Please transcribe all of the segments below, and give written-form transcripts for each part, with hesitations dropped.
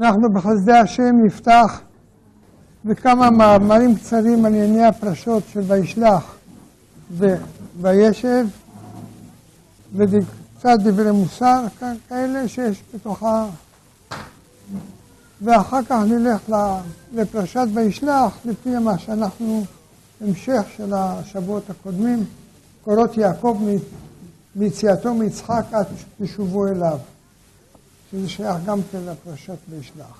אנחנו בחסדי השם נפתח בכמה מאמרים קצרים על ענייני הפרשות של וישלח וישב, וקצת דברי מוסר כאלה שיש בתוכה, ואחר כך נלך לפרשת וישלח לפי מה שאנחנו המשך של השבועות הקודמים, קורות יעקב מיציאתו מיצחק עד תשובו אליו, שזה שייך גם כן לפרשת וישלח.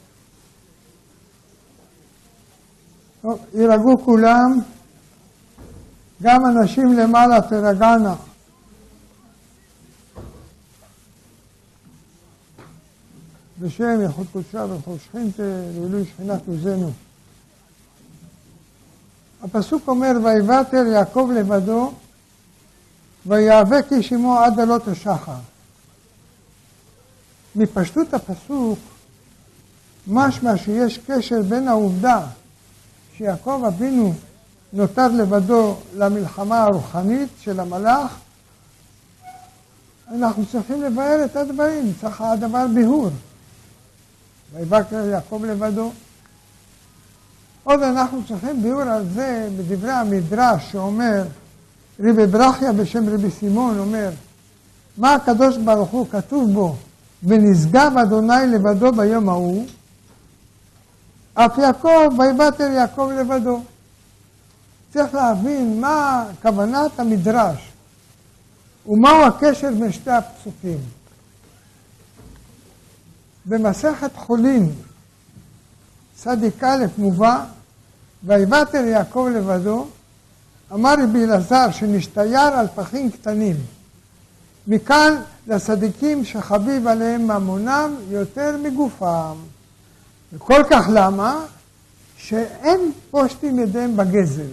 טוב, ירגעו כולם, גם אנשים למעלה תרגענה. בשם יחוד קודשה וכל שכינתה לעילוי שכינת עוזנו. הפסוק אומר, ויוותר יעקב לבדו ויאבק איש עמו עד עלות השחר. מפשטות הפסוק משמע שיש קשר בין העובדה שיעקב אבינו נותר לבדו למלחמה הרוחנית של המלאך. אנחנו צריכים לבאר את הדברים, צריך הדבר ביהור. ויוותר יעקב לבדו. עוד אנחנו צריכים ביאור על זה בדברי המדרש שאומר, רבי ברכיה בשם רבי סימון אומר, מה הקדוש ברוך הוא כתוב בו, ונשגב אדוני לבדו ביום ההוא, אף יעקב ויוותר יעקב לבדו. צריך להבין מה כוונת המדרש, ומהו הקשר בין שתי הפסוקים. במסכת חולין, צדיק א' מובא, ויוותר יעקב לבדו, אמר רבי אלעזר שנשתייר על פחים קטנים. מכאן לצדיקים שחביב עליהם ממונם יותר מגופם. וכל כך למה? שאין פושטים ידיהם בגזל.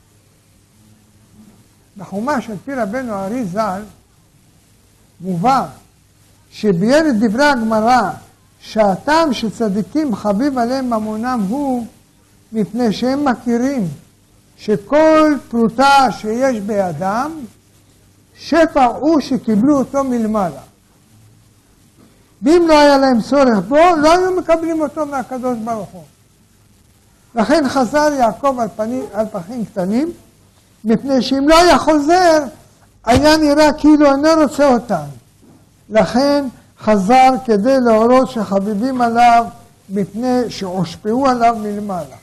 בחומש על פי רבנו הארי ז"ל מובא שביאר את דברי הגמרא שהטעם שצדיקים חביב עליהם ממונם הוא מפני שהם מכירים שכל פרוטה שיש בידם שפע הוא שקיבלו אותו מלמעלה. ואם לא היה להם צורך בו, לא היו מקבלים אותו מהקדוש ברוך הוא. לכן חזר יעקב על פחים קטנים, מפני שאם לא היה חוזר, היה נראה כאילו אינו רוצה אותם. לכן חזר כדי להורות שחביבים עליו, מפני שהושפעו עליו מלמעלה.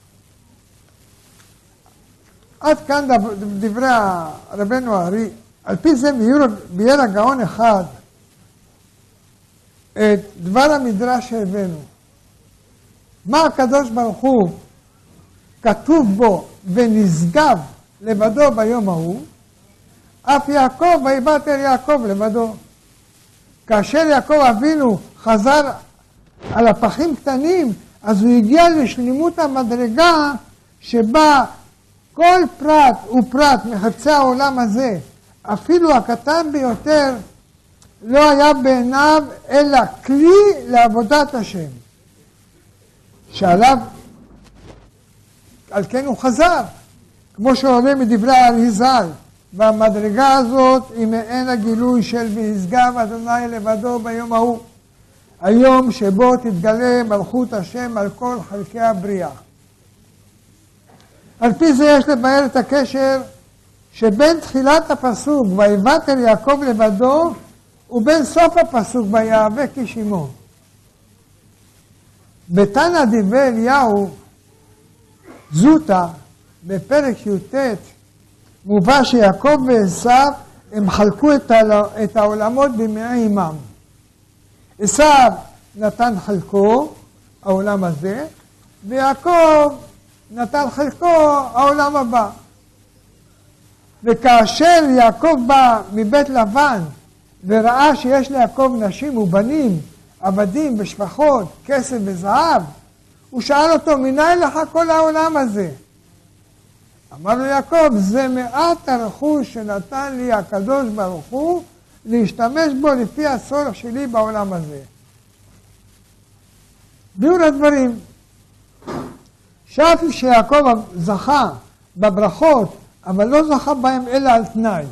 עד כאן דברי רבנו הארי. על פי זה ביאר הגאון אחד את דבר המדרש שהבאנו. מה הקדוש ברוך הוא כתוב בו ונשגב לבדו ביום ההוא, אף יעקב ויוותר יעקב לבדו. כאשר יעקב אבינו חזר על הפחים קטנים, אז הוא הגיע לשלימות המדרגה שבה כל פרט ופרט מחפצי העולם הזה, אפילו הקטן ביותר, לא היה בעיניו אלא כלי לעבודת השם. שעליו, על כן הוא חזר, כמו שעולה מדברי הארי ז"ל, והמדרגה הזאת היא מעין הגילוי של ונשגב אדוני לבדו ביום ההוא, היום שבו תתגלה מלכות השם על כל חלקי הבריאה. על פי זה יש לבאר את הקשר שבין תחילת הפסוק ויוותר יעקב לבדו ובין סוף הפסוק ויאבק איש עמו. בתנא דברי אליהו זוטא בפרק י"ט מובא שיעקב ועשיו הם חלקו את העולמות במאי עמם. עשיו נתן חלקו העולם הזה, ויעקב נתן חלקו העולם הבא. וכאשר יעקב בא מבית לבן וראה שיש ליעקב נשים ובנים, עבדים ושפחות, כסף וזהב, הוא שאל אותו, מנין לך כל העולם הזה? אמר לו יעקב, זה מעט הרכוש שנתן לי הקדוש ברוך הוא להשתמש בו לפי הצורך שלי בעולם הזה. ביאור הדברים, שאף שיעקב זכה בברכות, אבל לא זכה בהם אלא על תנאי.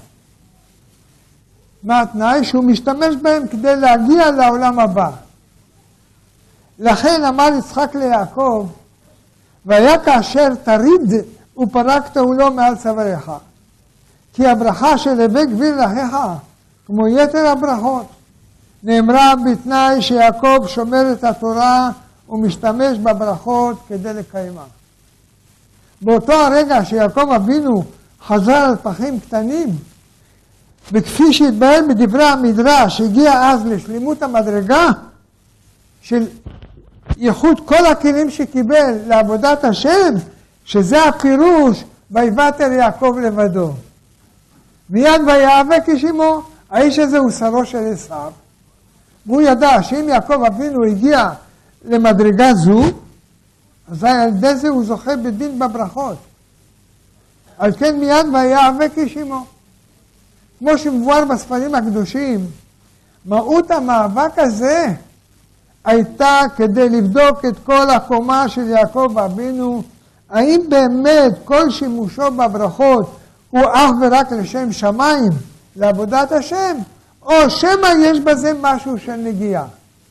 מה התנאי? שהוא משתמש בהם כדי להגיע לעולם הבא. לכן אמר יצחק ליעקב, והיה כאשר תריד ופרקת עולו מעל צוואריך. כי הברכה של הווה גביר לאחיך, כמו יתר הברכות, נאמרה בתנאי שיעקב שומר את התורה ומשתמש בברכות כדי לקיימה. באותו הרגע שיעקב אבינו חזר על פחים קטנים, וכפי שהתבהר בדברי המדרש, הגיע אז לשלימות המדרגה של ייחוד כל הכלים שקיבל לעבודת השם, שזה הפירוש ויוותר יעקב לבדו. מיד ויאבק איש עמו, האיש הזה הוא שרו של עשיו, והוא ידע שאם יעקב אבינו הגיע למדרגה זו, אז על ידי זה הוא זוכה בדין בברכות. על כן מיד ויאבק איש עמו. כמו שמבואר בספרים הקדושים, מהות המאבק הזה הייתה כדי לבדוק את כל הקומה של יעקב אבינו, האם באמת כל שימושו בברכות הוא אך ורק לשם שמיים, לעבודת השם, או שמא יש בזה משהו של נגיעה.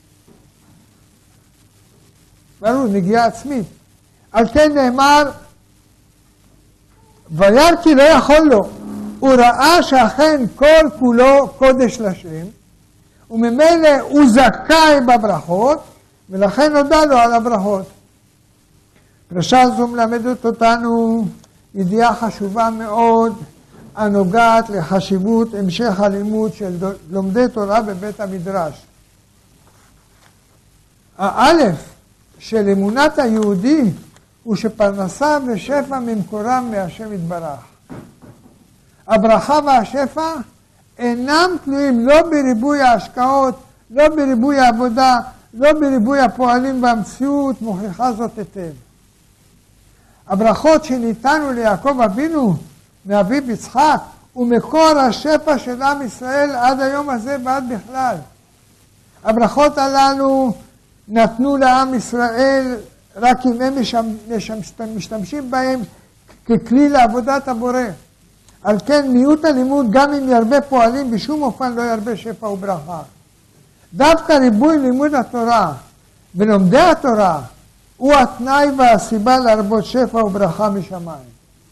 ברור, נגיעה עצמית. על כן נאמר, וירא כי לא יכול לו. הוא ראה שאכן כל כולו קודש לשם, וממילא הוא זכאי בברכות, ולכן נודע לו על הברכות. פרשה זו מלמדת אותנו ידיעה חשובה מאוד, הנוגעת לחשיבות המשך הלימוד של לומדי תורה בבית המדרש. האלף של אמונת היהודי הוא שפרנסה ושפע ממקורם מהשם יתברך. הברכה והשפע אינם תלויים לא בריבוי ההשקעות, לא בריבוי העבודה, לא בריבוי הפועלים במציאות, מוכיחה זאת היטב. הברכות שניתנו ליעקב אבינו מאביו יצחק ומקור השפע של עם ישראל עד היום הזה ועד בכלל. הברכות הללו נתנו לעם ישראל רק אם הם משתמשים בהם ככלי לעבודת הבורא. על כן מיעוט הלימוד גם אם ירבה פועלים בשום אופן לא ירבה שפע וברכה. דווקא ריבוי לימוד התורה ולומדי התורה הוא התנאי והסיבה להרבות שפע וברכה משמיים.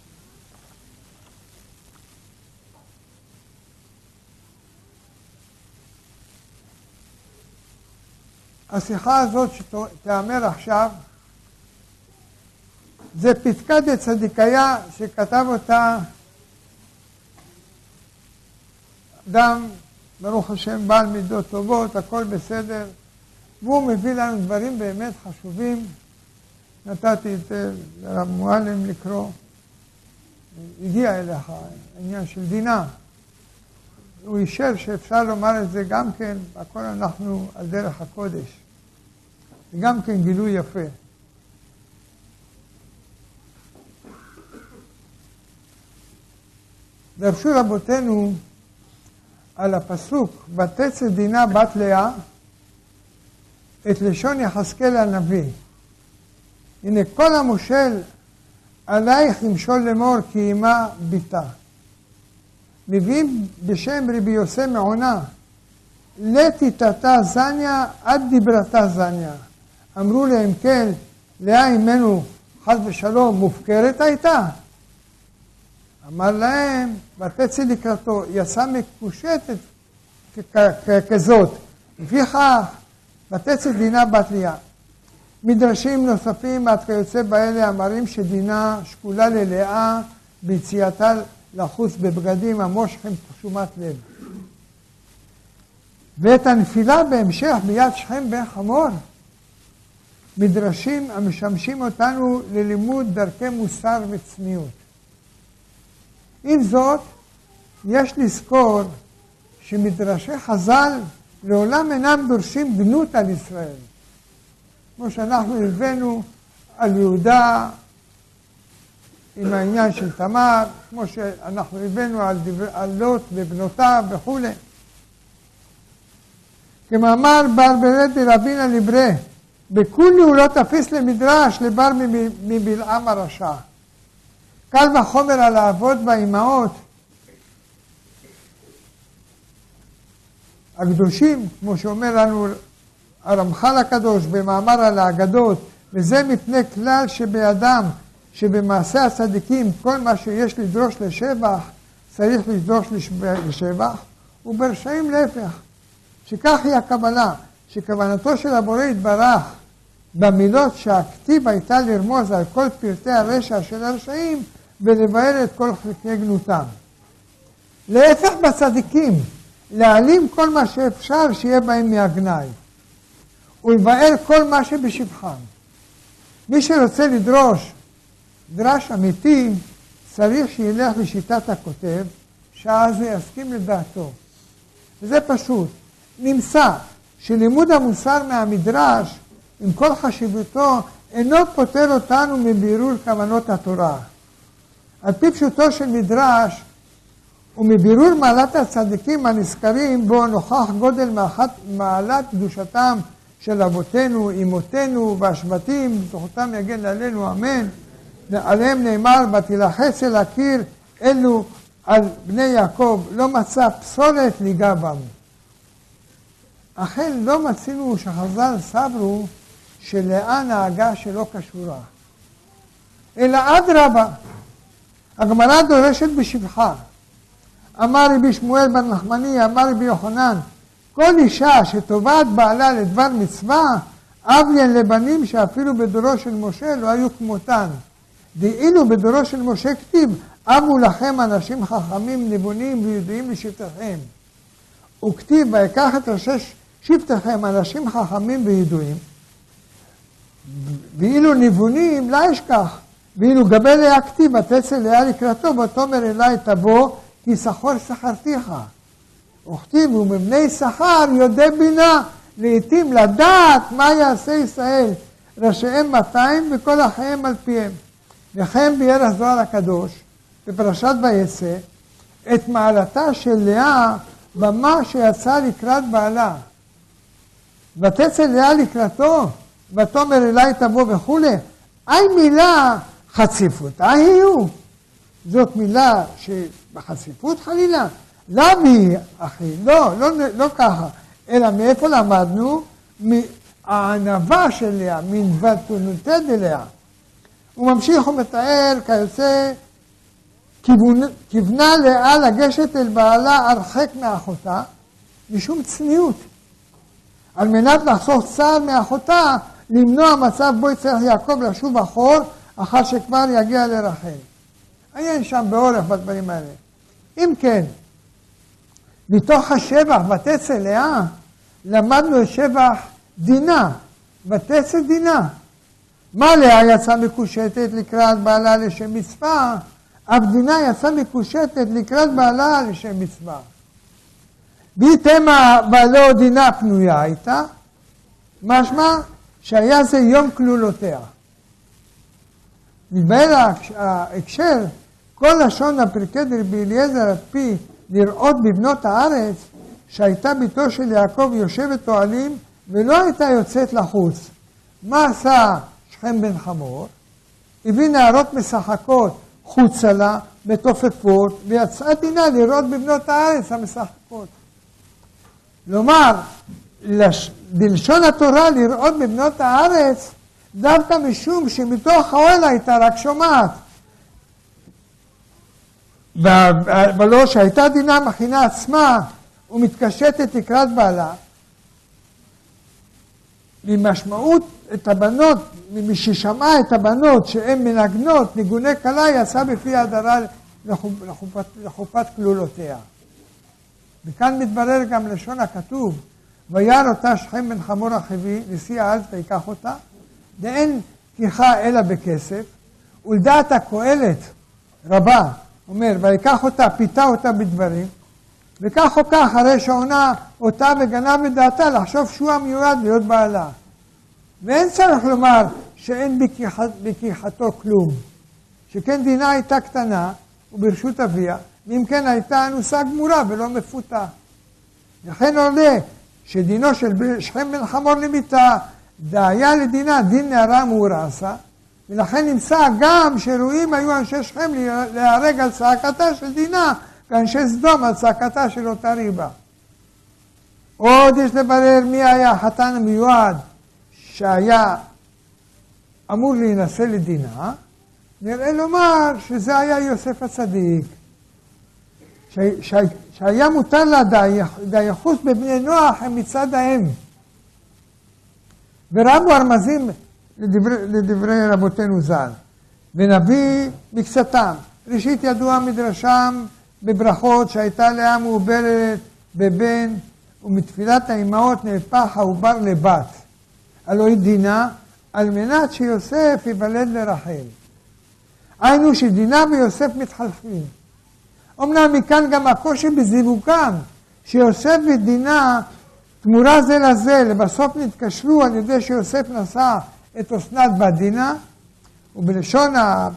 השיחה הזאת שתאמר עכשיו זה פסקא דצדיקיה שכתב אותה אדם, ברוך השם, בעל מידות טובות, הכל בסדר, והוא מביא לנו דברים באמת חשובים. נתתי את לרב מועלם לקרוא, הגיע אליך העניין של דינה. הוא אישר שאפשר לומר את זה גם כן, הכל אנחנו על דרך הקודש. זה גם כן גילוי יפה. דרשו רבותינו על הפסוק, ותצא דינה בת לאה, את לשון יחזקאל הנביא. הנה כל המושל עלייך ימשול לאמור כי אמה ביתה. מביאים בשם רבי יוסי מעונה, לתיתתה זניה עד דיברתה זניה. אמרו להם כן, לאה אמנו חס ושלום מופקרת הייתה. אמר להם, ותצא לקראתו, יצא מקושטת כזאת. לפיכך, ותצא דינה בת לאה. מדרשים נוספים עד כיוצא באלה אמרים שדינה שקולה ללאה ביציאתה לחוץ בבגדים המושכים תשומת לב. ואת הנפילה בהמשך ביד שכם בן חמור, מדרשים המשמשים אותנו ללימוד דרכי מוסר וצניעות. עם זאת, יש לזכור שמדרשי חז"ל לעולם אינם דורשים גנות על ישראל. כמו שאנחנו הבאנו על יהודה עם העניין של תמר, כמו שאנחנו הבאנו על לוט ובנותיו וכו'. כמאמר בר ברד דרבינה ליברה, בכולי הוא לא תפיס למדרש לבר מבלעם הרשע. קל וחומר על האבות והאימהות הקדושים, כמו שאומר לנו הרמח"ל הקדוש במאמר על האגדות, וזה מפני כלל שבידם, שבמעשה הצדיקים כל מה שיש לדרוש לשבח, צריך לדרוש לשבח, וברשעים להפך. שכך היא הקבלה, שכוונתו של הבורא יתברך במילות שהכתיב הייתה לרמוז על כל פרטי הרשע של הרשעים ולבאר את כל חלקי גנותם. להפך בצדיקים, להעלים כל מה שאפשר שיהיה בהם מהגנאי, ולבאר כל מה שבשבחם. מי שרוצה לדרוש דרש אמיתי, צריך שילך לשיטת הכותב, שאז יסכים לדעתו. וזה פשוט. נמצא שלימוד המוסר מהמדרש, עם כל חשיבותו, אינו פוטר אותנו מבירור כוונות התורה. על פי פשוטו של מדרש, ומבירור מעלת הצדיקים הנזכרים בו נוכח גודל מעלת קדושתם של אבותינו, אמותינו והשבטים, זכותם יגן עלינו, אמן. עליהם נאמר, ותלחץ אל הקיר אלו על בני יעקב, לא מצא פסולת ליגע בם. אכן לא מצינו שחז"ל סברו שלאה נהגה שלא קשורה. אלא אדרבה, הגמרא דורשת בשבחה. אמר רבי שמואל בן נחמני, אמר רבי יוחנן, כל אישה שתובעת בעלה לדבר מצווה, אבלין לבנים שאפילו בדורו של משה לא היו כמותן. ואילו בדורו של משה כתיב, אבו לכם אנשים חכמים, נבונים וידועים לשבטיכם. וכתיב, ויקח את ראשי שבטיכם אנשים חכמים וידועים, ואילו נבונים לא ישכח, ואילו גבי לאה כתיב, ותצא לאה לקראתו, ותאמר אלי תבוא, כי שכור שכרתיך. וכתיב, ומבני שכר יודע בינה, לעתים לדעת מה יעשה ישראל, ראשיהם 200 וכל החיים על פיהם. וכן ביאר הזוהר הקדוש, בפרשת ויצא, את מעלתה של לאה במה שיצא לקראת בעלה. ותצא לאה לקראתו, ותאמר אלי תבוא וכו'. מילה חציפות, היו. זאת מילה שבחציפות חלילה. למה אחי? לא ככה. אלא מאיפה למדנו? מהענווה של לאה, מנוותנותה דלאה. הוא ממשיך ומתאר כיוצא כיוונה לאה לגשת אל בעלה הרחק מאחותה, משום צניעות. על מנת לחסוך צער מאחותה, למנוע מצב בו יצטרך יעקב לשוב אחור, אחר שכבר יגיע לרחל. עיין שם באורך בדברים האלה. אם כן, מתוך השבח ותצא לאה, למדנו את שבח דינה, ותצא דינה. מה לאה יצא מקושטת לקראת בעלה לשם מצווה, אף דינה יצא מקושטת לקראת בעלה לשם מצווה. בהתאמה בעלו דינה פנויה הייתה, משמע שהיה זה יום כלולותיה. מתבהר ההקשר, כל לשון הפרקי דרבי אליעזר על פי לראות בבנות הארץ, שהייתה ביתו של יעקב יושבת אוהלים ולא הייתה יוצאת לחוץ. מה עשה שכם בן חמור? הביא נערות משחקות חוצה לה, מתופפות, ויצאה דינה לראות בבנות הארץ המשחקות. כלומר, בלשון התורה לראות בבנות הארץ, דווקא משום שמתוך האוהל הייתה רק שומעת. ולא שהייתה דינה מכינה עצמה ומתקשטת לקראת בעלה, ממשמעות את הבנות, מששמעה את הבנות שהן מנגנות ניגוני כלה, יצא בפי הדרה לחופת כלולותיה. וכאן מתברר גם לשון הכתוב, וירא אותה שכם בן חמור החיבי, נשיא הארץ ויקח אותה, ואין תיכה אלא בכסף, ולדעת הקהלת רבה, אומר, ויקח אותה, פיתה אותה בדברים, וכך או כך, הרי שעונה אותה וגנב מדעתה לחשוב שהוא המיועד להיות בעלה. ואין צריך לומר שאין בכיחתו כלום. שכן דינה הייתה קטנה וברשות אביה, ואם כן הייתה אנוסה גמורה ולא מפותה. לכן עולה שדינו של שכם בן חמור למיתה, דהיה לדינה דין נערה מאורסה, ולכן נמצא גם שראויים היו אנשי שכם להיהרג על צעקתה של דינה, ואנשי סדום על צעקתה של אותה ריבה. עוד יש לברר מי היה החתן המיועד שהיה אמור להינשא לדינה, נראה לומר שזה היה יוסף הצדיק, שהיה מותר לה דייחוס בבני נוח הם מצד האם. ורבו הרמזים לדברי רבותינו ז"ל, ונביא מקצתם. ראשית ידוע מדרשם בברכות שהייתה לאה מעוברת בבן, ומתפילת האימהות נהפך העובר לבת, הלוא היא דינה, על מנת שיוסף ייוולד לרחל. היינו שדינה ויוסף מתחלפים. אמנם מכאן גם הקושי בזיווגם, שיוסף ודינה תמורה זה לזה, לבסוף נתקשרו על ידי שיוסף נשא את אסנת בת דינה, ובלשון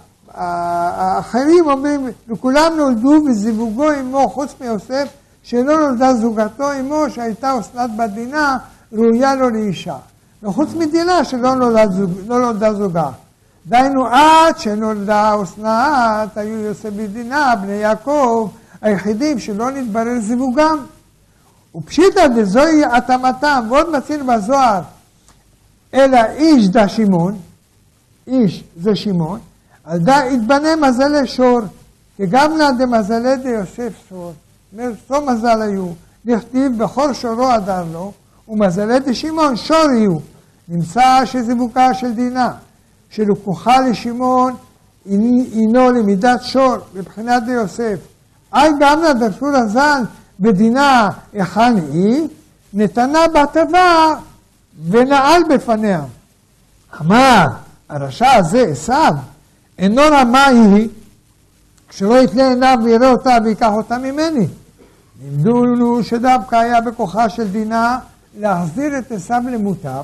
האחרים אומרים, וכולם נולדו וזיווגו עמו חוץ מיוסף, שלא נולדה זוגתו עמו, שהייתה אסנת בת דינה, ראויה לו לאישה. וחוץ מדינה שלא נולדה זוגה. דיינו עד שנולדה אסנת, היו יוסף ודינה, בני יעקב, היחידים שלא נתברר זיווגם. ופשיטא דזוהי התאמתם, ועוד מצינו בזוהר, אלא איש דה שמעון, איש זה שמעון, על דה יתבנה מזלי שור, כגם לה דמזלי דיוסף שור. מרצו מזל היו, נכתיב בכל שורו הדר לו, ומזלי דשמעון שור יהיו. נמצא שזיווגה של דינה, שלקוחה לשמעון, הינו למידת שור, מבחינת דיוסף. גם לה דרשו לז"ל, בדינה היכן היא, נתנה בהטבה ונעל בפניה. אמר, הרשע הזה עשיו, אינו רמה היא, כשלא יתלה עיניו ויראה אותה ויקח אותה ממני. לימדו לנו שדווקא היה בכוחה של דינה להחזיר את עשיו למוטב,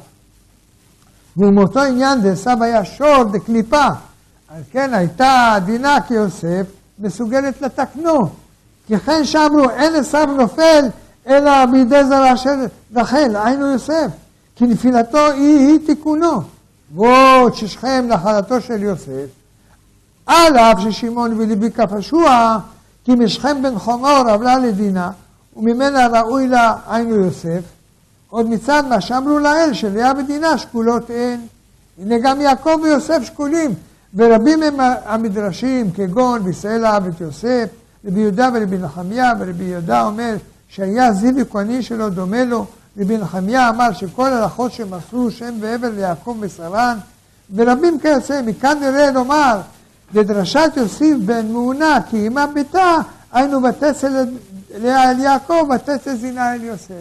ומאותו עניין דעשיו היה שור דקליפה, על כן הייתה דינה כיוסף מסוגלת לתקנו. כי כן שאמרו, אין עשיו נופל, אלא בידי זרע של רחל, היינו יוסף. כי נפילתו היא תיקונו. ועוד ששכם נחלתו של יוסף, על אף ששמעון ולוי כפשוע, כי משכם בן חמור עבלה לדינה, וממנה ראוי לה היינו יוסף. עוד מצד מה שאמרו לאל, שלאה ודינה שקולות אין. הנה גם יעקב ויוסף שקולים, ורבים הם המדרשים, כגון בישראל אהב את יוסף, רבי יהודה ורבי נחמיה, ורבי יהודה אומר שהיה זיו וכהני שלו דומה לו, רבי נחמיה אמר שכל הלכות שמסרו שם ועבר ליעקב ושרן, ורבים כיוצא, מכאן נראה לומר, לדרשת יוסיף בן מעונה, כי אמה ביתה, היינו ותצל לאה אל יעקב, ותצל זינה אל יוסף.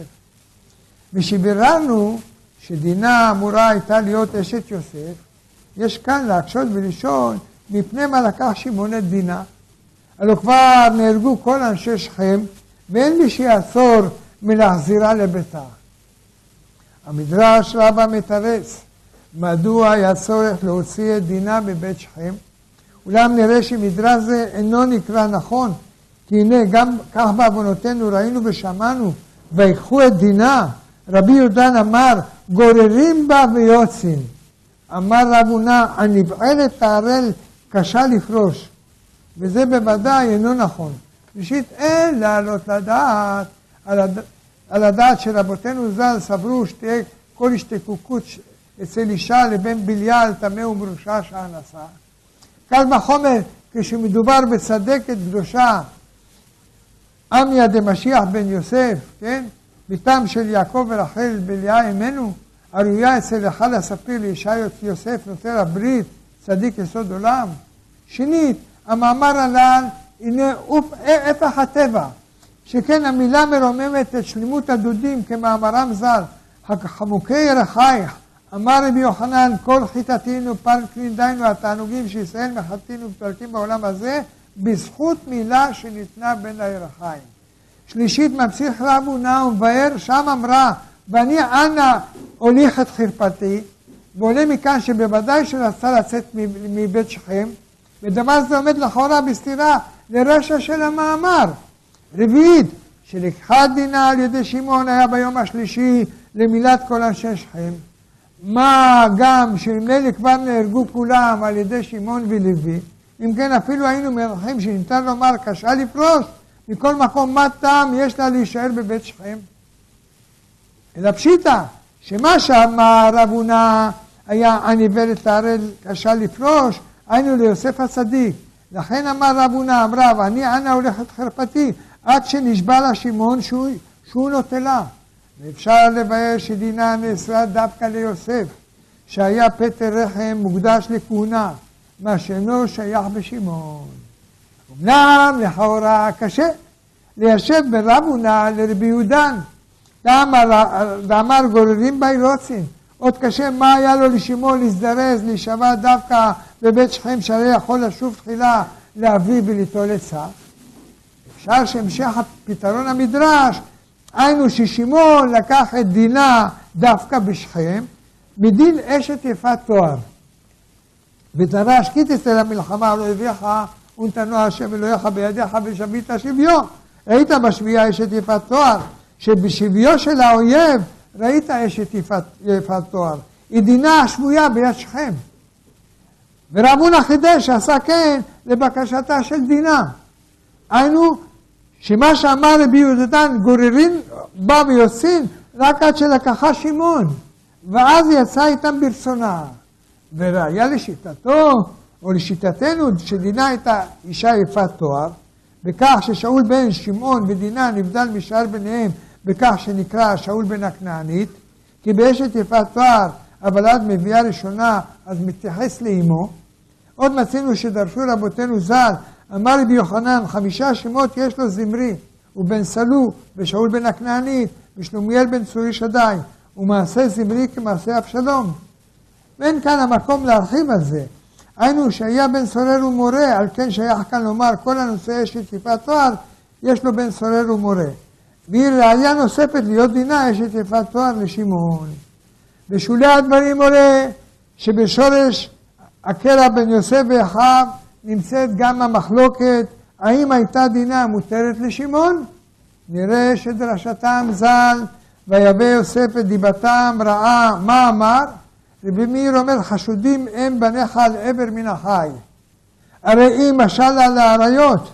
ושביררנו שדינה אמורה הייתה להיות אשת יוסף, יש כאן להקשות ולשאול, מפני מה לקח שמעון את דינה? הלא כבר נהרגו כל אנשי שכם, ואין מי שיעצור מלהחזירה לביתה. המדרש רבה מתרץ, מדוע היה צורך להוציא את דינה בבית שכם? אולם נראה שמדרש זה אינו נקרא נכון, כי הנה גם כך בעוונותינו ראינו ושמענו, ויקחו את דינה. רבי יהודן אמר, גוררים בה ויוצאים. אמר רב הונא, הנבערת תערל קשה לפרוש. וזה בוודאי אינו נכון. ראשית, אין לעלות לדעת, על הדעת שרבותינו ז"ל סברו שתהיה כל השתקקות אצל אישה לבין בליעל טמא ומרושע שאנסה. קל וחומר כשמדובר בצדקת קדושה, עמיה דמשיח בן יוסף, כן? בתם של יעקב ורחל בליה אמנו, הראויה אצל אחד הספיר לאישה יוסף נותר הברית, צדיק יסוד עולם. שנית, המאמר הנ"ל, הנה הפך הטבע, שכן המילה מרוממת את שלמות הדודים כמאמרם ז"ל, חמוקי ירחייך, אמר רבי יוחנן, כל חיטתינו פרקלין, דיינו התענוגים שישראל מחטאים ופרקים בעולם הזה, בזכות מילה שניתנה בין הירחיים. שלישית, ממשיך רב הונא ומבאר, שם אמרה, ואני אנה הוליך את חרפתי, ועולה מכאן שבוודאי שרצה לצאת מבית שכם, ודבר זה עומד לכאורה בסתירה לרשע של המאמר. רביעית, שלקחה דינה על ידי שמעון היה ביום השלישי למילת כל אנשי שכם. מה גם שנמלי כבר נהרגו כולם על ידי שמעון ולוי, אם כן אפילו היינו מרחים שניתן לומר קשה לפרוש, מכל מקום מה טעם יש לה להישאר בבית שכם? אלא פשיטא, שמה שאמר רב הונא היה עניברת להראל קשה לפרוש, היינו ליוסף הצדיק. לכן אמר רב הונא, אמרה, ואני אנה הולכת חרפתי, עד שנשבע לה שמעון שהוא נוטלה. ואפשר לבאר שדינה נאסרה דווקא ליוסף, שהיה פטר רחם מוקדש לכהונה, מה שאינו שייך בשמעון. אמנם לכאורה קשה ליישב ברב הונא לרבי יהודן, דאמר גוררים בי רוצין. עוד קשה מה היה לו לשמעון להזדרז, להישבע דווקא בבית שכם, שהרי יכול לשוב תחילה לאביו וליטול עצה. אפשר שהמשך הפתרון המדרש, היינו ששמעון לקח את דינה דווקא בשכם, מדין אשת יפת תואר. ודרש כי תצא למלחמה לא הביאך, ונתנו השם אלוהיך בידיך ושבית שביו. ראית בשבייה אשת יפת תואר, שבשביו של האויב ראית אשת יפת תואר. היא דינה השבויה ביד שכם. ורב הונא חידש שעשה כן לבקשתה של דינה. היינו שמה שאמר רבי יהודן גוררין בה ויוצאין רק עד שלקחה שמעון, ואז יצא איתם ברצונה. וראיה לשיטתו או לשיטתנו שדינה הייתה אישה יפת תואר, בכך ששאול בן שמעון ודינה נבדל משאר ביניהם בכך שנקרא שאול בן הכנענית, כי באשת יפת תואר אבל עד מביאה ראשונה אז מתייחס לאמו. עוד מצינו שדרשו רבותינו ז"ל, אמר רבי יוחנן 5 שמות יש לו זמרי, ובן סלו ושאול בן הכנענית ושלומיאל בן צורי שדי, ומעשה זמרי כמעשה אבשלום. ואין כאן המקום להרחיב על זה. היינו שהיה בן סורר ומורה, על כן שייך כאן לומר כל הנושא אשת יפת תואר יש לו בן סורר ומורה. והיא ראיה נוספת להיות דינה אשת יפת תואר לשמעון. בשולי הדברים עולה שבשורש הקרע בין יוסף ואחיו נמצאת גם המחלוקת האם הייתה דינה מותרת לשמעון. נראה שדרשתם ז"ל ויבא יוסף את דיבתם רעה. מה אמר? רבי מאיר אומר חשודים הם בניך על עבר מן החי. הרי אם משל על האריות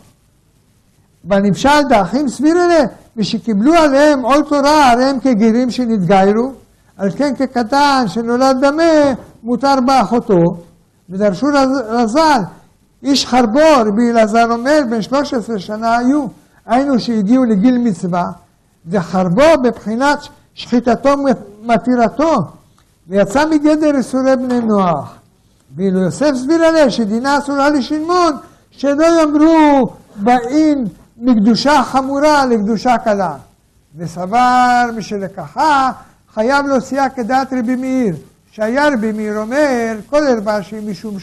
בנמשל דאחים סבירלה, ושקיבלו עליהם עול תורה, הרי הם כגרים שנתגיירו, על כן כקטן שנולד דמה מותר באחותו. ודרשו רז"ל איש חרבור, רבי אלעזר אומר בן 13 שנה היו, היינו שהגיעו לגיל מצווה, וחרבו בבחינת שחיטתו מתירתו, ויצא מגדר איסורי בני נוח. ואילו יוסף סביר עליה שדינה אסורה לשמעון, שלא יאמרו באין מקדושה חמורה לקדושה קלה. וסבר משלקחה חייב להוציאה כדעת רבי מאיר, שהיה רבי מאיר אומר כל הרבשים משום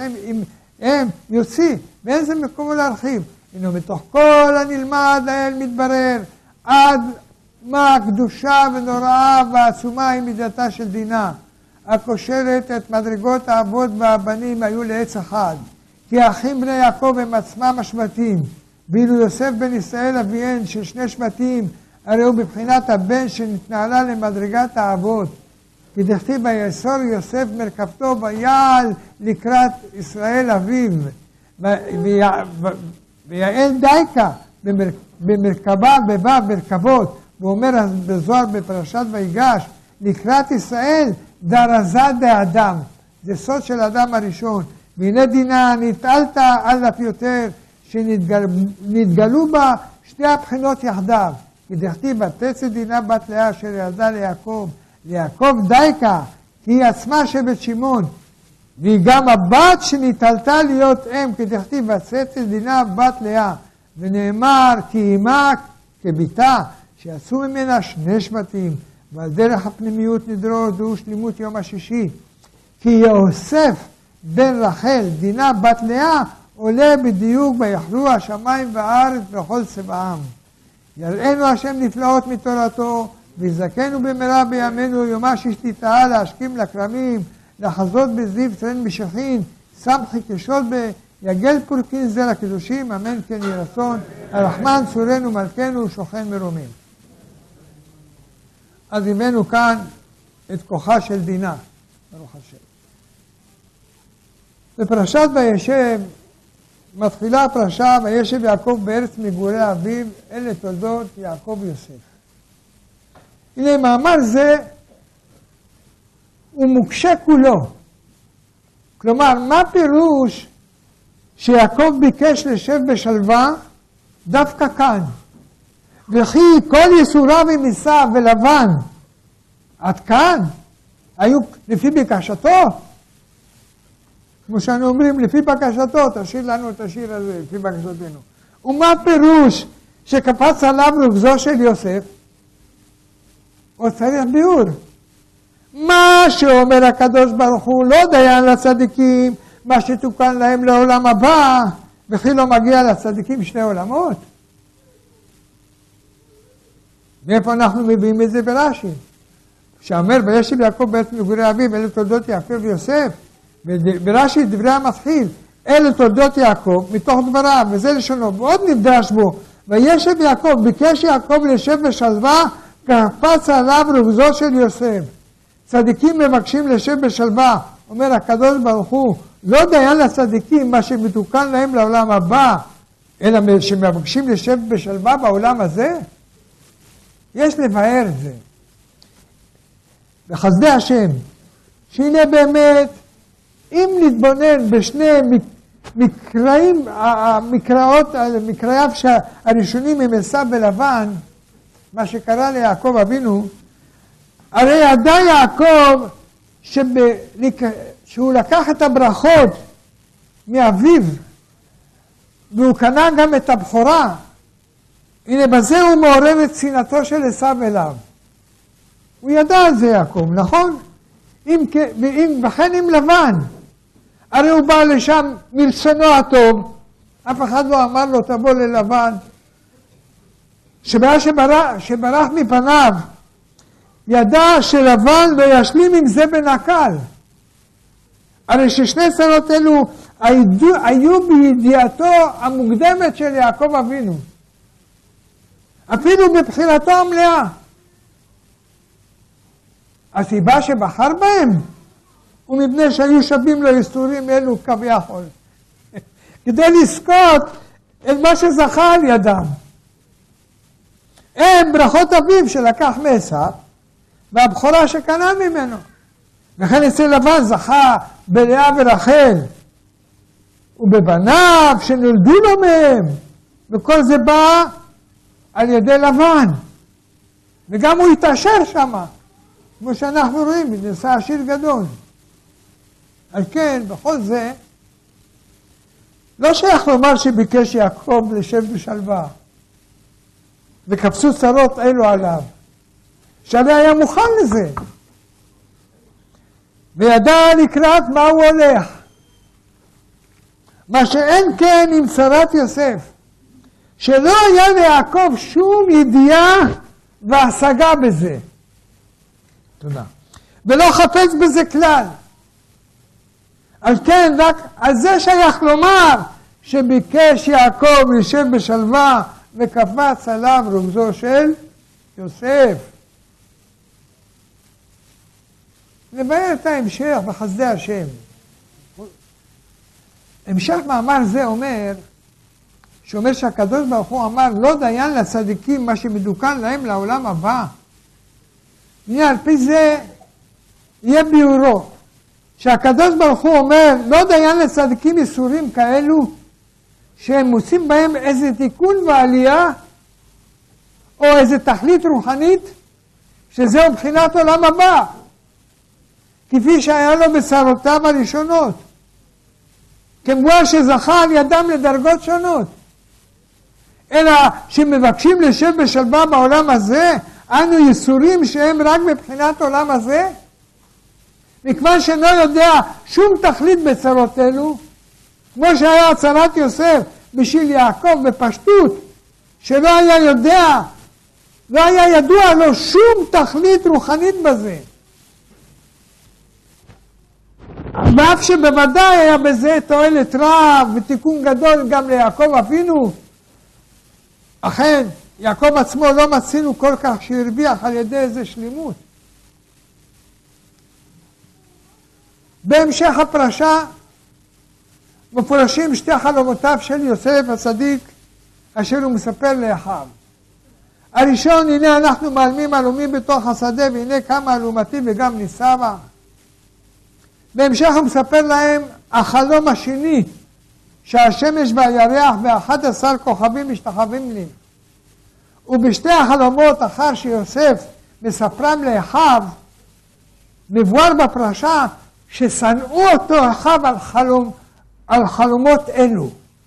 הם יוציא, ואין זה מקום להרחיב. הנה מתוך כל הנלמד לאל מתברר עד מה הקדושה ונוראה והעצומה היא מידתה של דינה, הקושרת את מדרגות האבות והבנים היו לעץ אחד, כי האחים בני יעקב הם עצמם השבטים, ואילו יוסף בן ישראל אביהן של 2 שבטים, הרי הוא בבחינת הבן שנתנעלה למדרגת האבות, כי דכתיב ויאסור יוסף מרכבתו ויעל לקראת ישראל אביו, ויעל דייקה במרכבה בבא מרכבות, הוא אומר בזוהר בפרשת ויגש, לקראת ישראל דרזה דאדם, זה סוד של האדם הראשון. והנה דינה נתעלת על אף יותר שנתגלו בה 2 הבחינות יחדיו. כי דכתיב ותצא דינה בת לאה אשר ילדה ליעקב, ליעקב דייקה, כי היא עצמה שבט שמעון, והיא גם הבת שנתעלתה להיות אם, כי דכתיב ותצא דינה בת לאה, ונאמר כי אמה כביתה, שיצאו ממנה 2 שבטים, ועל דרך הפנימיות נדרור זו שלימות יום השישי. כי יוסף בן רחל דינה בת לאה עולה בדיוק ויחלו השמיים והארץ וכל צבעם. יראינו השם נפלאות מתורתו, ויזכנו במהרה בימינו יום השישי תתאה להשכים לכרמים, לחזות בזיו צרן משכין, סמכי כשוד יגל פורקין זה לקדושים, אמן כן יהי רצון, הרחמן צורנו מלכנו שוכן מרומים. אז הבאנו כאן את כוחה של דינה, ברוך השם. בפרשת וישב, מתחילה הפרשה, וישב יעקב בארץ מגורי אביו, אלה תולדות יעקב יוסף. הנה מאמר זה הוא מוקשה כולו. כלומר, מה פירוש שיעקב ביקש לשב בשלווה דווקא כאן? וכי כל ייסוריו עם עשיו ולבן עד כאן היו לפי בקשתו? כמו שאנו אומרים, לפי בקשתו, תשאיר לנו את השיר הזה, לפי בקשתנו. ומה פירוש שקפץ עליו רוגזו של יוסף? עוד צריך ביאור. מה שאומר הקדוש ברוך הוא לא דיין לצדיקים, מה שתוקן להם לעולם הבא, וכי לא מגיע לצדיקים שני עולמות. מאיפה אנחנו מביאים את זה ברש"י? שאומר וישב יעקב בארץ מגורי אביו, אלה תולדות יעקב ויוסף. ברש"י דברי המתחיל, אלה תולדות יעקב מתוך דבריו, וזה לשונו, ועוד נדרש בו, וישב יעקב, ביקש יעקב לשב בשלווה, קפץ עליו רוגזו של יוסף. צדיקים מבקשים לשב בשלווה, אומר הקדוש ברוך הוא, לא דיין לצדיקים מה שמתוקן להם לעולם הבא, אלא שמבקשים לשב בשלווה בעולם הזה. יש לבאר את זה. בחסדי השם, שהנה באמת, אם נתבונן בשני מקראיו הראשונים עם עשיו ולבן, מה שקרה ליעקב אבינו, הרי ידע יעקב שהוא לקח את הברכות מאביו, והוא קנה גם את הבכורה. הנה בזה הוא מעורר את שנאתו של עשיו אליו. הוא ידע את זה יעקב, נכון? וכן עם לבן. הרי הוא בא לשם מרצונו הטוב, אף אחד לא אמר לו תבוא ללבן. שברח מפניו, ידע שלבן לא ישלים עם זה בנקל. הרי ששני צרות אלו היו בידיעתו המוקדמת של יעקב אבינו. אפילו בבחירתו המלאה. הסיבה שבחר בהם, ומפני שהיו שווים לו ייסורים אלו כביכול. כדי לזכות את מה שזכה על ידם. הם ברכות אביו שלקח מעשיו, והבכורה שקנה ממנו. וכן אצל לבן זכה בלאה ורחל, ובבניו שנולדו לו מהם, וכל זה בא על ידי לבן. וגם הוא התעשר שמה, כמו שאנחנו רואים, נעשה עשיר גדול. על כן, בכל זה, לא שייך לומר שביקש יעקב לשב בשלווה, וקפצו צרות אלו עליו, שהרי היה מוכן לזה, וידע לקראת מה הוא הולך. מה שאין כן עם שרת יוסף, שלא היה ליעקב שום ידיעה והשגה בזה. תודה. ולא חפץ בזה כלל. על כן, רק על זה שייך לומר שביקש יעקב לשב בשלווה וקפץ עליו רוגזו של יוסף. נבהר את ההמשך בחסדי השם. המשך מאמר זה אומר, שאומר שהקדוש ברוך הוא אמר, לא דיין לצדיקים מה שמדוקן להם לעולם הבא. הנה על פי זה יהיה ביאורו. שהקדוש ברוך הוא אומר, לא דיין לצדיקים ייסורים כאלו, שהם מוצאים בהם איזה תיקון ועלייה, או איזה תכלית רוחנית, שזהו בחינת עולם הבא, כפי שהיה לו בצרותיו הראשונות, כמו שזכה על ידם לדרגות שונות, אלא שמבקשים לשב בשלווה בעולם הזה, אנו ייסורים שהם רק מבחינת עולם הזה, מכיוון שאינו יודע שום תכלית בצרות אלו, כמו שהיה הצרת יוסף בשביל יעקב בפשטות, שלא היה יודע, לא היה ידוע לו שום תכלית רוחנית בזה. ואף שבוודאי היה בזה תועלת רב ותיקון גדול גם ליעקב אבינו, אכן יעקב עצמו לא מצינו כל כך שהרוויח על ידי איזה שלימות. בהמשך הפרשה מפורשים שתי חלומותיו של יוסף הצדיק, אשר הוא מספר לאחיו. הראשון, הנה אנחנו מעלמים עלומים בתוך השדה, והנה כמה אלומתי וגם ניסבה. בהמשך הוא מספר להם החלום השני, שהשמש והירח ו11 כוכבים משתחווים לי. ובשתי החלומות, אחר שיוסף מספרם לאחיו, מבואר בפרשה ששנאו אותו אחיו על חלומות אלו.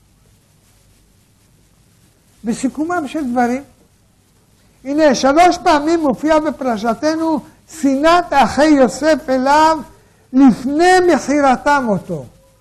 בסיכומם של דברים, הנה 3 פעמים מופיע בפרשתנו שנאת אחי יוסף אליו לפני מכירתם אותו.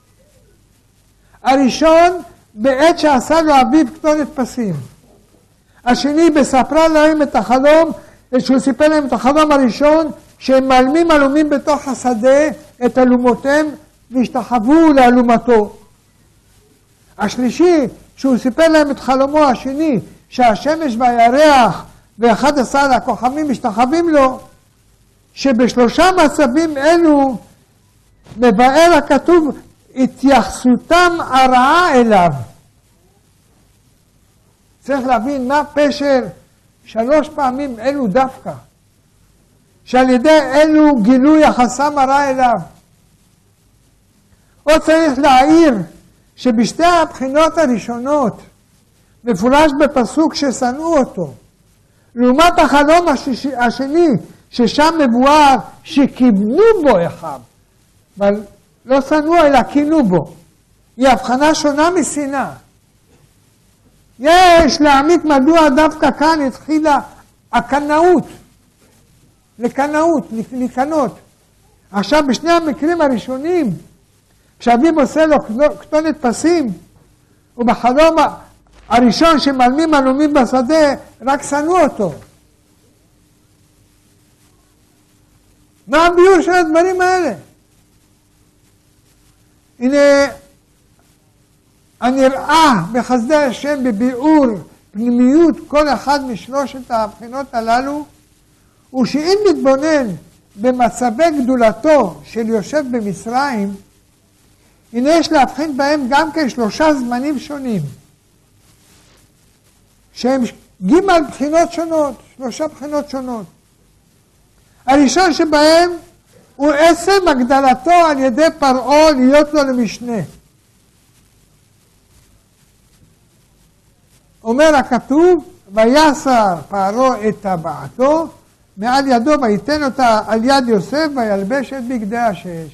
הראשון בעת שעשה לו אביו כתונת פסים. השני בספרה להם את החלום, שהוא סיפר להם את החלום הראשון, שהם מעלמים עלומים בתוך השדה את אלומותיהם והשתחוו לאלומתו. השלישי, שהוא סיפר להם את חלומו השני, שהשמש והירח ו11 הכוכבים משתחווים לו, שבשלושה מצבים אלו מבאר הכתוב התייחסותם הרעה אליו. צריך להבין מה פשר 3 פעמים אלו דווקא, שעל ידי אלו גילו יחסם הרע אליו. עוד צריך להעיר שבשתי הבחינות הראשונות מפורש בפסוק ששנאו אותו, לעומת החלום השני ששם מבואר שכיוונו בו אחיו, אבל לא שנאו אלא כינו בו. היא הבחנה שונה משנאה. יש להעמיק מדוע דווקא כאן התחילה הקנאות, לקנות. עכשיו בשני המקרים הראשונים, כשאביו עושה לו כתונת פסים, ובחלום הראשון שמעלמים עלומים בשדה, רק שנאו אותו. מה הביאור של הדברים האלה? הנה, הנראה בחסדי השם בביאור פנימיות כל אחד משלושת הבחינות הללו, הוא שאם נתבונן במצבי גדולתו של יושב במצרים, הנה יש להבחין בהם גם כ3 זמנים שונים, שהם ג' בחינות שונות, 3 בחינות שונות. הראשון שבהם הוא עצם הגדלתו על ידי פרעה להיות לו למשנה. אומר הכתוב, ויסר פרעה את טבעתו מעל ידו ויתן אותה על יד יוסף וילבש את בגדי השש.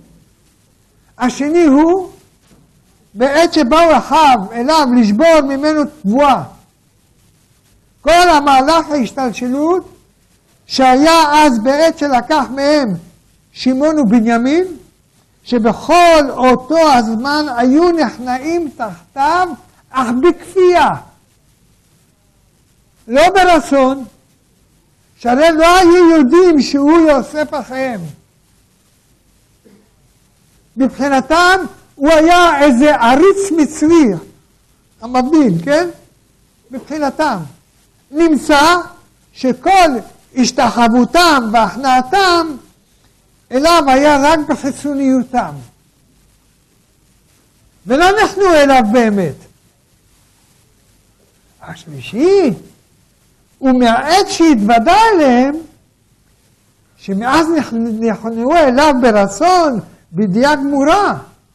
השני הוא בעת שבאו אחיו אליו לשבור ממנו תבואה. כל המהלך ההשתלשלות שהיה אז בעת שלקח מהם שמעון ובנימין, שבכל אותו הזמן היו נכנעים תחתיו, אך בכפייה. לא ברצון, שהרי לא היו יודעים שהוא יוסף אחיהם. מבחינתם הוא היה איזה עריץ מצרי, המבדיל, כן? מבחינתם. נמצא שכל השתחוותם והכנעתם אליו היה רק בחיצוניותם. ולא נכנו אליו באמת. השלישי, ומהעת שהתוודע אליהם, שמאז נכנו אליו ברצון, בידיעה גמורה.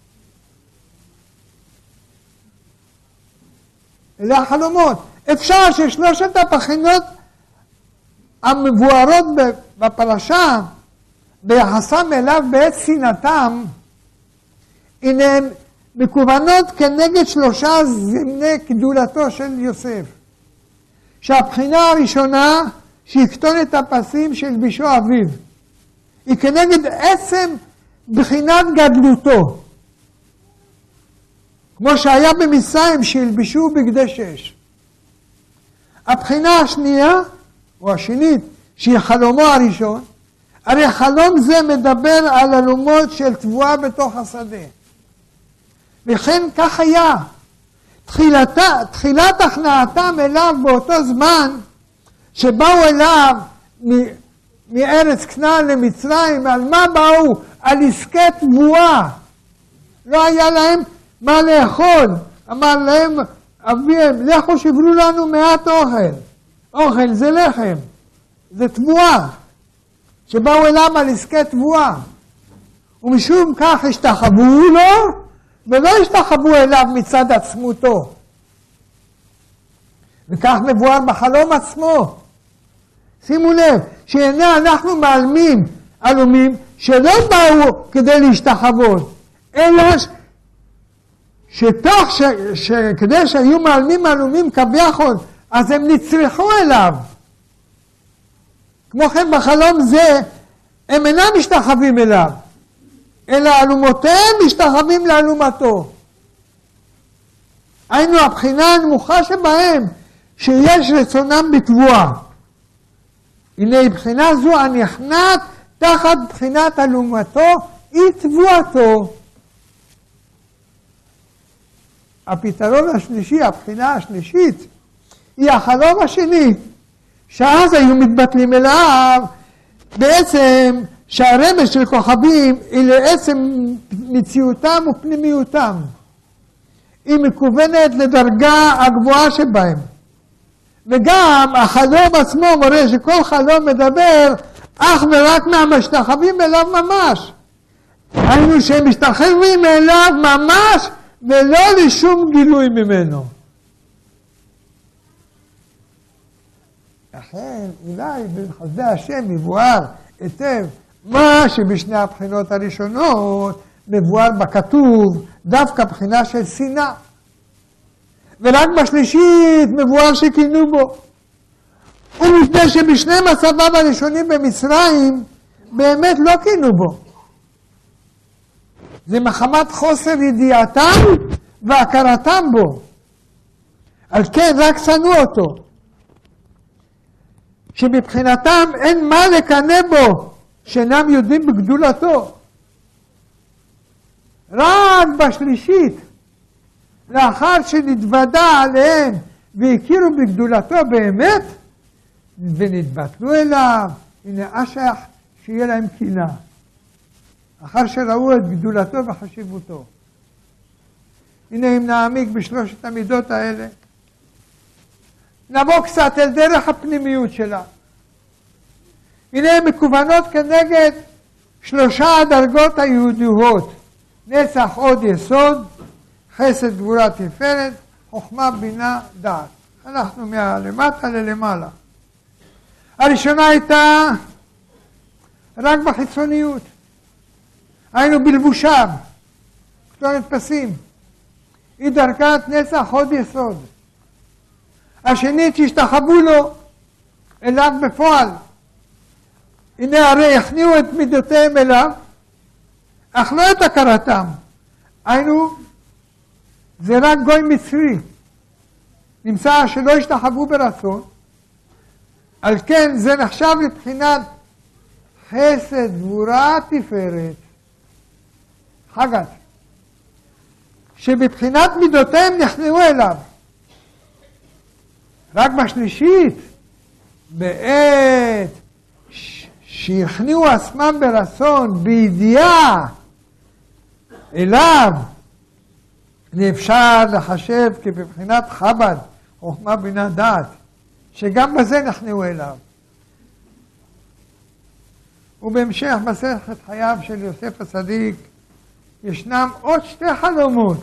אלה החלומות. אפשר ששלושת הבחינות המבוארות בפרשה, ביחסם אליו בעת שנאתם, הנה הן מכוונות כנגד 3 זמני גדולתו של יוסף. שהבחינה הראשונה, שיקטון את הפסים שהלבישו אביו, היא כנגד עצם בחינת גדלותו. כמו שהיה במצרים שהלבישו בגדי שש. הבחינה השנייה, או השנית, שהיא חלומו הראשון, הרי חלום זה מדבר על אלומות של תבואה בתוך השדה. וכן כך היה. תחילת הכנעתם אליו באותו זמן, שבאו אליו מארץ כנען למצרים, על מה באו? על עסקי תבואה. לא היה להם מה לאכול. אמר להם אביהם, לכו שברו לנו מעט אוכל. אוכל זה לחם, זה תבואה, שבאו אליו על עסקי תבואה. ומשום כך השתחוו לו, ולא השתחוו אליו מצד עצמותו. וכך מבואר בחלום עצמו. שימו לב, שהנה אנחנו מעלמים עלומים שלא באו כדי להשתחוות, אלא כדי שהיו מעלמים עלומים כביכול, אז הם נצרכו אליו. כמו כן בחלום זה, הם אינם משתחווים אליו, אלא עלומותיהם משתחווים לעלומתו. היינו הבחינה הנמוכה שבהם, שיש רצונם בתבואה. הנה בחינה זו הנכנעת תחת בחינת עלומתו, היא תבואתו. הפתרון השלישי, הבחינה השלישית, היא החלום השני, שאז היו מתבטלים אליו, בעצם שהרמז של כוכבים היא לעצם מציאותם ופנימיותם. היא מכוונת לדרגה הגבוהה שבהם. וגם החלום עצמו מראה שכל חלום מדבר אך ורק מהמשתחווים אליו ממש. היינו שהם משתחווים אליו ממש ולא לשום גילוי ממנו. לכן אולי בחסדי השם מבואר היטב מה שבשני הבחינות הראשונות מבואר בכתוב דווקא בחינה של שנאה. ורק בשלישית מבואר שכינו בו. ומפני שבשני מצביו הראשונים במצרים באמת לא כינו בו. זה מחמת חוסר ידיעתם והכרתם בו. על כן רק שנאו אותו. שבבחינתם אין מה לקנא בו, שאינם יודעים בגדולתו. רק בשלישית, לאחר שנתוודע עליהם והכירו בגדולתו באמת, ונתבטלו אליו, הנה אשך שיהיה להם קינה. אחר שראו את גדולתו וחשיבותו. הנה אם נעמיק בשלושת המידות האלה, נבוא קצת אל דרך הפנימיות שלה. הנה הן מקוונות כנגד שלושה הדרגות היהודיות, נצח עוד יסוד, חסד גבורה תפארת, חוכמה בינה דעת. הלכנו מהלמטה ללמעלה. הראשונה הייתה רק בחיצוניות. היינו בלבושיו, כתונת פסים. היא דרגת נצח עוד יסוד. השנית שהשתחוו לו אליו בפועל. הנה הרי הכניעו את מידותיהם אליו, אך לא את הכרתם. היינו, זה רק גוי מצרי. נמצא שלא השתחוו ברצון. על כן זה נחשב לבחינת חסד גבורה תפארת. חגת. שבבחינת מידותיהם נכנעו אליו. רק בשלישית, בעת שהכניעו עצמם ברצון, בידיעה אליו, אפשר לחשב כבבחינת חב"ד, חוכמה בינה דעת, שגם בזה נכנעו אליו. ובהמשך מסכת חייו של יוסף הצדיק, ישנם עוד שתי חלומות,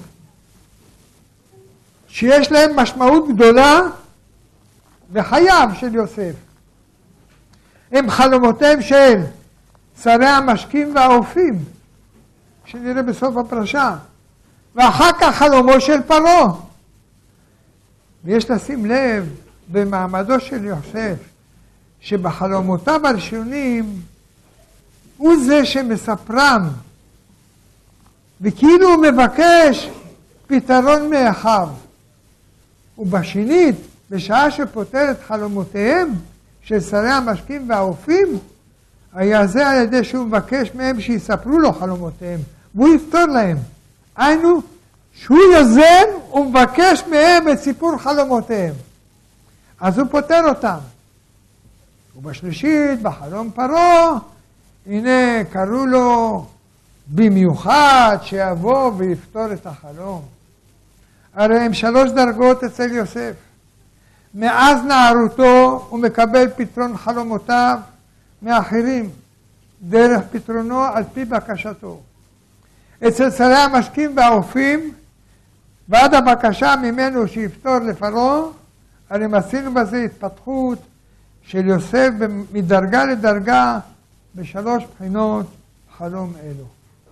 שיש להם משמעות גדולה בחייו של יוסף. הם חלומותיהם של שרי המשקים והאופים, שנראה בסוף הפרשה, ואחר כך חלומו של פרעה. ויש לשים לב במעמדו של יוסף, שבחלומותיו הראשונים הוא זה שמספרם, וכאילו הוא מבקש פתרון מאחיו. ובשנית, בשעה שפותר את חלומותיהם של שרי המשקים והאופים, היה זה על ידי שהוא מבקש מהם שיספרו לו חלומותיהם, והוא יפתור להם. היינו, שהוא יוזם ומבקש מהם את סיפור חלומותיהם. אז הוא פותר אותם. ובשלישית, בחלום פרעה, הנה קראו לו במיוחד שיבוא ויפתור את החלום. הרי הם 3 דרגות אצל יוסף. מאז נערותו הוא מקבל פתרון חלומותיו מאחרים, דרך פתרונו על פי בקשתו. אצל שרי המשקים והאופים, ועד הבקשה ממנו שיפתור לפרעה, הרי עשינו בזה התפתחות של יוסף מדרגה לדרגה בשלוש בחינות חלום אלו.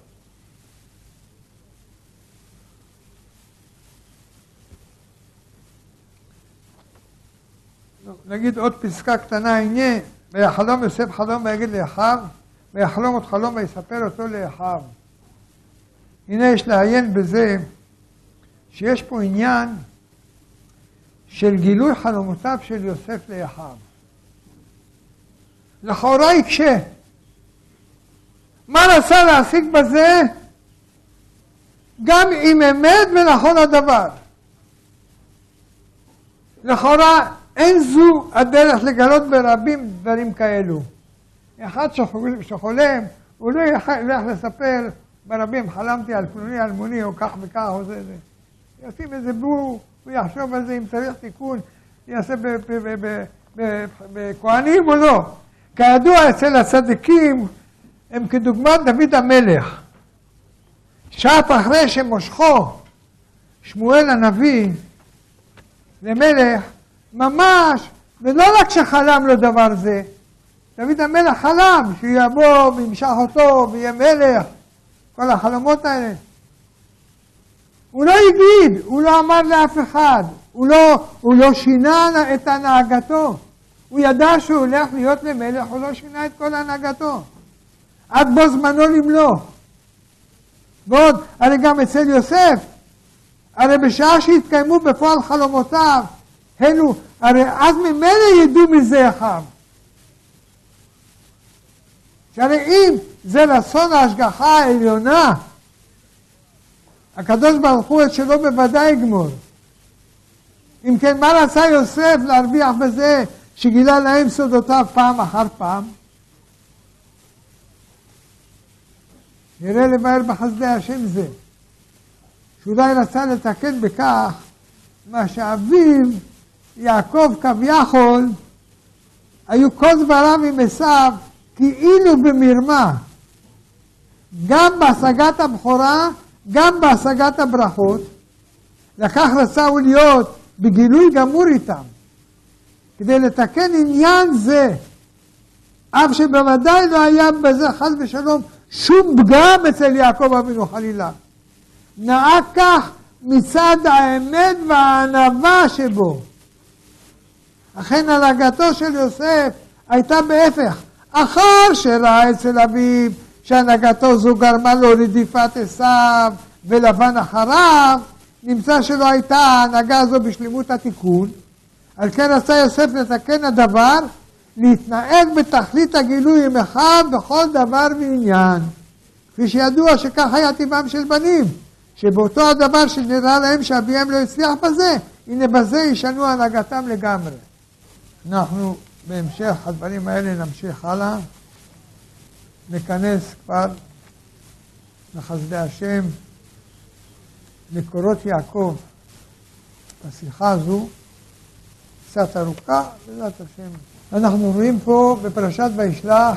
נגיד עוד פסקה קטנה, הנה, ויחלום יוסף חלום ויגיד לאחיו, ויחלום עוד חלום ויספר אותו לאחיו. הנה יש לעיין בזה שיש פה עניין של גילוי חלומותיו של יוסף לאחיו. לכאורה יקשה. מה רצה להשיג בזה? גם אם אמת ונכון הדבר. לכאורה אין זו הדרך לגלות ברבים דברים כאלו. אחד שחולם, הוא לא ילך לספר ברבים, חלמתי על פלוני אלמוני או כך וכך או זה. ישים איזה בור, הוא יחשוב על זה אם צריך תיקון, יעשה בכהנים או לא. כידוע אצל הצדיקים הם כדוגמת דוד המלך. שעת אחרי שמושכו שמואל הנביא למלך, ממש, ולא רק שחלם לו דבר זה, דוד המלך חלם שיבוא וימשך אותו ויהיה מלך, כל החלומות האלה. הוא לא הגיד, הוא לא אמר לאף אחד, הוא לא שינה את הנהגתו. הוא ידע שהוא הולך להיות למלך, הוא לא שינה את כל הנהגתו. עד בו זמנו למלוך. ועוד, הרי גם אצל יוסף, הרי בשעה שהתקיימו בפועל חלומותיו, הרי אז ממילא ידעו מזה אחיו. שהרי אם זה רצון ההשגחה העליונה, הקדוש ברוך הוא את שלו בוודאי יגמור. אם כן, מה רצה יוסף להרוויח בזה שגילה להם סודותיו פעם אחר פעם? נראה לבאר בחסדי השם זה. שאולי רצה לתקן בכך מה שאביו, יעקב כביכול, היו כל דבריו עם עשיו כאילו במרמה. גם בהשגת הבכורה, גם בהשגת הברכות. לכך רצה הוא להיות בגילוי גמור איתם. כדי לתקן עניין זה, אף שבוודאי לא היה בזה חס ושלום שום פגם אצל יעקב אבינו חלילה. נהג כך מצד האמת והענווה שבו. אכן הנהגתו של יוסף הייתה בהפך. אחר שראה אצל אביו שהנהגתו זו גרמה לו רדיפת עשיו ולבן אחריו, נמצא שלא הייתה ההנהגה הזו בשלמות התיקון. על כן רצה יוסף לתקן הדבר, להתנהג בתכלית הגילוי עם אחיו בכל דבר ועניין. כפי שידוע שכך היה טבעם של בנים, שבאותו הדבר שנראה להם שאביהם לא הצליח בזה, הנה בזה ישנו הנהגתם לגמרי. אנחנו בהמשך הדברים האלה נמשיך הלאה, נכנס כבר לחסדי השם, מקורות יעקב. בשיחה הזו קצת ארוכה, בעזרת השם. אנחנו רואים פה בפרשת וישלח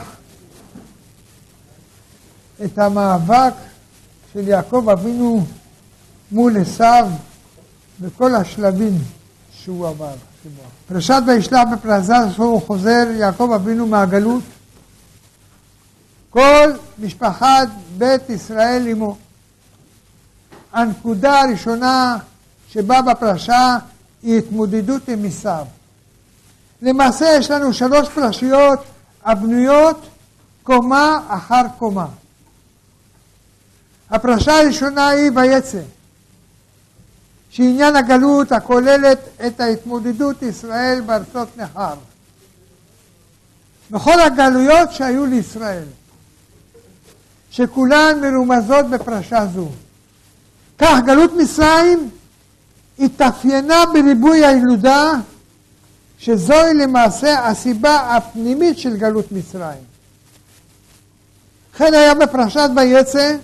את המאבק של יעקב אבינו מול עשיו וכל השלבים שהוא עבר. פרשת וישלח בפרשה זו הוא חוזר יעקב אבינו מהגלות. כל משפחת בית ישראל עמו. הנקודה הראשונה שבאה בפרשה היא התמודדות עם עשיו. למעשה יש לנו 3 פרשיות הבנויות קומה אחר קומה. הפרשה הראשונה היא ויצא, שעניין הגלות הכוללת את ההתמודדות ישראל בארצות נכר. בכל הגלויות שהיו לישראל, שכולן מרומזות בפרשה זו. כך גלות מצרים התאפיינה בריבוי הילודה, שזוהי למעשה הסיבה הפנימית של גלות מצרים. כן היה בפרשת ויצא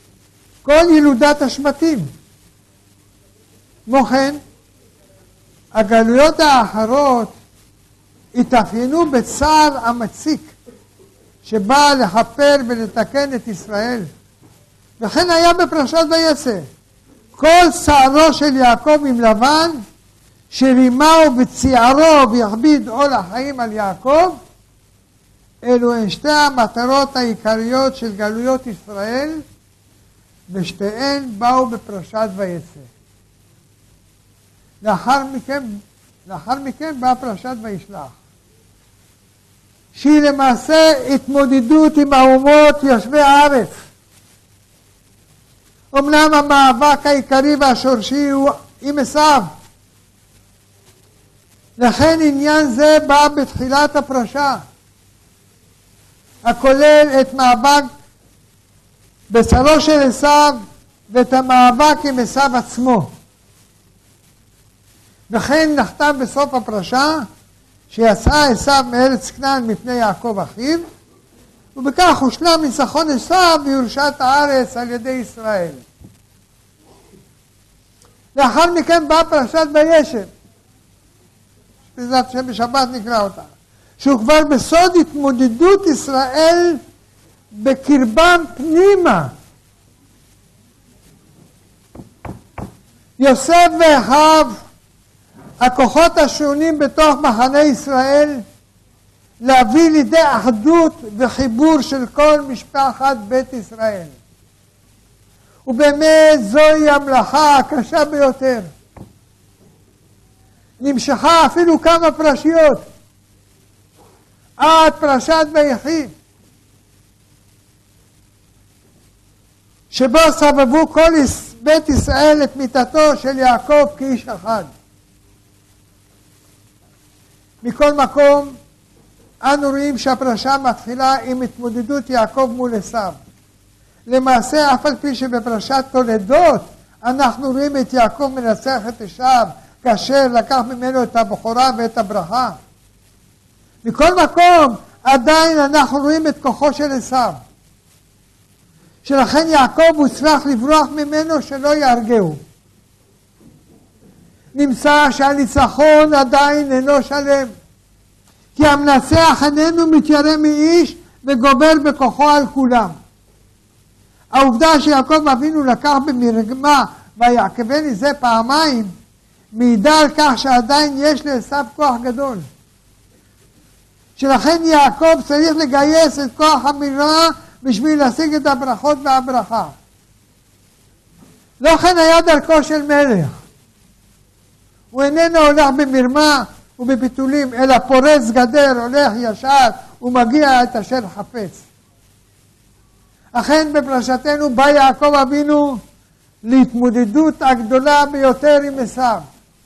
כל ילודת השבטים. כמו כן, הגלויות האחרות התאפיינו בצער המציק שבא לכפר ולתקן את ישראל. וכן היה בפרשת ויצא. כל צערו של יעקב עם לבן, שרימהו וציערו והכביד עול החיים על יעקב, אלו הן שתי המטרות העיקריות של גלויות ישראל, ושתיהן באו בפרשת ויצא. לאחר מכן באה פרשת וישלח, שהיא למעשה התמודדות עם האומות יושבי הארץ. אמנם המאבק העיקרי והשורשי הוא עם עשיו, לכן עניין זה בא בתחילת הפרשה, הכולל את מאבק בשרו של עשיו ואת המאבק עם עשיו עצמו. וכן נחתם בסוף הפרשה שיצא עשיו מארץ כנען מפני יעקב אחיו, ובכך הושלם ניצחון עשיו וירושת הארץ על ידי ישראל. לאחר מכן באה פרשת וישב, בעזרת השם בשבת נקרא אותה, שהוא כבר בסוד התמודדות ישראל בקרבם פנימה. יוסף ואחיו, הכוחות השונים בתוך מחנה ישראל, להביא לידי אחדות וחיבור של כל משפחת בית ישראל. ובאמת זוהי המלאכה הקשה ביותר. נמשכה אפילו כמה פרשיות, עד פרשת ויחי, שבו סבבו כל בית ישראל את מיתתו של יעקב כאיש אחד. מכל מקום, אנו רואים שהפרשה מתחילה עם התמודדות יעקב מול עשיו. למעשה, אף על פי שבפרשת תולדות, אנחנו רואים את יעקב מנצח את עשיו, כאשר לקח ממנו את הבכורה ואת הברכה. מכל מקום, עדיין אנחנו רואים את כוחו של עשיו, שלכן יעקב הוצלח לברוח ממנו שלא יהרגהו. נמצא שהניצחון עדיין אינו שלם, כי המנצח איננו מתיירא מאיש וגובר בכוחו על כולם. העובדה שיעקב אבינו לקח במרמה ויעקבני זה פעמיים, מעידה על כך שעדיין יש לעשיו כוח גדול. שלכן יעקב צריך לגייס את כוח המרמה בשביל להשיג את הברכות והברכה. לא כן היה דרכו של מלך. הוא איננו הולך במרמה ובביטולים, אלא פורץ גדר, הולך ישר ומגיע את אשר חפץ. אכן בפרשתנו בא יעקב אבינו להתמודדות הגדולה ביותר עם עשיו.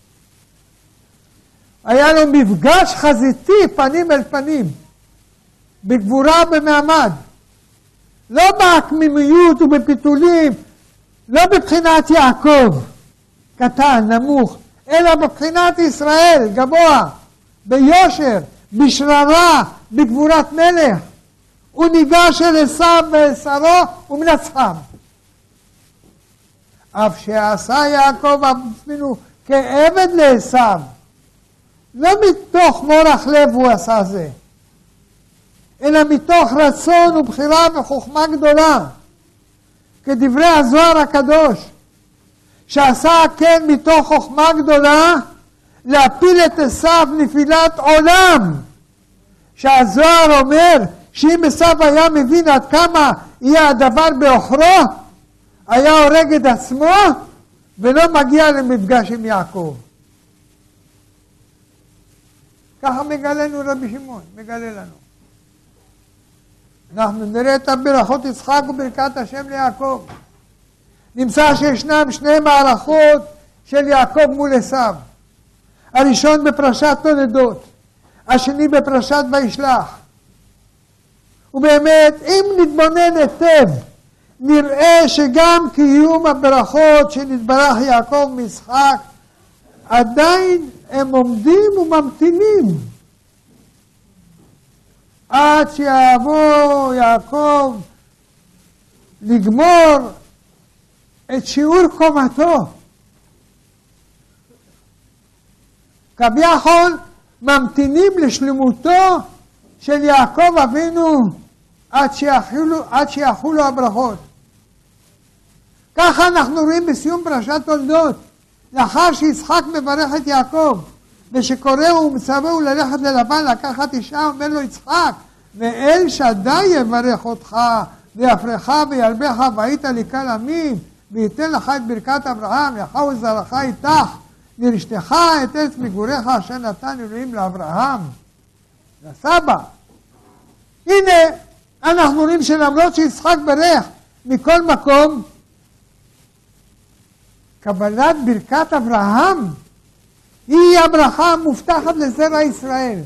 היה לו מפגש חזיתי פנים אל פנים, בגבורה ובמעמד. לא בעקמימיות ובפיתולים, לא בבחינת יעקב, קטן, נמוך, אלא בבחינת ישראל, גבוה, ביושר, בשררה, בגבורת מלך. הוא ניגש אל עשיו ושרו ומנצחם. אף שעשה יעקב אבינו כעבד לעשיו, לא מתוך מורך לב הוא עשה זה, אלא מתוך רצון ובחירה וחוכמה גדולה, כדברי הזוהר הקדוש, שעשה כן מתוך חוכמה גדולה להפיל את עשיו נפילת עולם, שהזוהר אומר שאם עשיו היה מבין עד כמה יהיה הדבר באוכרו, היה הורג את עצמו ולא מגיע למפגש עם יעקב. ככה מגלנו רבי שמעון, מגלה לנו. אנחנו נראה את הברכות יצחק וברכת השם ליעקב. נמצא שישנם שני מערכות של יעקב מול עשיו. הראשון בפרשת תולדות, השני בפרשת וישלח. ובאמת, אם נתבונן היטב, נראה שגם קיום הברכות שנתברך יעקב מיצחק, עדיין הם עומדים וממתינים עד שיבוא יעקב לגמור את שיעור קומתו. כביכול ממתינים לשלמותו של יעקב אבינו עד שיחולו הברכות. ככה אנחנו רואים בסיום פרשת תולדות, לאחר שיצחק מברך את יעקב, ושקורא ומצווהו ללכת ללבן לקחת אישה, אומר לו יצחק, ואל שדי יברך אותך, ויפרך וילבך, והיית לי קל עמים, וייתן לך את ברכת אברהם, לך וזרעך איתך, לרשתך את ארץ מגוריך אשר נתן אלוהים לאברהם, לסבא. הנה, אנחנו רואים שלמרות שיצחק ברך מכל מקום, קבלת ברכת אברהם היא הברכה המובטחת לזרע ישראל.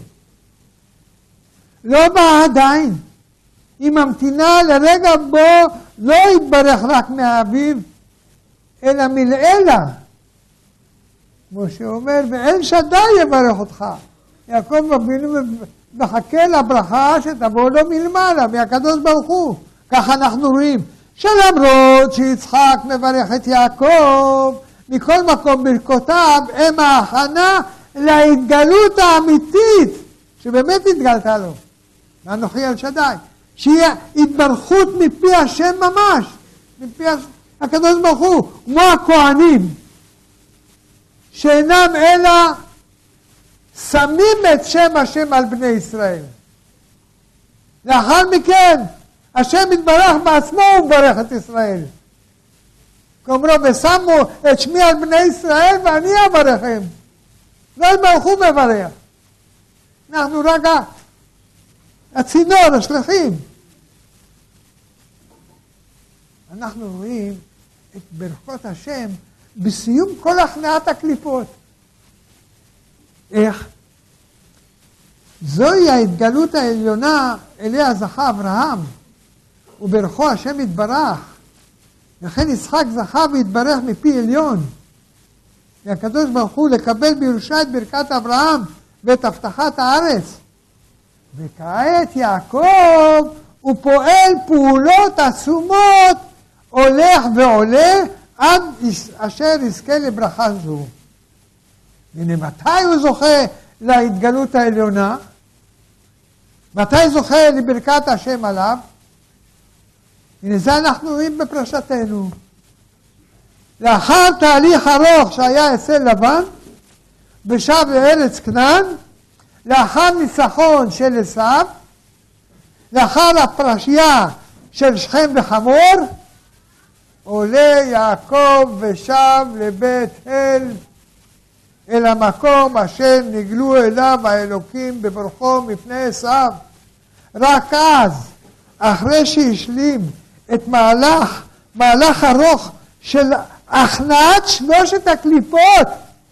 לא באה עדיין. היא ממתינה לרגע בו לא יתברך רק מהאביב, אלא מלעילה. כמו שאומר, ואל שדי יברך אותך. יעקב אבינו מחכה לברכה שתבוא לו מלמעלה, מהקדוש ברוך הוא. כך אנחנו רואים, שלמרות שיצחק מברך את יעקב, מכל מקום ברכותיו הם ההכנה להתגלות האמיתית, שבאמת התגלתה לו. ואנוכי אל שדי. שהיא התברכות מפי השם ממש, מפי הקדוש ברוך הוא, כמו הכהנים, שאינם אלא שמים את שם השם על בני ישראל. לאחר מכן, השם יתברך בעצמו וברך את ישראל. כאומרו, ושמו את שמי על בני ישראל ואני אברכם. לא ברוך הוא מברך. אנחנו רק הצינור, השלחים. אנחנו רואים את ברכות השם בסיום כל הכנעת הקליפות. איך? זוהי ההתגלות העליונה אליה זכה אברהם, וברכו השם יתברך. לכן יצחק זכה והתברך מפי עליון. והקדוש ברוך הוא לקבל בירושה את ברכת אברהם ואת הבטחת הארץ. וכעת יעקב הוא פועל פעולות עצומות, הולך ועולה עד אשר יזכה לברכה זו. הנה מתי הוא זוכה להתגלות העליונה? מתי זוכה לברכת השם עליו? הנה זה אנחנו רואים בפרשתנו. לאחר תהליך ארוך שהיה אצל לבן, בשב לארץ כנען, לאחר ניצחון של עשיו, לאחר הפרשייה של שכם וחמור, עולה יעקב ושב לבית אל, אל המקום אשר נגלו אליו האלוקים בברכו מפני עשיו. רק אז, אחרי שהשלים את מהלך ארוך של הכנעת שלושת הקליפות,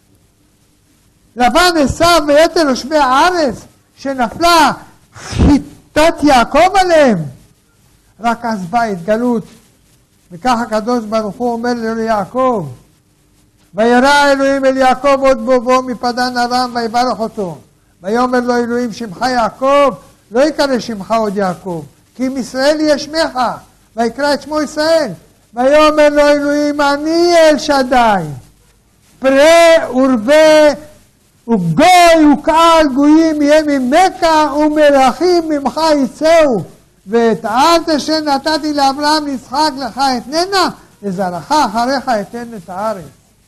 לבן עשיו ויתר יושבי הארץ, שנפלה חיטת יעקב עליהם, רק אז באה התגלות. וכך הקדוש ברוך הוא אומר ליעקב, וירא אלוהים אל יעקב עוד בובו מפדן ארם ויברך אותו. ויאמר לו אלוהים שמך יעקב, לא יקרא שמך עוד יעקב, כי אם ישראל יהיה שמך, ויקרא את שמו ישראל. ויאמר לו אלוהים אני אל שדי, פרה ורבה וגוי וקהל גויים יהיה ממך ומלכים ממך יצאו. ואת הארץ אשר נתתי לאברהם ליצחק לך אתננה, לזרעך אחריך אתן את הארץ.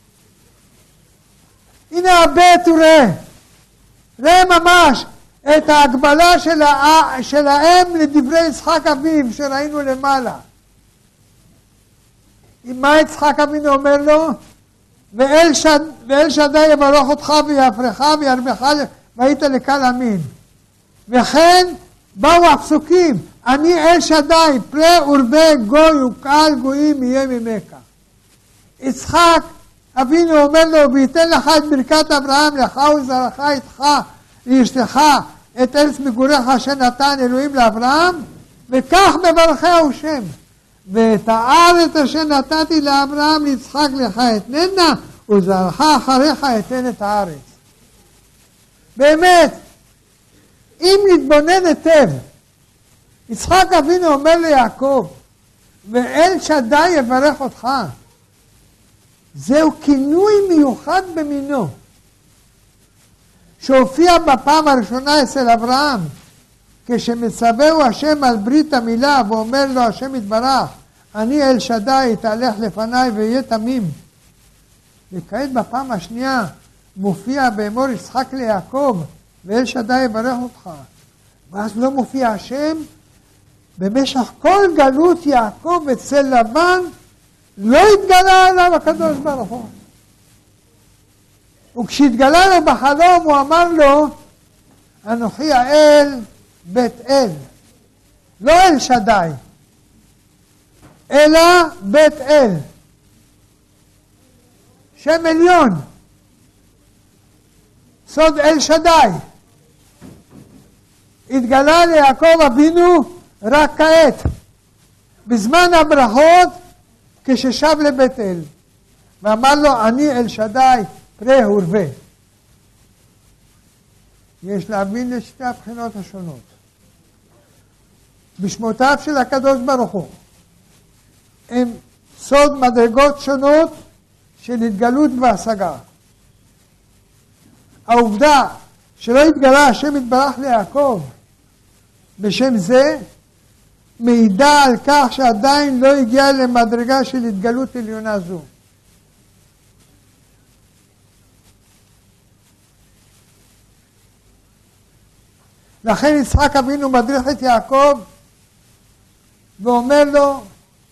הנה הבית וראה, ראה ממש את ההגבלה של האם לדברי יצחק אביו שראינו למעלה. מה יצחק אבינו אומר לו? ואל שדי יברך אותך ויפרך וירבך והיית לקל עמים. וכן באו הפסוקים, אני אל שדי, פרה ורבה גוי וקהל גויים יהיה ממך. יצחק אבינו אומר לו, וייתן לך את ברכת אברהם, לך וזרעך איתך, לאשתך, את ארץ מגוריך אשר נתן אלוהים לאברהם, וכך מברכהו שם. ואת הארץ אשר נתתי לאברהם ליצחק לך אתננה, וזרעך אחריך אתן את הארץ. באמת, אם נתבונן היטב, יצחק אבינו אומר ליעקב, ואל שדי יברך אותך. זהו כינוי מיוחד במינו. שהופיע בפעם הראשונה אצל אברהם, כשמצווהו השם על ברית המילה ואומר לו השם יתברך, אני אל שדי, תהלך לפניי ויהיה תמים. וכעת בפעם השנייה מופיע באמור יצחק ליעקב, ואל שדי יברך אותך. ואז לא מופיע השם. במשך כל גלות יעקב אצל לבן לא התגלה עליו הקדוש ברוך הוא. וכשהתגלה לו בחלום הוא אמר לו, אנוכי האל בית אל, לא אל שדי, אלא בית אל, שם עליון, סוד אל שדי. התגלה ליעקב אבינו רק כעת, בזמן הברכות, כששב לבית אל, ואמר לו, אני אל שדי פרה ורבה. יש להבין לשתי הבחינות השונות. בשמותיו של הקדוש ברוך הוא הם סוד מדרגות שונות של התגלות והשגה. העובדה שלא התגלה השם יתברך ליעקב בשם זה, מעידה על כך שעדיין לא הגיע למדרגה של התגלות עליונה זו. לכן יצחק אבינו מדריך את יעקב ואומר לו,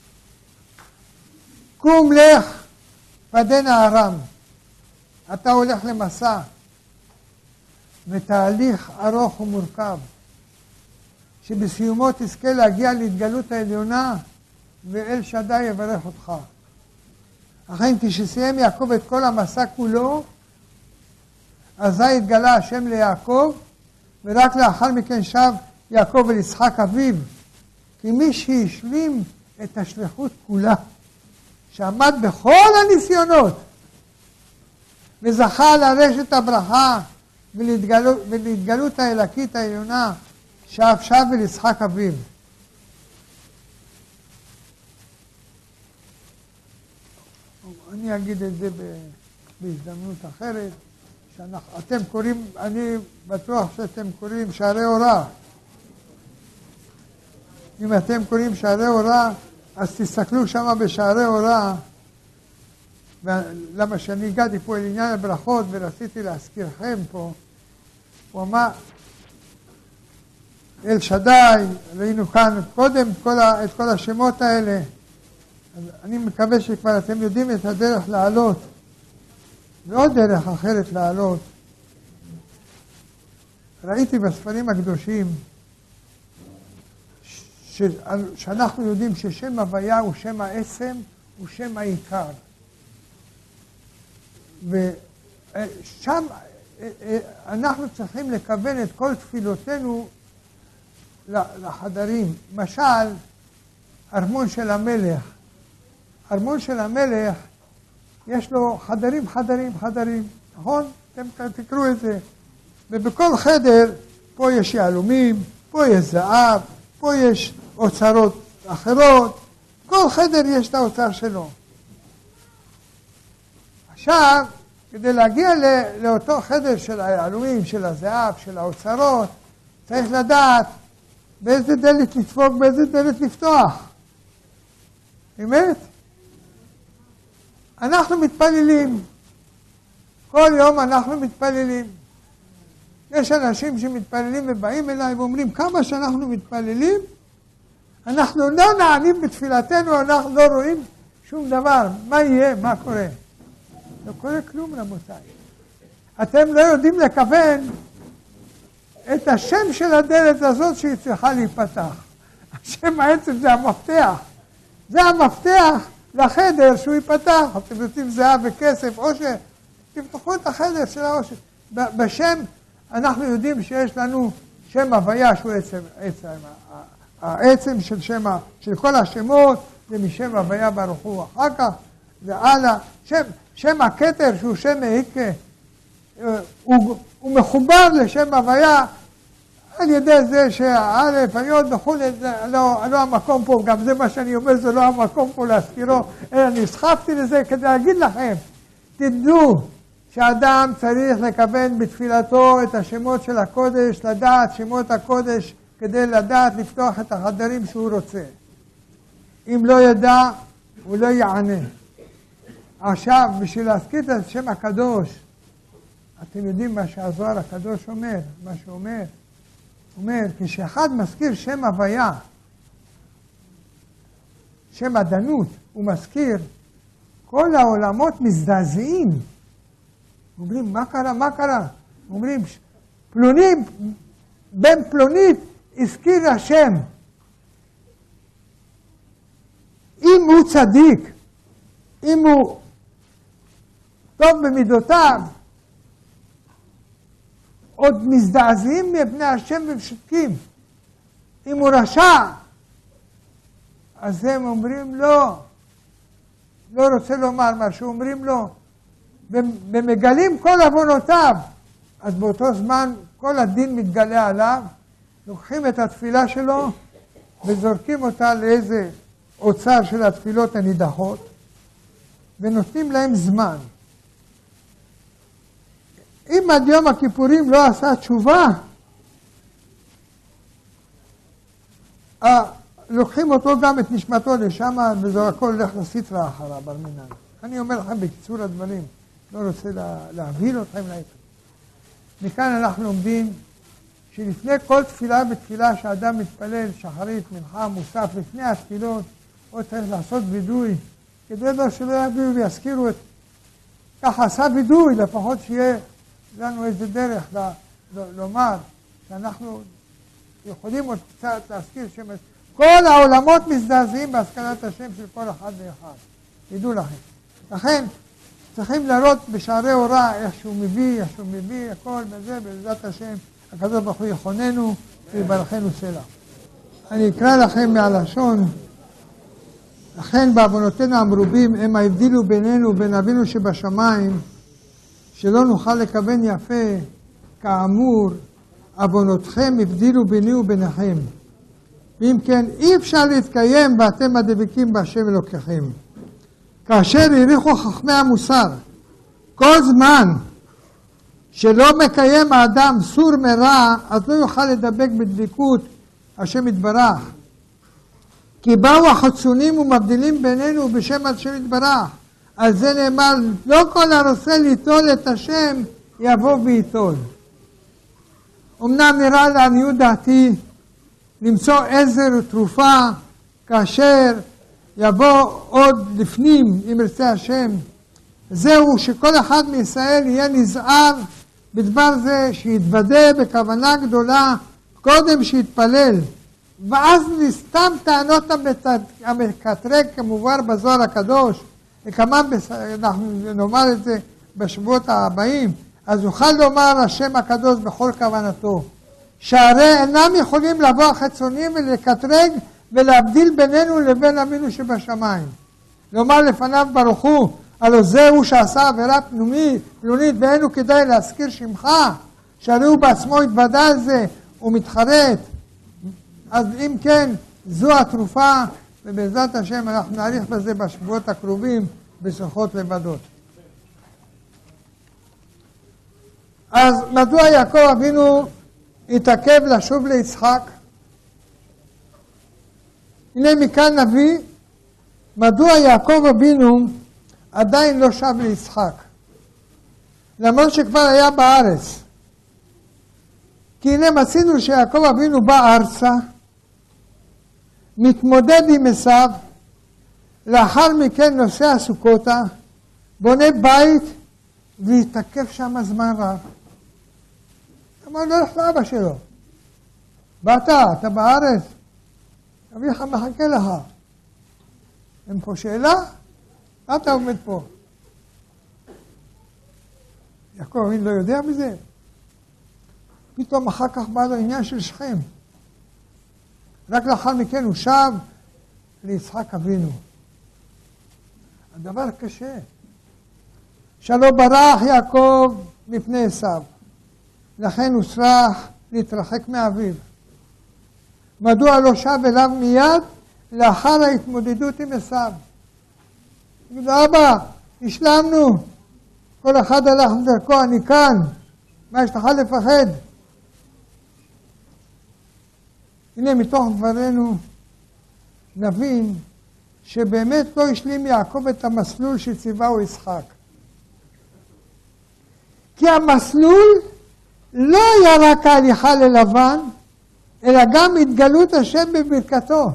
קום לך פדן הארם, אתה הולך למסע ותהליך ארוך ומורכב, שבסיומו תזכה להגיע להתגלות העליונה ואל שדי יברך אותך. אכן כשסיים יעקב את כל המסע כולו, אזי התגלה השם ליעקב, ורק לאחר מכן שב יעקב אל יצחק אביו, כי מי שהשלים את השליחות כולה, שעמד בכל הניסיונות וזכה לרשת הברכה ולהתגלות האלוקית העליונה, שב אל יצחק אביו. אני אגיד את זה בהזדמנות אחרת. אתם קוראים, אני בטוח שאתם קוראים שערי אורה. אם אתם קוראים שערי אורה, אז תסתכלו שם בשערי אורה. למה שאני הגעתי פה אל עניין הברכות ורציתי להזכירכם פה, הוא אמר, אל שדי, ראינו כאן קודם את כל השמות האלה. אז אני מקווה שכבר אתם יודעים את הדרך לעלות. ועוד דרך אחרת לעלות. ראיתי בספרים הקדושים שאנחנו יודעים ששם הוויה הוא שם העצם, הוא שם העיקר. ושם אנחנו צריכים לכוון את כל תפילותינו לחדרים. משל, ארמון של המלך. ארמון של המלך יש לו חדרים, נכון? אתם תקראו את זה. ובכל חדר, פה יש יהלומים, פה יש זהב, פה יש אוצרות אחרות. כל חדר יש את האוצר שלו. עכשיו, כדי להגיע לאותו חדר של היהלומים, של הזהב, של האוצרות, צריך לדעת באיזה דלת לדפוק, באיזה דלת לפתוח. אמת? אנחנו מתפללים. כל יום אנחנו מתפללים. יש אנשים שמתפללים ובאים אליי ואומרים, כמה שאנחנו מתפללים, אנחנו לא נענים בתפילתנו, אנחנו לא רואים שום דבר. מה יהיה? מה קורה? לא קורה כלום, רבותיי. אתם לא יודעים לכוון את השם של הדלת הזאת שהיא צריכה להיפתח. השם העצם זה המפתח. זה המפתח לחדר שהוא ייפתח. אתם רוצים זהב וכסף, עושר, תפתחו את החדר של העושר. בשם אנחנו יודעים שיש לנו שם הוויה שהוא עצם. העצם של כל השמות זה משם הוויה ברוך הוא. אחר כך זה הלאה. שם הכתר שהוא שם העיקה, הוא מחובר לשם הוויה על ידי זה שהאלף, היוד וכו', לא המקום פה, גם זה מה שאני אומר, זה לא המקום פה להזכירו, אלא נסחפתי לזה כדי להגיד לכם, תדעו שאדם צריך לכוון בתפילתו את השמות של הקודש, לדעת שמות הקודש כדי לדעת לפתוח את החדרים שהוא רוצה. אם לא ידע, הוא לא יענה. עכשיו, בשביל להזכיר את השם הקדוש, אתם יודעים מה שהזוהר הקדוש אומר, מה שאומר? אומר, כשאחד מזכיר שם הוויה, שם עדנות, הוא מזכיר, כל העולמות מזדעזעים. אומרים, מה קרה? מה קרה? אומרים, פלוני, בן פלונית, הזכיר השם. אם הוא צדיק, אם הוא טוב במידותיו, עוד מזדעזעים מפני השם ושותקים. אם הוא רשע, אז הם אומרים לא, לא רוצה לומר משהו, אומרים לו, ומגלים כל עוונותיו. אז באותו זמן כל הדין מתגלה עליו, לוקחים את התפילה שלו וזורקים אותה לאיזה אוצר של התפילות הנידחות, ונותנים להם זמן. אם עד יום הכיפורים לא עשה תשובה, לוקחים אותו גם את נשמתו לשם, וזה הכל הולך לסטרא אחריו, בר מינן. אני אומר לכם בקיצור הדברים, לא רוצה להבהיל אתכם להפך. מכאן אנחנו לומדים שלפני כל תפילה ותפילה שאדם מתפלל, שחרית, מנחה, מוסף, לפני התפילות, הוא צריך לעשות וידוי, כדי שלא יביאו ויזכירו את... ככה עשה וידוי, לפחות שיהיה לנו איזה דרך לומר שאנחנו יכולים עוד קצת להזכיר שם... כל העולמות מזדעזעים בהזכרת השם של כל אחד ואחד. ידעו לכם. לכן צריכים לראות בשערי הוראה איך שהוא מביא, הכל בזה, בעזרת השם, הקדוש ברוך הוא יכוננו ויברכנו סלע. אני אקרא לכם מהלשון, לכן בעוונותינו המרובים הם ההבדילו בינינו ובין אבינו שבשמיים, שלא נוכל לכוון יפה, כאמור, עוונותכם הבדילו ביני וביניכם. ואם כן, אי אפשר להתקיים ואתם הדבקים בהשם אלוקיכם. כאשר העריכו חכמי המוסר, כל זמן שלא מקיים האדם סור מרע, אז לא יוכל לדבק בדבקות השם יתברך. כי באו החצונים ומבדילים בינינו בשם השם יתברך. על זה נאמר, לא כל הרוצה ליטול את השם יבוא ויטול. אמנם נראה לעניות דעתי למצוא עזר ותרופה כאשר יבוא עוד לפנים, אם ירצה השם. זהו שכל אחד מישראל יהיה נזהר בדבר זה, שיתוודה בכוונה גדולה קודם שיתפלל. ואז נסתם טענות המקטרג כמובן בזוהר הקדוש, וכמה אנחנו נאמר את זה בשבועות הבאים, אז יוכל לומר השם הקדוש בכל כוונתו. שהרי אינם יכולים לבוא החיצונים ולקטרג ולהבדיל בינינו לבין אבינו שבשמיים. לומר לפניו ברוך הוא, הלא זהו שעשה עבירה פלונית ואינו כדאי להזכיר שמך, שהרי הוא בעצמו התוודע על זה ומתחרט. אז אם כן, זו התרופה, ובעזרת השם אנחנו נאריך בזה בשבועות הקרובים בשיחות לבדות. אז מדוע יעקב אבינו התעכב לשוב ליצחק? הנה מכאן נביא מדוע יעקב אבינו עדיין לא שב ליצחק, למרות שכבר היה בארץ. כי הנה מצינו שיעקב אבינו בא ארצה, מתמודד עם עשיו, לאחר מכן נוסע סוכותה, בונה בית והתעכב שם זמן רב. אמר לא הולך לאבא שלו, באת, אתה בארץ, אביך מחכה לך. אין פה שאלה? מה אתה עומד פה? יעקב אבינו לא יודע מזה? פתאום אחר כך בא לו עניין של שכם. רק לאחר מכן הוא שב ליצחק אבינו. הדבר קשה. שלא ברח יעקב מפני עשיו. לכן הוא צריך להתרחק מאביו. מדוע לא שב אליו מיד לאחר ההתמודדות עם עשיו? יגיד, אבא, השלמנו. כל אחד הלך דרכו, אני כאן. מה יש לך לפחד? הנה מתוך דברנו נבין שבאמת לא השלים יעקב את המסלול שציווהו יצחק. כי המסלול לא היה רק ההליכה ללבן, אלא גם התגלות השם בברכתו.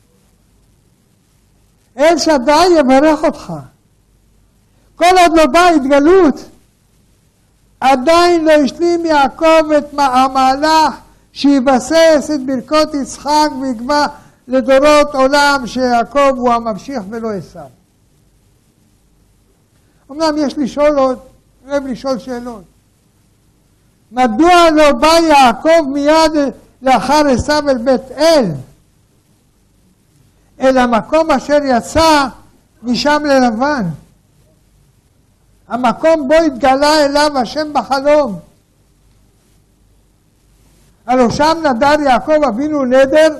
אל שדי יברך אותך. כל עוד לא באה התגלות, עדיין לא השלים יעקב את המהלך שיבסס את ברכות יצחק ויקבע לדורות עולם שיעקב הוא הממשיך ולא עשיו. אמנם יש לשאול עוד, אוהב לשאול שאלות. מדוע לא בא יעקב מיד לאחר עשיו אל בית אל, אל המקום אשר יצא משם ללבן? המקום בו התגלה אליו השם בחלום. הלא שם נדר יעקב אבינו נדר,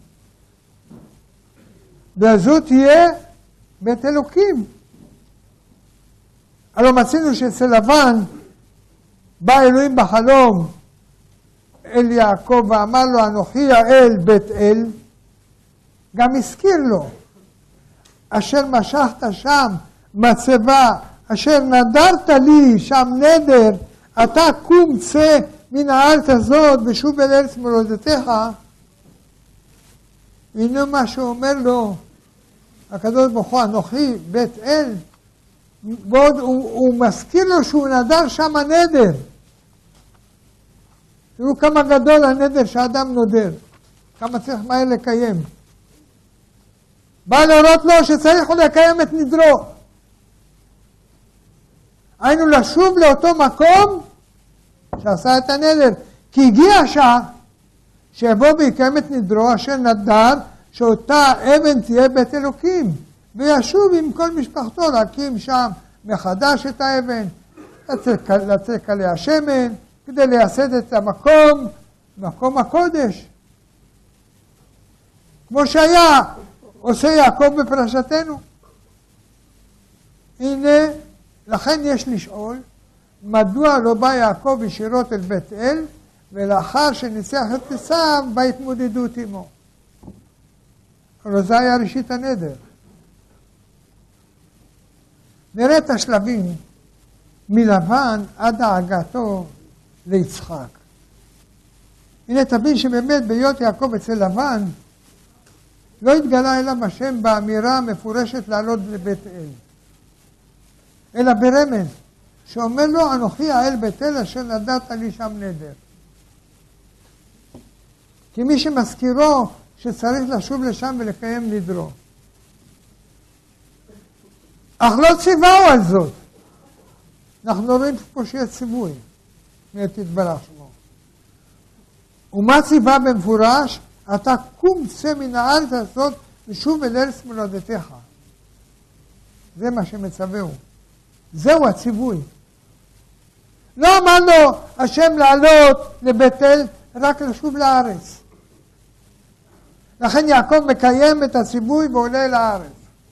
וזו תהיה בית אלוקים. הלא מצינו שאצל לבן בא אלוהים בחלום אל יעקב ואמר לו אנוכי האל בית אל, גם הזכיר לו אשר משכת שם מצבה, אשר נדרת לי שם נדר, אתה קום צא מן הארץ הזאת ושוב אל ארץ מולדתך. הנה מה שאומר לו הקדוש ברוך הוא, אנוכי בית אל, ועוד הוא מזכיר לו שהוא נדר שם הנדר. תראו כמה גדול הנדר שאדם נודר, כמה צריך מהר לקיים. בא להורות לו שצריך לקיים את נדרו. היינו לשוב לאותו מקום שעשה את הנדר. כי הגיע השעה שיבוא ויקיים את נדרו אשר נדר שאותה אבן תהיה בית אלוקים. וישוב עם כל משפחתו להקים שם מחדש את האבן, לצק עליה השמן, כדי לייסד את המקום, מקום הקודש. כמו שהיה עושה יעקב בפרשתנו. הנה, לכן יש לשאול, מדוע לא בא יעקב ישירות אל בית אל, ולאחר שניצח את עשיו בהתמודדות עמו. אבל זה היה ראשית הנדר. נראה את השלבים מלבן עד הגעתו ליצחק. הנה תבין שבאמת בהיות יעקב אצל לבן, לא התגלה אליו השם באמירה המפורשת לעלות לבית אל, אלא ברמז, שאומר לו אנוכי האל בית אל אשר נדרת לי שם נדר. כי מי שמזכירו שצריך לשוב לשם ולקיים נדרו. אך לא ציווהו על זאת. אנחנו רואים פה שיש ציווי, תתברך שמו. ומה ציווה במפורש? אתה קום צא מן הארץ הזאת ושוב אל ארץ מולדתך. זה מה שמצווהו. זהו הציווי. לא אמר לו השם לעלות לבית אל, רק לשוב לארץ. לכן יעקב מקיים את הציווי ועולה לארץ.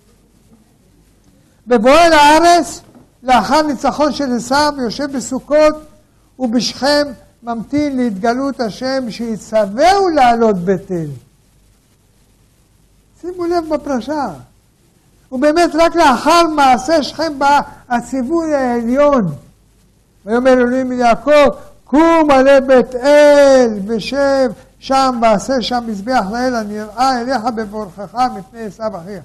בבואו לארץ, לאחר ניצחון של עשיו, יושב בסוכות ובשכם ממתין להתגלות השם שיצווהו לעלות בית אל. שימו לב בפרשה. ובאמת רק לאחר מעשה שכם בא הציווי העליון. ויאמר אלוהים ליעקב, קום עלה בית אל ושב שם ועשה שם מזבח לאל הנראה אליך בבורכך מפני עשיו אחיך.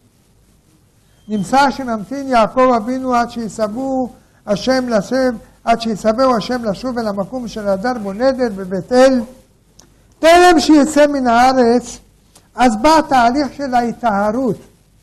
נמצא שממתין יעקב אבינו עד שיצווהו השם לשוב, עד שיצווהו השם לשוב אל המקום של הדר בו נדר בבית אל. טרם שיצא מן הארץ, אז בא התהליך של ההיטהרות.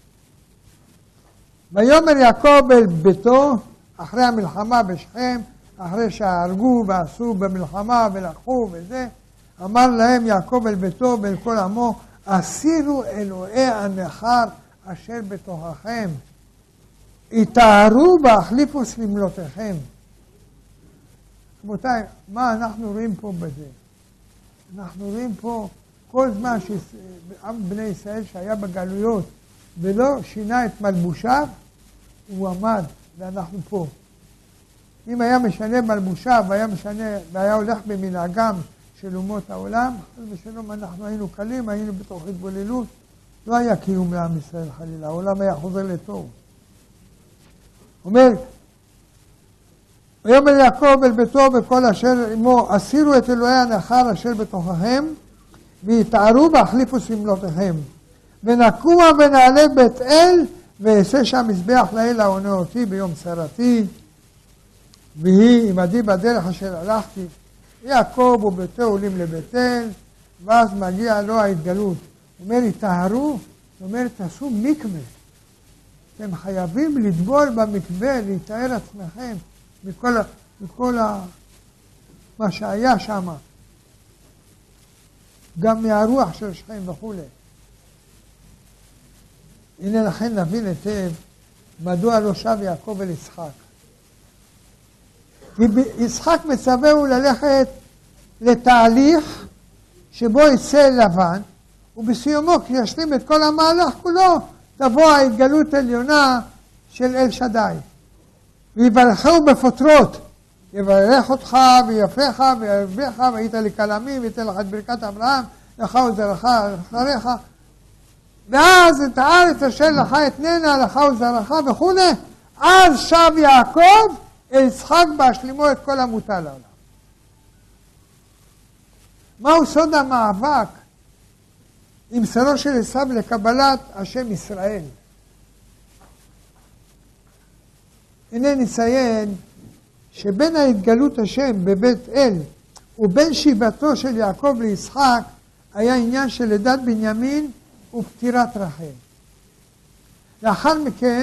ויאמר יעקב אל ביתו, אחרי המלחמה בשכם, אחרי שהרגו ועשו במלחמה ולקחו וזה, אמר להם יעקב אל ביתו ואל כל עמו, הסירו אלוהי הנכר אשר בתוככם, היטהרו והחליפו סמלותיכם. רבותיי, מה אנחנו רואים פה בזה? אנחנו רואים פה כל זמן שעם בני ישראל שהיה בגלויות ולא שינה את מלבושיו, הוא עמד, ואנחנו פה. אם היה משנה מלבושיו והיה הולך במנהגם של אומות העולם, אז בשלום אנחנו היינו קלים, היינו בתוך התבוללות, לא היה קיום לעם ישראל חלילה, העולם היה חוזר לטוב. אומר, ויאמר יעקב אל ביתו וכל אשר עמו, הסירו את אלוהי הנחר אשר בתוככם, ויתארו והחליפו סמלותיכם. ונקוע ונעלה בית אל, ואעשה שם מזבח לאל העונה אותי ביום צרתי, והיא עמדי בדרך אשר הלכתי. יעקב וביתו עולים לבית אל, ואז מגיע לו ההתגלות. הוא אומר, יתארו, זאת אומרת, תעשו מקווה. אתם חייבים לטבול במקווה, להתאר עצמכם מכל מה שהיה שם. גם מהרוח של שכם וכו'. הנה לכן נבין היטב מדוע לא שב יעקב אל יצחק. כי יצחק מצווהו ללכת לתהליך שבו יצא לבן, ובסיומו כשישלים את כל המהלך כולו, תבוא ההתגלות העליונה של אל שדי. ויברכהו בפוטרות, יברך אותך ויפך וירבך והיית לי כלמי ויתן לך את ברכת אברהם, לך וזרעך אחריך. ואז את הארץ אשר לך אתננה, לך וזרעך וכו'. אז שב יעקב אל יצחק בהשלימו את כל המוטל עליו. מהו סוד המאבק עם שרו של עשיו לקבלת השם ישראל? הנה נציין שבין ההתגלות השם בבית אל ובין שיבתו של יעקב ליצחק היה עניין של לידת בנימין ופטירת רחל. לאחר מכן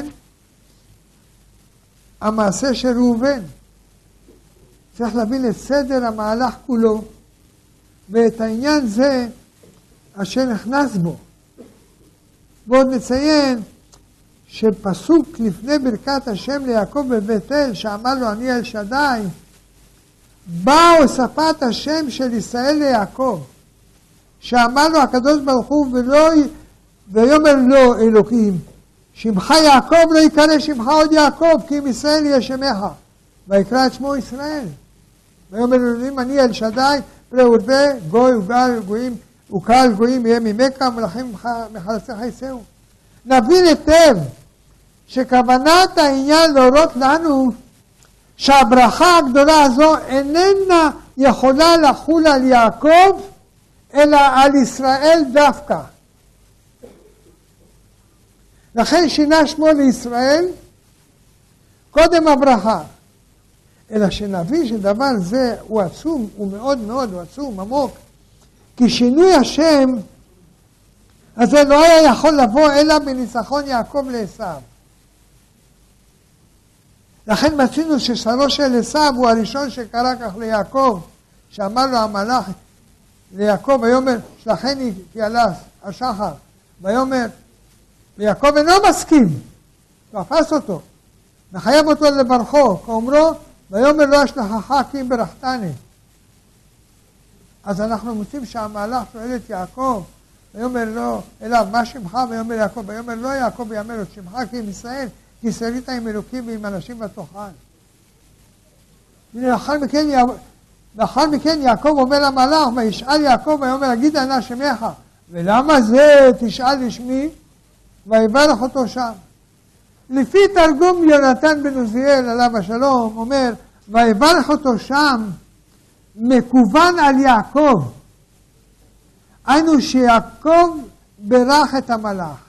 המעשה של ראובן. צריך להבין את סדר המהלך כולו ואת העניין זה אשר נכנס בו. ועוד נציין שפסוק לפני ברכת השם ליעקב בבית אל, שאמר לו אני אל שדי, באה הוספת השם של ישראל ליעקב, שאמר לו הקדוש ברוך הוא ויאמר לו אלוקים, שמך יעקב לא יקרא שמך עוד יעקב, כי אם ישראל יהיה שמך, ויקרא את שמו ישראל. ויאמר אלוהים אני אל שדי, פרא ורבה, גוי וגל גויים, וקהל גויים יהיה ממך, מלכים מחלציך יצאו. נבין היטב שכוונת העניין להורות לנו שהברכה הגדולה הזו איננה יכולה לחול על יעקב, אלא על ישראל דווקא. לכן שינה שמו לישראל קודם הברכה. אלא שנבין שדבר זה הוא עצום, הוא מאוד מאוד, הוא עצום, עמוק. כי שינוי השם הזה לא היה יכול לבוא אלא בניצחון יעקב לעשיו. לכן מצינו ששרו של עשיו הוא הראשון שקרא כך ליעקב, שאמר לו המלאך ליעקב, ויאמר שלחני כי עלה השחר, ויאמר, ויעקב אינו מסכים, תפס אותו, מחייב אותו לברכו, כאומרו, ויאמר לא אשלחך כי אם ברכתני. אז אנחנו מוצאים שהמהלך שואל את יעקב, ויאמר לו אליו מה שמך, ויאמר יעקב, ויאמר לא יעקב, ויאמר לו שמך כי עם ישראל, כי שרית עם אלוקים ועם אנשים ותאכל. לאחר מכן יעקב אומר למלאך, וישאל יעקב, ויאמר אגיד נא שמך, ולמה זה תשאל לשמי? ויברך אותו שם. לפי תרגום יונתן בן עוזיאל עליו השלום, אומר, ויברך אותו שם, מקוון על יעקב. היינו שיעקב ברך את המלאך.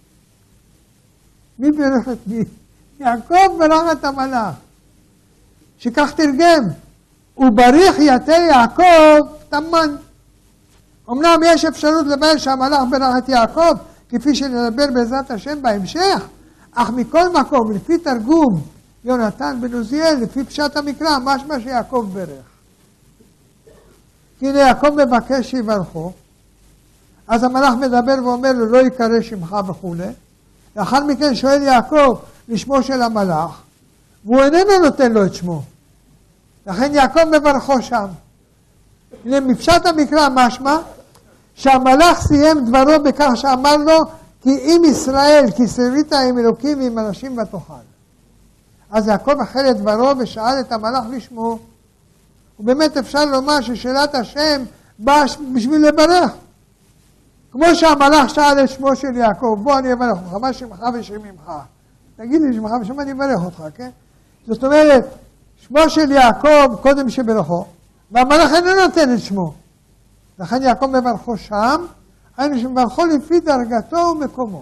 מי ברך את מי? יעקב ברך את המלאך. שכך תרגם, ובריך יתה יעקב תמן. אמנם יש אפשרות לבעל שהמלאך ברך את יעקב, כפי שנדבר בעזרת השם בהמשך, אך מכל מקום, לפי תרגום יונתן בן עוזיאל, לפי פשט המקרא, משמע שיעקב ברך. כי הנה יעקב מבקש שיברכו, אז המלאך מדבר ואומר לו, לא יקרא שמך וכו'. לאחר מכן שואל יעקב לשמו של המלאך, והוא איננו נותן לו את שמו. לכן יעקב מברכו שם. הנה מפשט המקרא משמע, שהמלאך סיים דברו בכך שאמר לו, כי אם ישראל, כי שרית עם אלוקים ועם אנשים ותאכל. אז יעקב החל את דברו ושאל את המלאך לשמו. ובאמת אפשר לומר ששאלת השם באה בשביל לברך. כמו שהמלאך שאל את שמו של יעקב, בוא אני אברך אותך, מה שמך ושם ממך. תגיד לי שמך ושם אני אברך אותך, כן? זאת אומרת, שמו של יעקב קודם שברכו, והמלאך אינו נותן את שמו. לכן יעקב מברכו שם, היינו שמברכו לפי דרגתו ומקומו.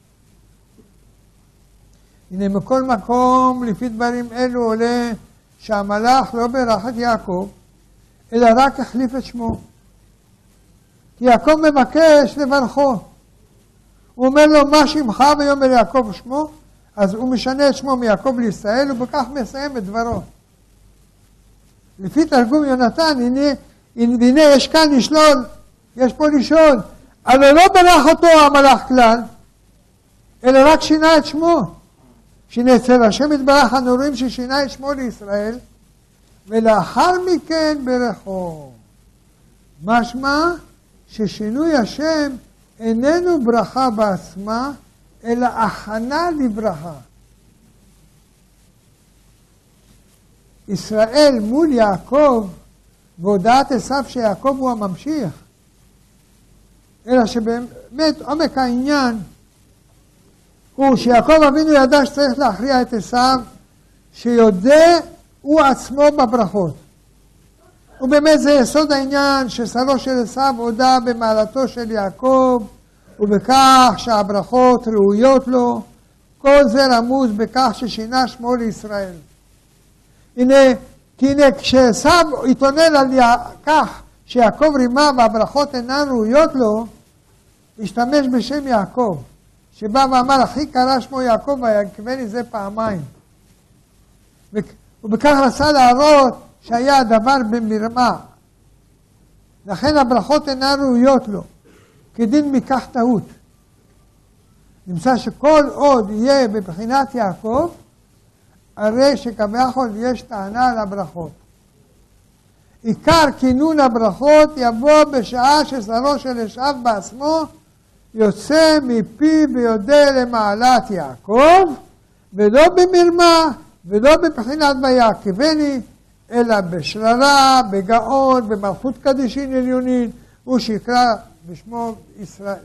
הנה מכל מקום, לפי דברים אלו עולה שהמלאך לא ברך את יעקב, אלא רק החליף את שמו. כי יעקב מבקש לברכו. הוא אומר לו, מה שמך? ויאמר יעקב שמו, אז הוא משנה את שמו מיעקב לישראל, ובכך מסיים את דברו. לפי תרגום יונתן, הנה יש כאן לשלול, יש פה לשאול, אבל לא ברך אותו המלאך כלל, אלא רק שינה את שמו. שינה אצל השם יתברך, אנו רואים ששינה את שמו לישראל, ולאחר מכן ברכו. משמע ששינוי השם איננו ברכה בעצמה, אלא הכנה לברכה. ישראל מול יעקב, והודעת עשיו שיעקב הוא הממשיך, אלא שבאמת עומק העניין הוא שיעקב אבינו ידע שצריך להכריע את עשיו, שיודע הוא עצמו בברכות. ובאמת זה יסוד העניין ששרו של עשיו הודה במעלתו של יעקב, ובכך שהברכות ראויות לו, כל זה רמוז בכך ששינה שמו לישראל. הנה, כי הנה כשעשיו התלונן על כך שיעקב רימה והברכות אינן ראויות לו, השתמש בשם יעקב, שבא ואמר, הכי קרא שמו יעקב ויקבני זה פעמיים. ובכך רצה להראות שהיה הדבר במרמה. לכן הברכות אינן ראויות לו, כדין מכך טעות. נמצא שכל עוד יהיה בבחינת יעקב, הרי שכביכול יש טענה על הברכות. עיקר כינון הברכות יבוא בשעה ששרו של עשיו בעצמו יוצא מפי ויודה למעלת יעקב, ולא במרמה ולא בבחינת ויעקבני, אלא בשררה, בגאון, במלכות קדישין עליונין, הוא שיקרא בשמו ישראל.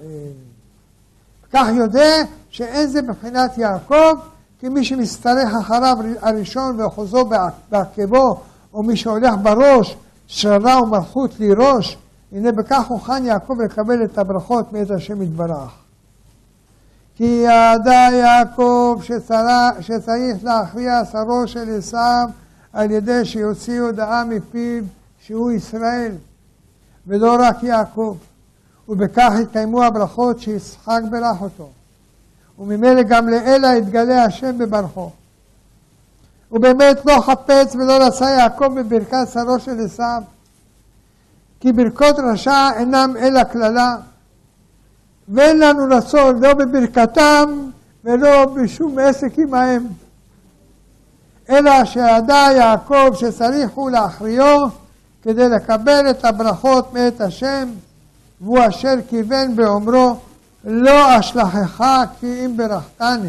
כך יודע שאין זה בבחינת יעקב, כי מי שמסתרך אחריו הראשון ואחוזו בעקבו, או מי שהולך בראש, שררה ומלכות לראש, הנה בכך הוכן יעקב לקבל את הברכות מאת השם יתברך. כי ידע יעקב שצריך להכריע שרו של עשיו על ידי שיוציא הודעה מפיו שהוא ישראל, ולא רק יעקב. ובכך התקיימו הברכות שיצחק ברך אותו. וממילא גם לאלה התגלה השם בברכו. ובאמת לא חפץ ולא רצה יעקב בברכת שרו של עשיו, כי ברכות רשע אינם אלא כללה, ואין לנו רצון לא בברכתם ולא בשום עסק עמהם, אלא שידע יעקב שצריך הוא להכריעו כדי לקבל את הברכות מאת השם, והוא אשר כיוון באומרו, לא אשלחך כי אם ברכתני.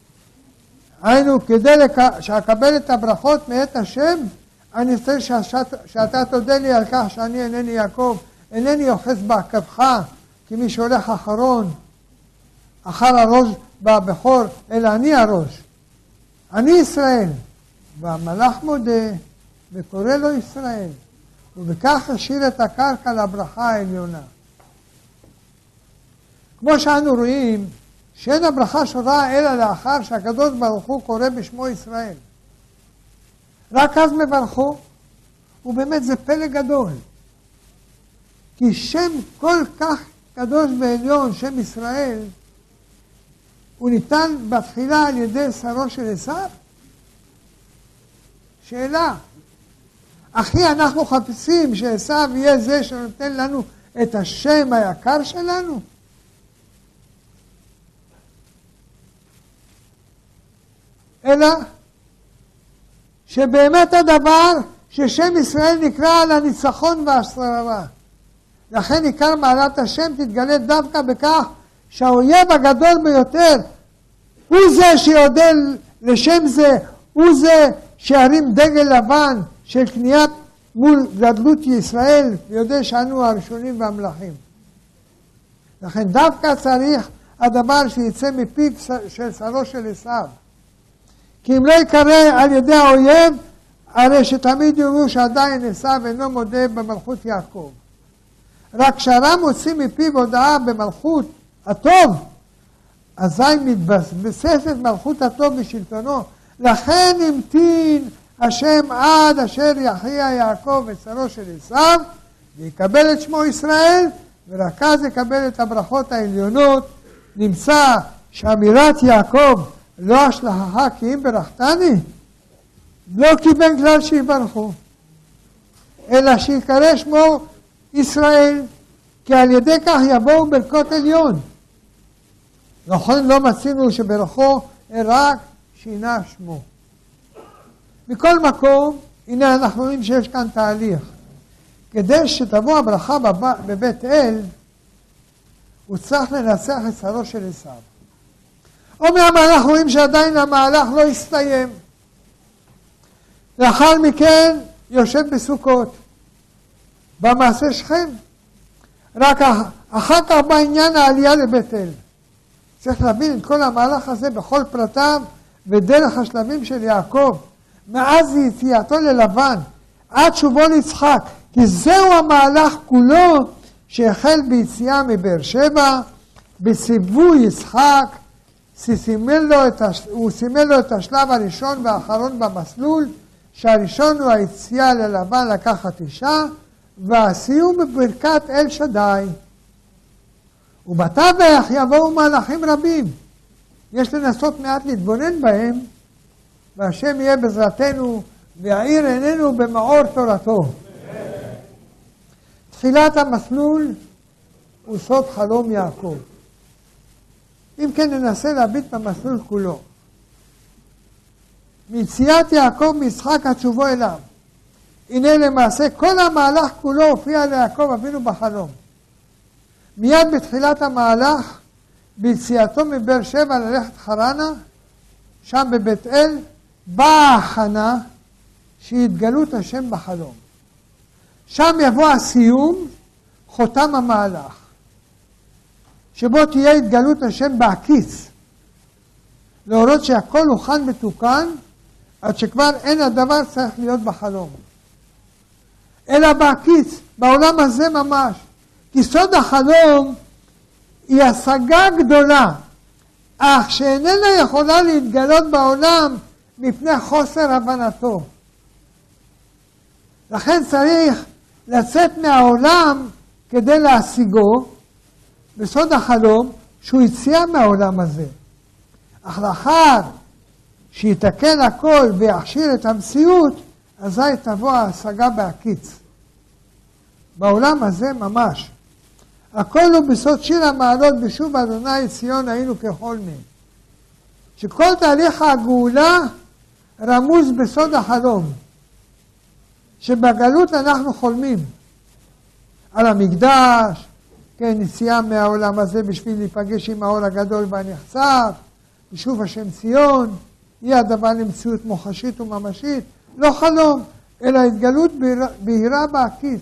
היינו, כדי שאקבל את הברכות מאת השם, אני צריך שאתה תודה לי על כך שאני אינני יעקב, אינני אוחז בעקבך, כי מי שהולך אחרון, אחר הראש בבכור, אלא אני הראש. אני ישראל. והמלאך מודה וקורא לו ישראל, ובכך השאיר את הקרקע לברכה העליונה. כמו שאנו רואים, שאין הברכה שורה אלא לאחר שהקדוש ברוך הוא קורא בשמו ישראל. רק אז מברכו, ובאמת זה פלא גדול. כי שם כל כך קדוש ועליון, שם ישראל, הוא ניתן בתחילה על ידי שרו של עשיו? שאלה. אחי, אנחנו חפשים שעשיו יהיה זה שנותן לנו את השם היקר שלנו? אלא שבאמת הדבר ששם ישראל נקרא על הניצחון והשררה. לכן עיקר מעלת השם תתגלה דווקא בכך שהאויב הגדול ביותר הוא זה שיודע לשם זה, הוא זה שירים דגל לבן של קניית מול גדלות ישראל, ויודע שאנו הראשונים והמלכים. לכן דווקא צריך הדבר שיצא מפיו של שרו של עשיו. כי אם לא יקרא על ידי האויב, הרי שתמיד יראו שעדיין עשיו אינו מודה במלכות יעקב. רק כשהרע מוציא מפיו הודעה במלכות הטוב, אזי מתבססת מלכות הטוב בשלטונו. לכן המתין השם עד אשר יכריע יעקב את שרו של עשיו, ויקבל את שמו ישראל, ורק אז יקבל את הברכות העליונות. נמצא שאמירת יעקב לא אשלחך כי אם ברכתני, לא קיבל כלל שיברכו, אלא שיקרא שמו ישראל, כי על ידי כך יבואו ברכות עליון. נכון, לא מצינו שברכו רק שינה שמו. מכל מקום, הנה אנחנו רואים שיש כאן תהליך. כדי שתבוא הברכה בבית אל, הוא צריך לנסח את שרו של עשיו. אומנם אנחנו רואים שעדיין המהלך לא הסתיים. לאחר מכן יושב בסוכות, במעשה שכם. רק אחר כך בעניין העלייה לבית אל. צריך להבין את כל המהלך הזה בכל פרטיו ודרך השלבים של יעקב. מאז יציאתו ללבן עד שובו ליצחק. כי זהו המהלך כולו שהחל ביציאה מבאר שבע, בסיבוי יצחק, הוא סימל לו את השלב הראשון והאחרון במסלול, שהראשון הוא היציאה ללבן לקחת אישה, והסיום בברכת אל שדי. ובתווך יבואו מהלכים רבים. יש לנסות מעט להתבונן בהם, והשם יהיה בעזרתנו ויאיר עינינו במאור תורתו. תחילת המסלול הוא סוד חלום יעקב. אם כן ננסה להביט במסלול כולו. מיציאת יעקב מיצחק עד שובו אליו. הנה למעשה כל המהלך כולו הופיע ליעקב אבינו בחלום. מיד בתחילת המהלך, ביציאתו מבאר שבע ללכת חרנה, שם בבית אל, באה ההכנה שהתגלות השם בחלום. שם יבוא הסיום, חותם המהלך, שבו תהיה התגלות השם בעקיץ, להורות שהכל הוכן מתוקן, עד שכבר אין הדבר צריך להיות בחלום. אלא בעקיץ, בעולם הזה ממש. כי סוד החלום היא השגה גדולה, אך שאיננה יכולה להתגלות בעולם מפני חוסר הבנתו. לכן צריך לצאת מהעולם כדי להשיגו, בסוד החלום שהוא יציאה מהעולם הזה. אך לאחר שיתקן הכל ויכשיר את המציאות, אזי תבוא ההשגה בעקיץ. בעולם הזה ממש. הכל הוא בסוד שיר המעלות בשוב אדוני ציון היינו כחולמים. שכל תהליך הגאולה רמוז בסוד החלום. שבגלות אנחנו חולמים על המקדש, כן, יציאה מהעולם הזה בשביל להיפגש עם האור הגדול והנחשף, בשוב השם ציון, היא הדבר למציאות מוחשית וממשית, לא חלום, אלא התגלות בהירה בעקיץ.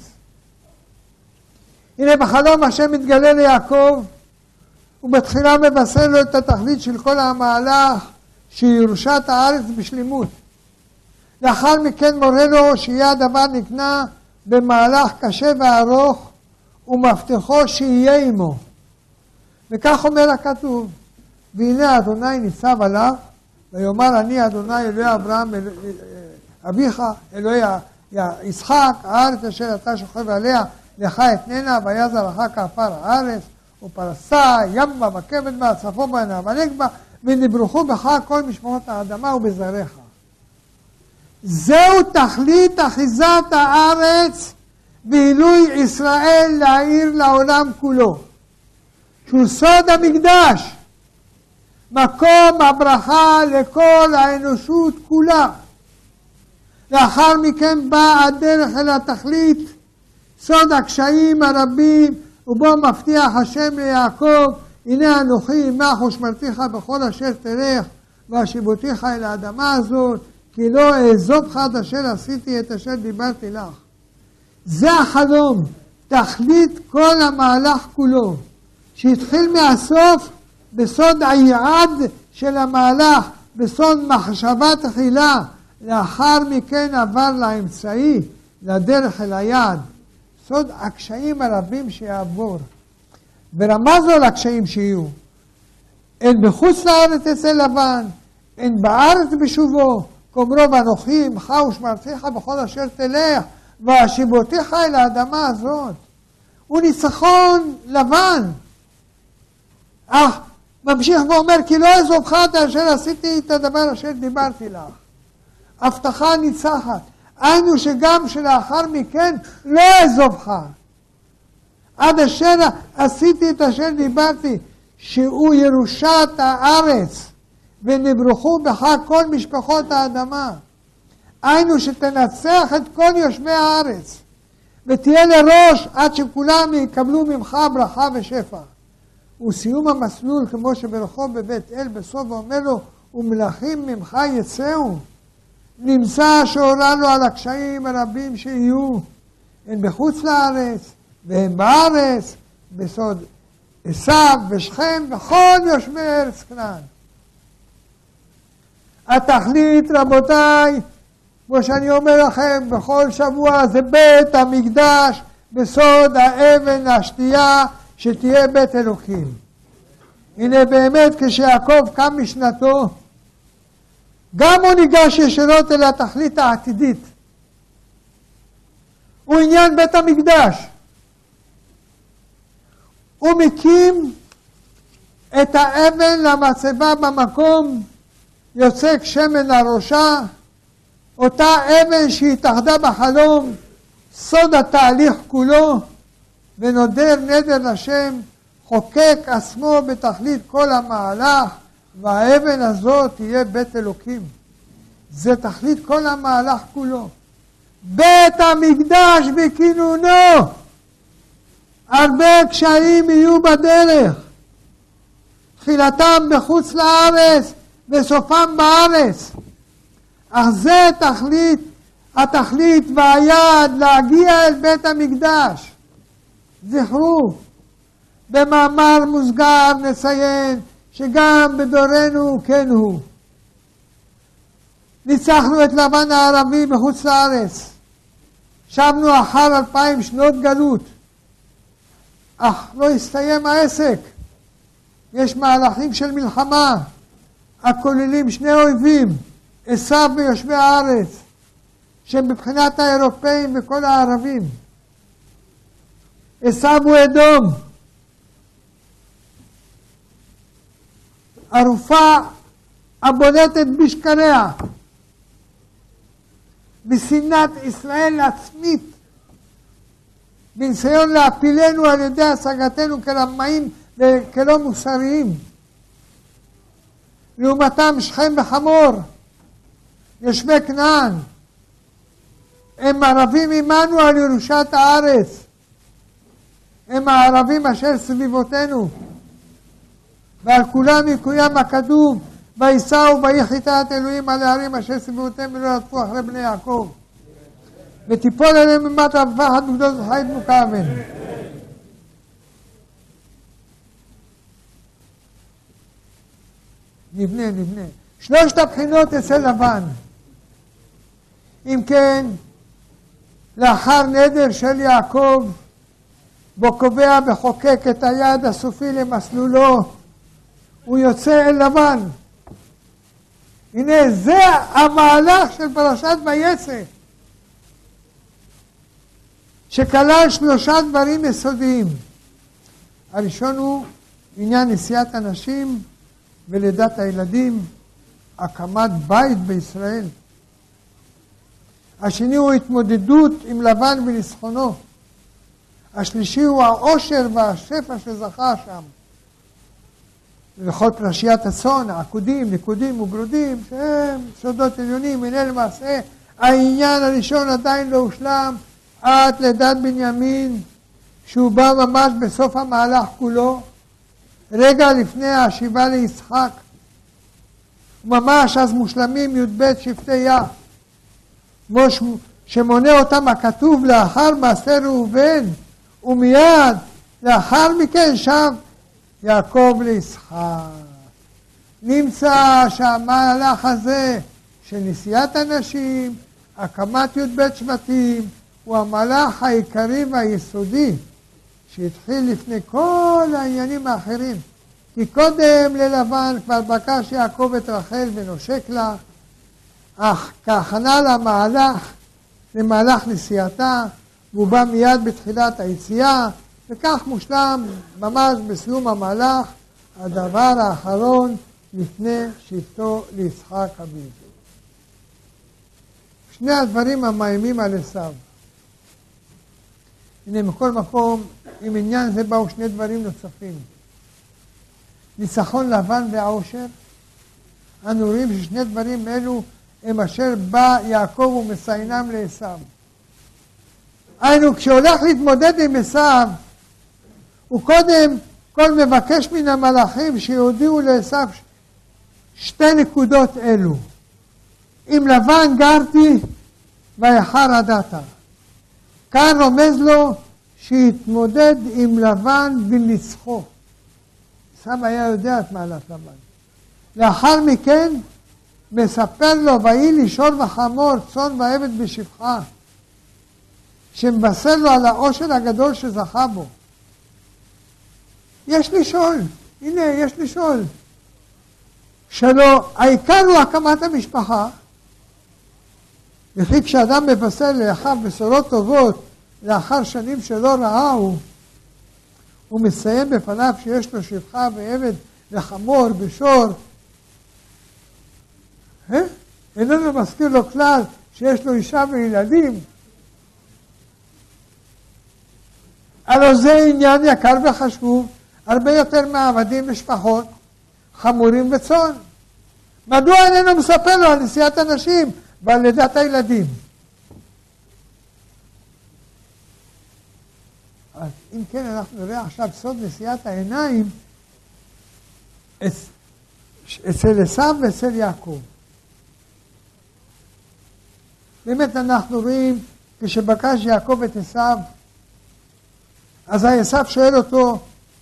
הנה בחלום השם מתגלה ליעקב, ובתחילה מבשר לו את התכלית של כל המהלך, שירושת הארץ בשלימות. לאחר מכן מורה לו שיהיה הדבר נקנה במהלך קשה וארוך, ומבטחו שיהיה עמו. וכך אומר הכתוב, והנה אדוני ניצב עליו, ויאמר אני אדוני אלוהי אברהם אביך, אלוהי יצחק, הארץ אשר אתה שוכב עליה, לך אתננה, ויעזר לך כעפר הארץ, ופרסה, ימה, וכבד בה, צפו בה, נעמלק בה, ונברחו בך כל משמרות האדמה ובזרעך. זהו תכלית אחיזת הארץ ועילוי ישראל להאיר לעולם כולו. שהוא סוד המקדש, מקום הברכה לכל האנושות כולה. לאחר מכן באה הדרך אל התכלית, סוד הקשיים הרבים, ובו מבטיח השם ליעקב, הנה אנוכי עמך ושמרתיך בכל אשר תלך, והשיבותיך אל האדמה הזאת, כי לא אעזוב לך עד אשר עשיתי את אשר דיברתי לך. זה החלום, תכלית כל המהלך כולו, שהתחיל מהסוף בסוד היעד של המהלך, בסוד מחשבה תחילה, לאחר מכן עבר לאמצעי, לדרך אל היעד. סוד הקשיים הרבים שיעבור. ברמה זו לקשיים שיהיו. אין בחוץ לארץ אצל לבן, אין בארץ בשובו, כומרו ואנוכי עמך ושמרתיך בכל אשר תלך, והשיבותיך אל האדמה הזאת. הוא ניצחון לבן. ממשיך ואומר, כי לא אעזובך עד אשר עשיתי את הדבר אשר דיברתי לך. הבטחה ניצחת. היינו שגם שלאחר מכן לא אעזובך. עד אשר עשיתי את אשר דיברתי, שהוא ירושת הארץ, ונברחו בך כל משפחות האדמה. היינו שתנצח את כל יושבי הארץ, ותהיה לראש עד שכולם יקבלו ממך ברכה ושפע. וסיום המסלול, כמו שברחוב בבית אל בסוף אומר לו, ומלכים ממך יצאו. נמצא שהורה לו על הקשיים הרבים שיהיו, הן בחוץ לארץ והן בארץ, בסוד עשיו ושכם וכל יושבי ארץ כנען. התכלית, רבותיי, כמו שאני אומר לכם בכל שבוע, זה בית המקדש בסוד האבן השתייה שתהיה בית אלוקים. הנה באמת כשיעקב קם משנתו, גם הוא ניגש ישירות אל התכלית העתידית. הוא עניין בית המקדש. הוא מקים את האבן למצבה במקום, יוצק שמן לראשה, אותה אבן שהתאחדה בחלום, סוד התהליך כולו, ונודר נדר לשם, חוקק עצמו בתכלית כל המהלך, והאבן הזאת תהיה בית אלוקים. זה תכלית כל המהלך כולו. בית המקדש בכינונו. הרבה קשיים יהיו בדרך. תחילתם בחוץ לארץ וסופם בארץ. אך זה התכלית והיעד להגיע אל בית המקדש. זכרו, במאמר מוסגר נציין שגם בדורנו כן הוא. ניצחנו את לבן הערבי בחוץ לארץ. שבנו אחר 2000 שנות גלות. אך לא הסתיים העסק. יש מהלכים של מלחמה, הכוללים שני אויבים, עשיו ויושבי הארץ, שהם מבחינת האירופאים וכל הערבים. עשיו הוא אדום. ערופה הבולטת בשקריה, בשנאת ישראל עצמית, בניסיון להפילנו על ידי השגתנו כרמאים וכלא מוסריים. לעומתם שכם וחמור, יושבי כנען, הם ערבים עמנו על ירושת הארץ, הם הערבים אשר סביבותינו, ועל כולם יקוים הכתוב, ויסעו ויחיתה את אלוהים על הערים אשר סביבותיהם ולא ירדפו אחרי בני יעקב. ותיפול עליהם ממטה ופחד וגדול וחית מוקאמן. נבנה. שלושת הבחינות אצל לבן. אם כן, לאחר נדר של יעקב, בו קובע וחוקק את היעד הסופי למסלולו, הוא יוצא אל לבן. הנה זה המהלך של פרשת ויצא, שכלל 3 דברים יסודיים. הראשון הוא עניין נשיאת אנשים ולידת הילדים, הקמת בית בישראל. השני הוא התמודדות עם לבן וניצחונו. השלישי הוא העושר והשפע שזכה שם. לכל פרשיית הצאן, העקודים, נקודים וגרודים, שהם סודות עליונים. הנה למעשה העניין הראשון עדיין לא הושלם עד לידת בנימין, שהוא בא ממש בסוף המהלך כולו, רגע לפני השיבה ליצחק. ממש אז מושלמים י"ב שבטי יה, שמונה אותם הכתוב לאחר מעשה ראובן, ומיד לאחר מכן שב יעקב ליצחק. נמצא שהמהלך הזה של נשיאת אנשים, הקמת י"ב שבטים, הוא המהלך העיקרי והיסודי שהתחיל לפני כל העניינים האחרים. כי קודם ללבן כבר בקש יעקב את רחל ונושק לה, אך כהכנה למהלך נסיעתה, והוא בא מיד בתחילת היציאה, וכך מושלם ממש בסיום המהלך הדבר האחרון לפני שבטו ליצחק אביו. שני הדברים המאיימים על עשיו. הנה, מכל מקום, עם עניין זה באו שני דברים נוספים. ניצחון לבן ועושר. אנו רואים ששני דברים אלו הם אשר בא יעקב ומסיינם לעשיו. היינו, כשהולך להתמודד עם עשיו, הוא קודם כל מבקש מן המלאכים שיודיעו לעשיו שתי נקודות אלו. עם לבן גרתי ואיחר עדת. כאן רומז לו שיתמודד עם לבן בנצחו. עשיו היה יודע את מעלת לבן. לאחר מכן מספר לו, ויהי לי שור וחמור, צאן ועבד בשפחה, שמבשר לו על העושר הגדול שזכה בו. יש לשאול, הנה יש לשאול. שלא, העיקר הוא הקמת המשפחה. וכי כשאדם מבשר לאחיו בשורות טובות, לאחר שנים שלא ראהו, הוא מסיים בפניו שיש לו שפחה ועבד וחמור בשור. איננו מזכיר לו כלל שיש לו אישה וילדים. הלא זה עניין יקר וחשוב, הרבה יותר מעבדים ושפחות, חמורים וצאן. מדוע איננו מספר לו על נשיאת אנשים ועל לידת הילדים? אז אם כן, אנחנו נראה עכשיו סוד נשיאת העיניים אצל עשיו ואצל יעקב. באמת אנחנו רואים, כשבקש יעקב את עשיו, אז עשיו שואל אותו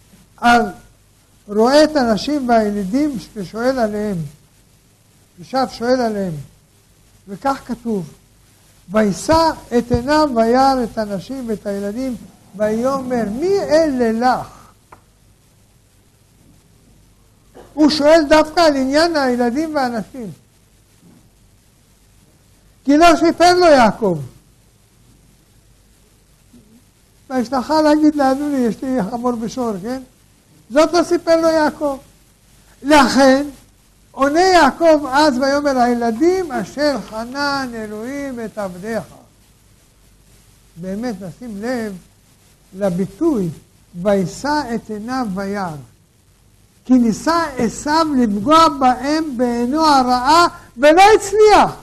רואה את הנשים והילדים ושואל עליהם. עשיו שואל עליהם. וכך כתוב, וישא את עיניו וירא את הנשים ואת הילדים, ויאמר מי אלה לך? הוא שואל דווקא על עניין הילדים והנשים. כי לא סיפר לו יעקב. וישלח להגיד לאדוני, יש לי חמור בשור, כן? זאת לא סיפר לו יעקב. לכן, עונה יעקב אז ויאמר הילדים אשר חנן אלוהים את עבדיך. באמת נשים לב לביטוי, וישא את עיניו וירא. כי ניסה עשיו לפגוע בהם בעינו הרעה ולא הצליח.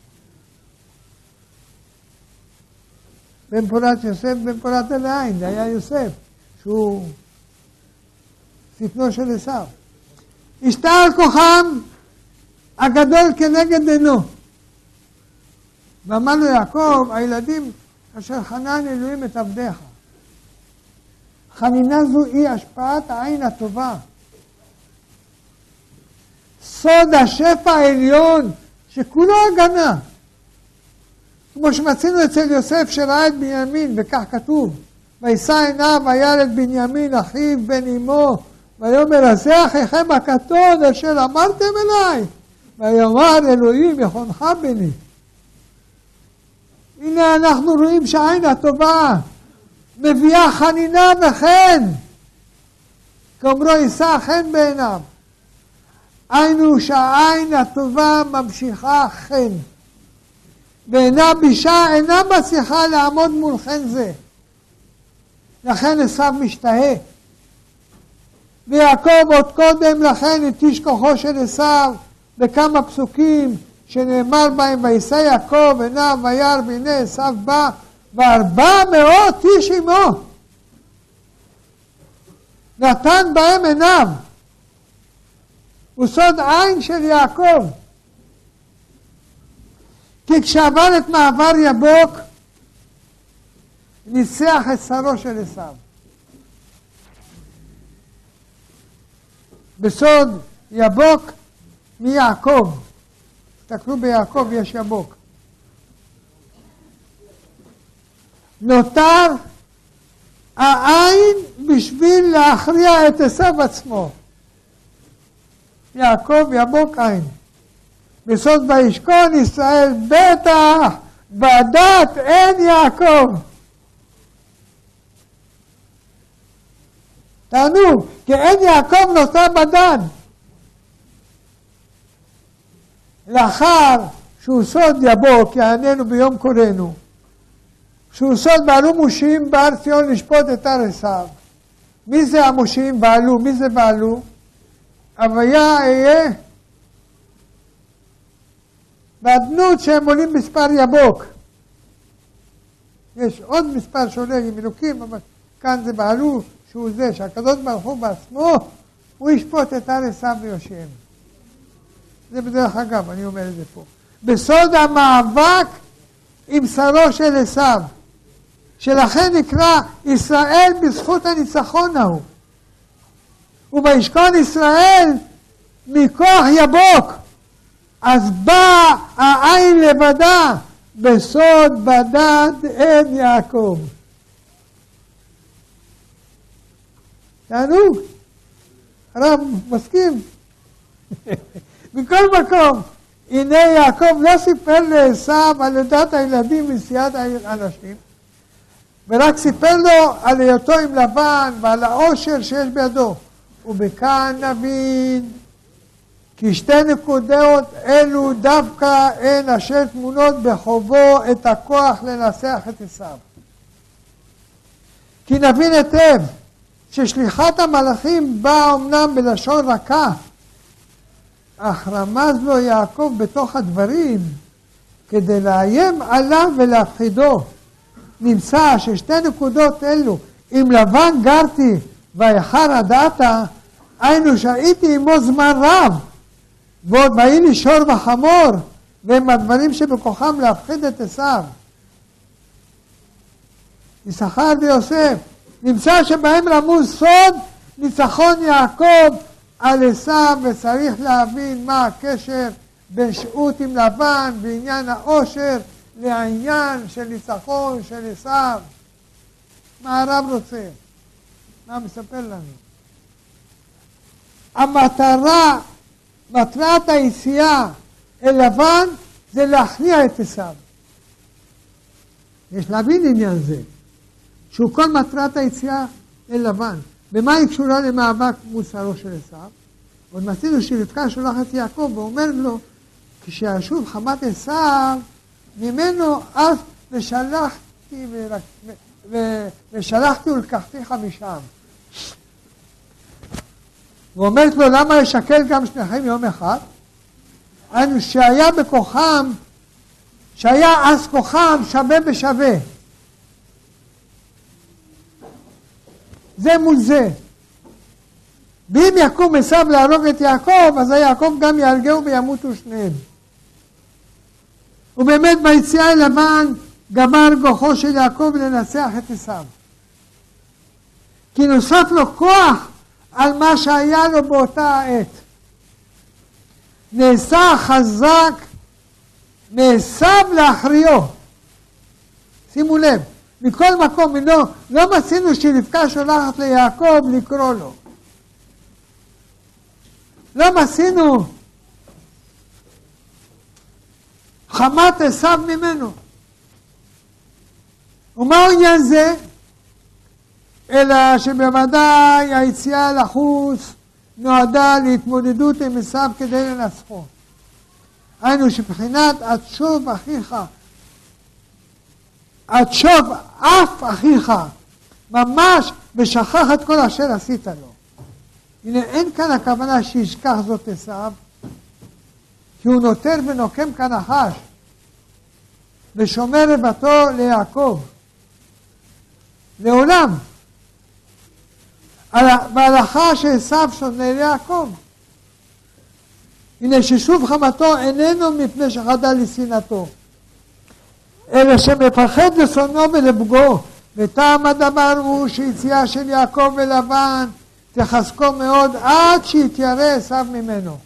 בן פורת יוסף, בן פורת אל העין, זה היה יוסף, שהוא שטנו של עשיו. השתעל כוחם הגדול כנגד עינו. ואמר לו יעקב, הילדים אשר חנן אלוהים את עבדיך. חנינה זו היא השפעת העין הטובה. סוד השפע העליון שכולו הגנה. כמו שמצינו אצל יוסף שראה את בנימין, וכך כתוב, וישא עיניו וירא את בנימין אחיו בן אמו, ויאמר הזה אחיכם הקטון אשר אמרתם אליי, ויאמר אלוהים יחונך בני. הנה אנחנו רואים שהעין הטובה מביאה חנינה וחן, כאומרו יישא חן בעיניו. היינו שהעין הטובה ממשיכה חן, ואינה בישה אינה מצליחה לעמוד מול חן זה. לכן עשיו משתהה. ויעקב עוד קודם לכן התיש כוחו של עשיו בכמה פסוקים שנאמר בהם וישא יעקב עיניו וירא והנה עשיו בא ו400 איש עמו. נתן בהם עיניו. הוא סוד עין של יעקב. כי כשעבר את מעבר יבוק, ניצח את שרו של עשיו. בסוד יבוק מיעקב. תסתכלו ביעקב יש יבוק. נותר העין בשביל להכריע את עשיו עצמו. יעקב יבוק עין. בסוד וישכון ישראל בטח בדת אין יעקב. תענו, כי אין יעקב נותר בדן. לאחר שהוא סוד יבוק, יעננו ביום קורנו, שהוא סוד בעלו מושיעים בהר ציון לשפוט את הר עשיו. מי זה המושיעים בעלו? מי זה בעלו? הוויה אהיה והדנות שהם עולים מספר יבוק. יש עוד מספר שעולה עם אלוקים, אבל כאן זה בעלו שהוא זה, שהקדוש ברוך הוא בעצמו, הוא ישפוט את הר עשיו ויושיעם. זה בדרך אגב, אני אומר את זה פה. בסוד המאבק עם שרו של עשיו, שלכן נקרא ישראל בזכות הניצחון ההוא. ובישכון ישראל מכוח יבוק. אז בא העין לבדה, בסוד בדד אין יעקב. תענוג, הרב מסכים. מכל מקום, הנה יעקב לא סיפר לעשיו על לידת הילדים ונשיאת האנשים, ורק סיפר לו על היותו עם לבן ועל העושר שיש בידו. ובכאן נבין כי שתי נקודות אלו דווקא הן אשר תמונות בחובו את הכוח לנסח את עשיו. כי נבין היטב ששליחת המלאכים באה אמנם בלשון רכה, אך רמז לו יעקב בתוך הדברים כדי לאיים עליו ולהפחידו. נמצא ששתי נקודות אלו, אם לבן גרתי ואיחר הדעת, היינו שהייתי עמו זמן רב, ועוד באי לי שור וחמור, והם הדברים שבכוחם להפחיד את עשיו. יששכר ויוסף, נמצא שבהם רמוז סוד ניצחון יעקב על עשיו, וצריך להבין מה הקשר בין שהות עם לבן בעניין העושר לעניין של ניצחון של עשיו. מה הרב רוצה? מה מספר לנו? המטרה, מטרת היציאה אל לבן זה להכניע את עשיו. יש להבין עניין זה, שהוא כל מטרת היציאה אל לבן. במה היא קשורה למאבק מוסרו של עשיו? עוד מצינו שרבקה שולחת את יעקב ואומר לו, כשישוב חמת עשיו, ממנו אף ושלחתי ולקחתיך משם. ואומרת לו, למה לשקל גם שניכם יום אחד? שהיה בכוחם, שהיה אז כוחם שווה בשווה. זה מול זה. ואם יקום עשיו להרוג את יעקב, אז יעקב גם יהרגהו וימותו שניהם. ובאמת ביציאה אל לבן גמר כוחו של יעקב לנצח את עשיו. כי נוסף לו כוח על מה שהיה לו באותה העת. נעשה חזק מעשיו להכריעו. שימו לב, מכל מקום לא מצינו שרבקה שולחת ליעקב לקרוא לו. לא מצינו חמת עשיו ממנו. ומה עניין זה? אלא שבוודאי היציאה לחוץ נועדה להתמודדות עם עשיו כדי לנצחו. היינו שבחינת עד שוב אחיך, עד שוב אף אחיך, ממש ושכח את כל אשר עשית לו. הנה אין כאן הכוונה שישכח זאת עשיו, כי הוא נותר ונוקם כנחש, ושומר רבתו ליעקב. לעולם. בהלכה שעשיו שונא ליעקב. הנה ששוב חמתו איננו מפני שחדל לשנאתו, אלא שמפחד לשונאו ולפגעו, וטעם הדבר הוא שיציאה של יעקב ולבן תחזקו מאוד עד שיתיירא עשיו ממנו.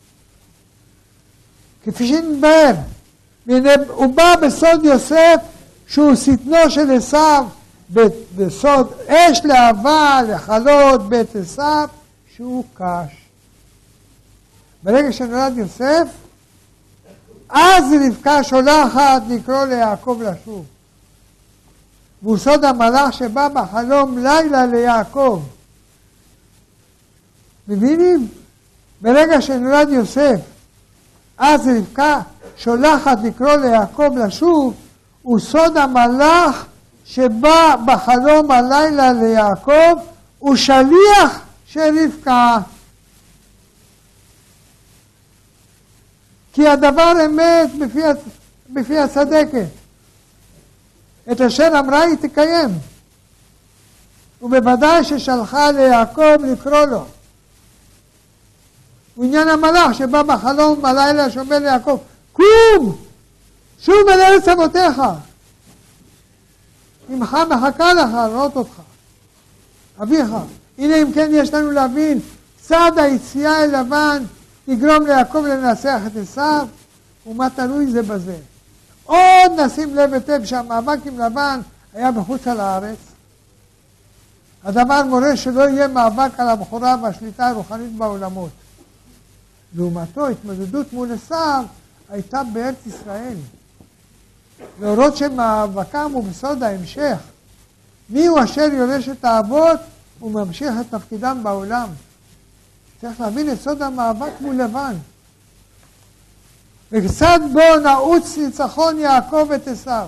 כפי שנתבהר, הוא בא בסוד יוסף שהוא שטנו של עשיו, בסוד אש לאהבה לחלות בית עשיו שהוא קש. ברגע שנולד יוסף, אז רבקה שולחת לקרוא ליעקב לשוב. והוא סוד המלאך שבא בחלום לילה ליעקב. מבינים? ברגע שנולד יוסף, אז רבקה שולחת לקרוא ליעקב לשוב, הוא סוד המלאך שבא בחלום הלילה ליעקב, הוא שליח של רבקה. כי הדבר אמת בפי הצדקת. את אשר אמרה היא תקיים. ובוודאי ששלחה ליעקב לקרוא לו. הוא עניין המלאך שבא בחלום הלילה שאומר ליעקב, קום! שוב אל ארץ אבותיך. אמך מחכה לך לראות אותך. אביך. הנה אם כן יש לנו להבין, צד היציאה אל לבן יגרום ליעקב לנצח את עשיו, ומה תלוי זה בזה. עוד נשים לב היטב שהמאבק עם לבן היה בחוץ על הארץ. הדבר מורה שלא יהיה מאבק על הבכורה והשליטה הרוחנית בעולמות. לעומתו, התמודדות מול עשיו הייתה בארץ ישראל. להורות שמאבקם הוא בסוד ההמשך. מי הוא אשר יורש את האבות וממשיך את תפקידם בעולם. צריך להבין את סוד המאבק מול לבן. וקצת בו נעוץ ניצחון יעקב את עשיו.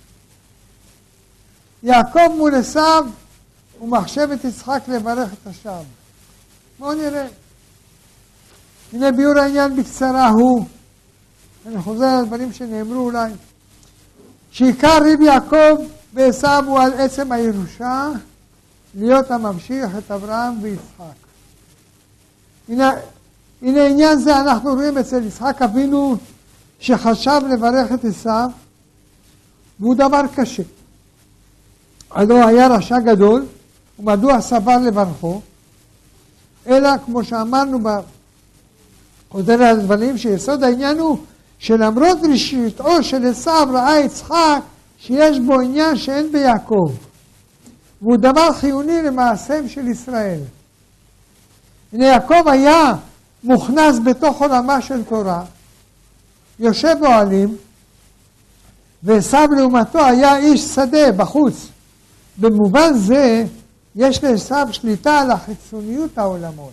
יעקב מול עשיו הוא מחשב את יצחק לברך את השם. בואו נראה. הנה ביאור העניין בקצרה הוא, אני חוזר על דברים שנאמרו אולי, שעיקר ריב יעקב ועשיו הוא על עצם הירושה, להיות הממשיך את אברהם ויצחק. הנה עניין זה אנחנו רואים אצל יצחק אבינו שחשב לברך את עשיו, והוא דבר קשה. הלא היה רשע גדול, ומדוע סבר לברכו, אלא כמו שאמרנו חוזר על הדברים שיסוד העניין הוא שלמרות רשעותו של עשיו ראה יצחק שיש בו עניין שאין ביעקב, והוא דבר חיוני למעשיהם של ישראל. הנה יעקב היה מוכנס בתוך עולמה של תורה, יושב באוהלים, ועשיו לעומתו היה איש שדה בחוץ. במובן זה יש לעשיו שליטה על החיצוניות העולמות.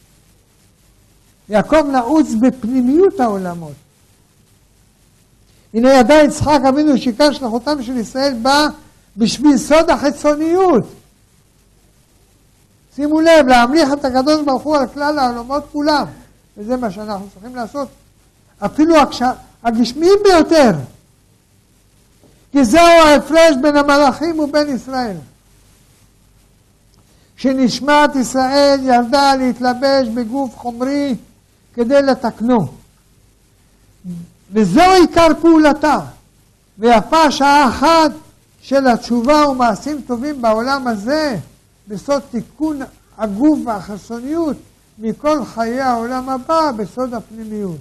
יעקב נעוץ בפנימיות העולמות. הנה ידע יצחק אבינו שעיקר שלחותם של ישראל בא בשביל סוד החיצוניות. שימו לב, להמליך את הקדוש ברוך הוא על כלל העולמות כולם. וזה מה שאנחנו צריכים לעשות. אפילו הגשמיים ביותר. כי זהו ההפרש בין המלאכים ובין ישראל. שנשמת ישראל ירדה להתלבש בגוף חומרי כדי לתקנו. וזהו עיקר פעולתה. ויפה שעה אחת של התשובה ומעשים טובים בעולם הזה, בסוד תיקון הגוף והחיצוניות מכל חיי העולם הבא בסוד הפנימיות.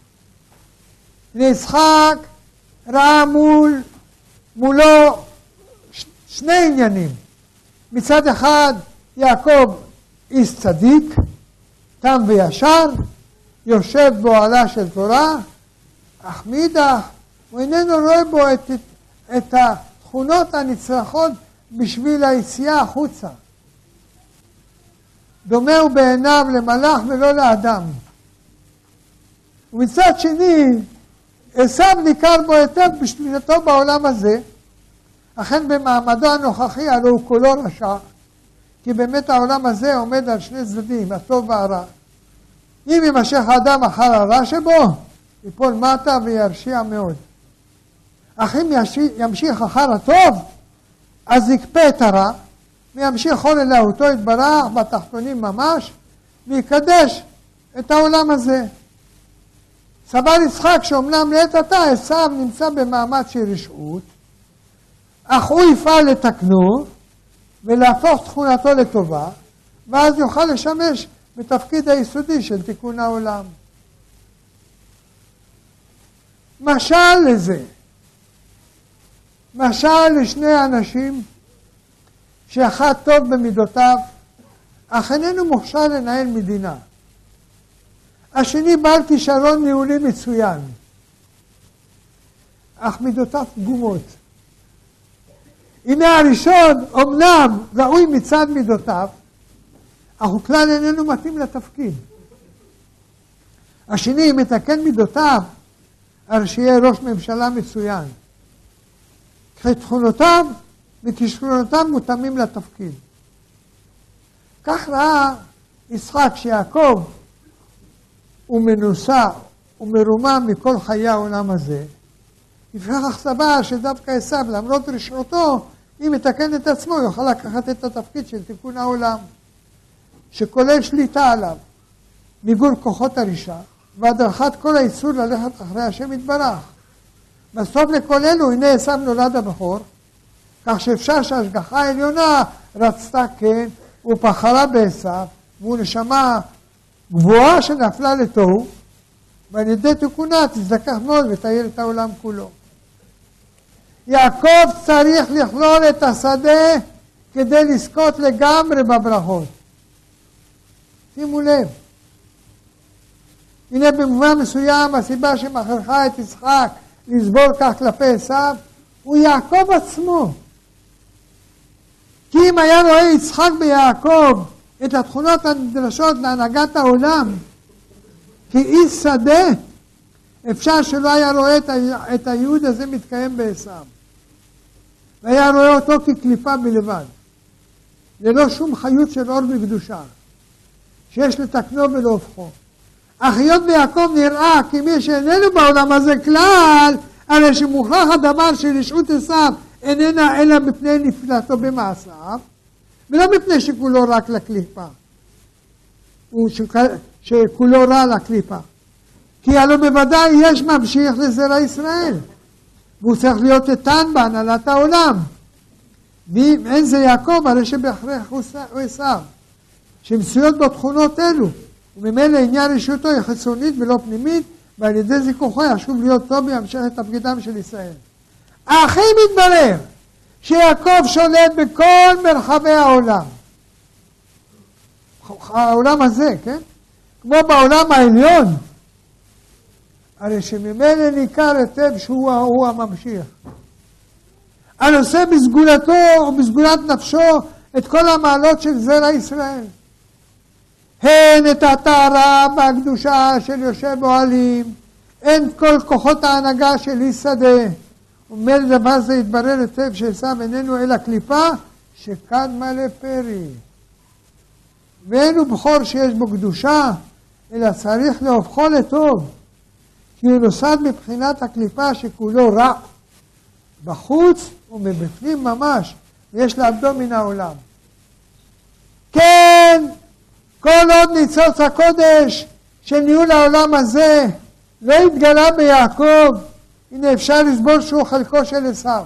יצחק ראה מולו שני עניינים. מצד אחד יעקב איש צדיק, תם וישר, יושב באוהלה של תורה, אך מאידך הוא איננו רואה בו את התכונות הנצרכות בשביל היציאה החוצה. דומה הוא בעיניו למלאך ולא לאדם. ומצד שני, עשיו ניכר בו היטב בשלילתו בעולם הזה, אכן במעמדו הנוכחי הלא הוא כולו רשע, כי באמת העולם הזה עומד על שני צדדים, הטוב והרע. אם יימשך האדם אחר הרע שבו, ייפול מטה וירשיע מאוד. אך אם ימשיך אחר הטוב, אז יקפה את הרע, וימשיך כל אלוהותו יתברך בתחתונים ממש, ויקדש את העולם הזה. סבל יצחק שאומנם לעת עתה עשיו נמצא במעמד של רשעות, אך הוא יפעל לתקנו ולהפוך תכונתו לטובה, ואז יוכל לשמש בתפקיד היסודי של תיקון העולם. משל לזה, משל לשני אנשים שאחד טוב במידותיו, אך איננו מוכשר לנהל מדינה. השני בעל כישרון ניהולי מצוין, אך מידותיו פגומות. הנה הראשון, אמנם ראוי מצד מידותיו, אך הוא כלל איננו מתאים לתפקיד. השני, אם מתקן מידותיו, הרי שיהיה ראש ממשלה מצוין. כי תכונותיו וכישרונותיו מותאמים לתפקיד. כך ראה יצחק שיעקב הוא מנוסה ומרומם מכל חיי העולם הזה. לפיכך סבר שדווקא עשיו, למרות רשעותו, אם יתקן את עצמו, יוכל לקחת את התפקיד של תיקון העולם, שכולל שליטה עליו, מיגור כוחות הרשע, והדרכת כל האיסור ללכת אחרי השם יתברך. בסוף לכל אלו, הנה עשיו נולד הבכור, כך שאפשר שההשגחה העליונה רצתה כן, ופחרה בעשיו, והוא נשמה גבוהה שנפלה לתוהו, ועל ידי תיקונה תזדכך מאוד ותאיר את העולם כולו. יעקב צריך לכלול את השדה כדי לזכות לגמרי בברכות. שימו לב. הנה במובן מסוים הסיבה שמכריחה את יצחק לסבול כך כלפי עשיו, הוא יעקב עצמו. כי אם היה רואה יצחק ביעקב את התכונות הנדרשות להנהגת העולם כאיש שדה, אפשר שלא היה רואה את הייעוד הזה מתקיים בעשיו. והיה רואה אותו כקליפה בלבד, ללא שום חיות של אור וקדושה, שיש לתקנו ולהופכו. אך היות ביעקב נראה כי מי שאיננו בעולם הזה כלל, הרי שמוכרח הדבר של רשעות עשיו איננה אלא מפני נפילתו במעשיו, ולא מפני שכולו רק לקליפה, שכולו רע לקליפה. כי הלא בוודאי יש ממשיך לזרע ישראל, והוא צריך להיות איתן בהנהלת העולם. ואם אין זה יעקב, הרי שבהכרח הוא עשיו, שמצויות בו תכונות אלו, וממילא עניין רשעותו היא חיצונית ולא פנימית, ועל ידי זה כוחו ישוב להיות טוב וימשך את תפקידם של ישראל. אך אם מתברר שיעקב שולט בכל מרחבי העולם, העולם הזה, כן? כמו בעולם העליון, הרי שממילא ניכר היטב שהוא הממשיך. הנושא בסגולתו ובסגולת נפשו את כל המעלות של זרע ישראל. הן את הטהרה והקדושה של יושב אוהלים, הן כל כוחות ההנהגה של איש שדה. וממילא דבר זה יתברר היטב שעשיו איננו אלא קליפה שקדמה לפרי. ואין הוא בכור שיש בו קדושה, אלא צריך להופכו לטוב. כי הוא נוסד מבחינת הקליפה שכולו רע, בחוץ ומבפנים ממש, ויש לעבדו מן העולם. כן, כל עוד ניצוץ הקודש של ניהול העולם הזה לא התגלה ביעקב, הנה אפשר לסבור שהוא חלקו של עשיו.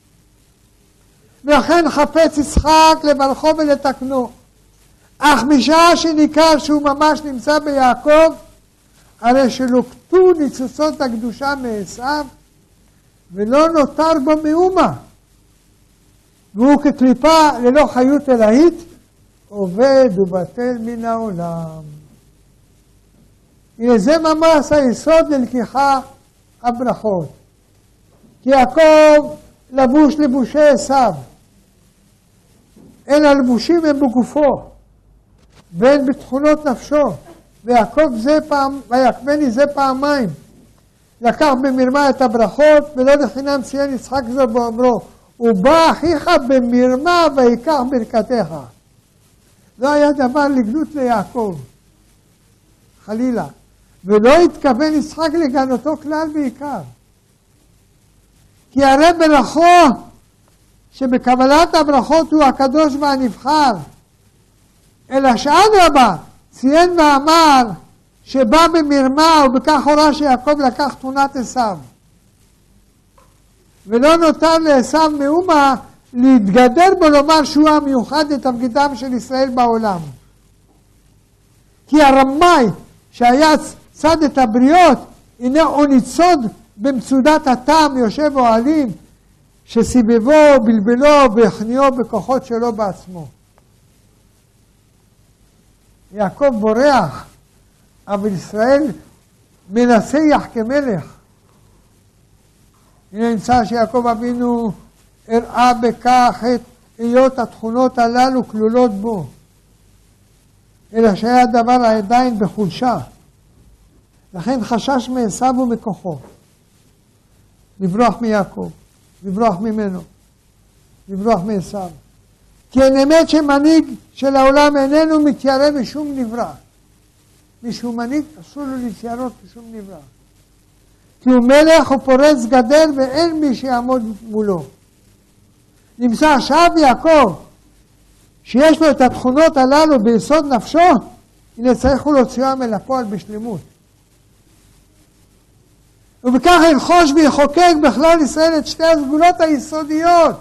ולכן חפץ יצחק לברכו ולתקנו. אך משעה שניכר שהוא ממש נמצא ביעקב, הרי שלוקטו ניצוצות הקדושה מעשיו, ולא נותר בו מאומה. והוא כקליפה ללא חיות אלוהית, עובד ובטל מן העולם. הנה זה ממש היסוד ללקיחה הברכות. כי יעקב לבוש לבושי עשיו, אין הלבושים הם בגופו, ואין בתכונות נפשו. ויעקבני זה פעמיים. לקח במרמה את הברכות, ולא לחינם ציין יצחק זו באומרו, ובא אחיך במרמה ויקח ברכתך. לא היה דבר לגנות ליעקב, חלילה. ולא התכוון יצחק לגנותו כלל ועיקר. כי הרי ברכו, שבקבלת הברכות הוא הקדוש והנבחר, אלא שאדרבה ציין ואמר שבא במרמה ובכך הורה שיעקב לקח תמונת עשיו. ולא נותר לעשיו מאומה להתגדר בו לומר שהוא המיוחד לתפקידם של ישראל בעולם. כי הרמאי שהיה צד את הבריות, הנה הוא ניצוד במצודת הטעם יושב אוהלים, שסיבבו, בלבלו והכניעו בכוחות שלו בעצמו. יעקב בורח, אבל ישראל מנסח כמלך. הנה נמצא שיעקב אבינו הראה בכך את היות התכונות הללו כלולות בו, אלא שהיה הדבר עדיין בחולשה. לכן חשש מעשיו ומכוחו, לברוח מיעקב, לברוח ממנו, לברוח מעשיו. כי אין אמת שמנהיג של העולם איננו מתיירא משום נברא. מישהו מנהיג אסור לו להתיירות משום נברא. כי הוא מלך ופורץ גדר ואין מי שיעמוד מולו. נמצא עכשיו יעקב שיש לו את התכונות הללו ביסוד נפשו, הנה צריך להוציאם אל הפועל בשלמות. ובכך ילחוש ויחוקק בכלל ישראל את שתי הסגולות היסודיות.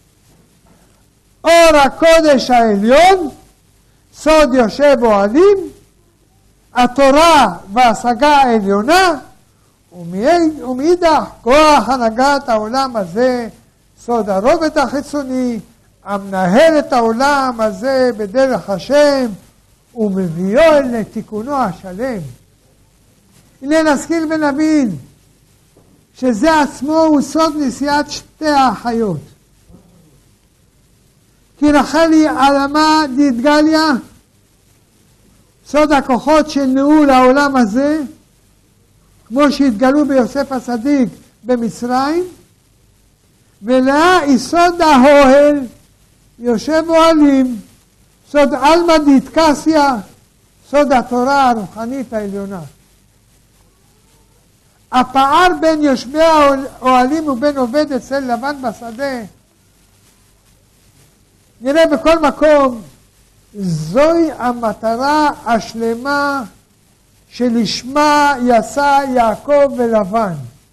אור הקודש העליון, סוד יושב אוהלים, התורה וההשגה העליונה, ומאידך כוח הנהגת העולם הזה, סוד הרובד החיצוני, המנהל את העולם הזה בדרך השם, ומביאו לתיקונו השלם. הנה נשכיל ונבין, שזה עצמו הוא סוד נשיאת שתי האחיות. כי רחל היא עלמה דתגליה, סוד הכוחות של ניהול העולם הזה, כמו שהתגלו ביוסף הצדיק במצרים, ולאה היא סוד האוהל, יושב אוהלים, סוד עלמא דאיטקסיה, סוד התורה הרוחנית העליונה. הפער בין יושבי האוהלים ובין עובד אצל לבן בשדה, נראה בכל מקום, זוהי המטרה השלמה שלשמה יצא יעקב ולבן.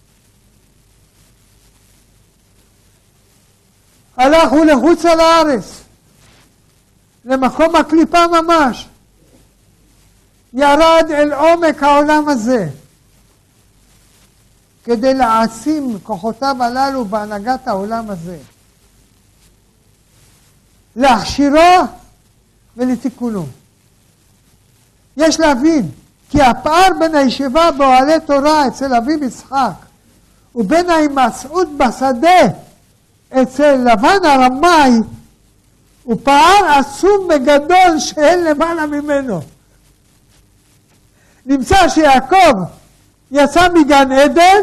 הלכו לחוץ על הארץ, למקום הקליפה ממש, ירד אל עומק העולם הזה, כדי להעצים כוחותיו הללו בהנהגת העולם הזה, להכשירו ולתיקונו. יש להבין כי הפער בין הישיבה באוהלי תורה אצל אביו יצחק ובין ההימצאות בשדה אצל לבן הרמאי הוא פער עצום וגדול שאין למעלה ממנו. נמצא שיעקב יצא מגן עדן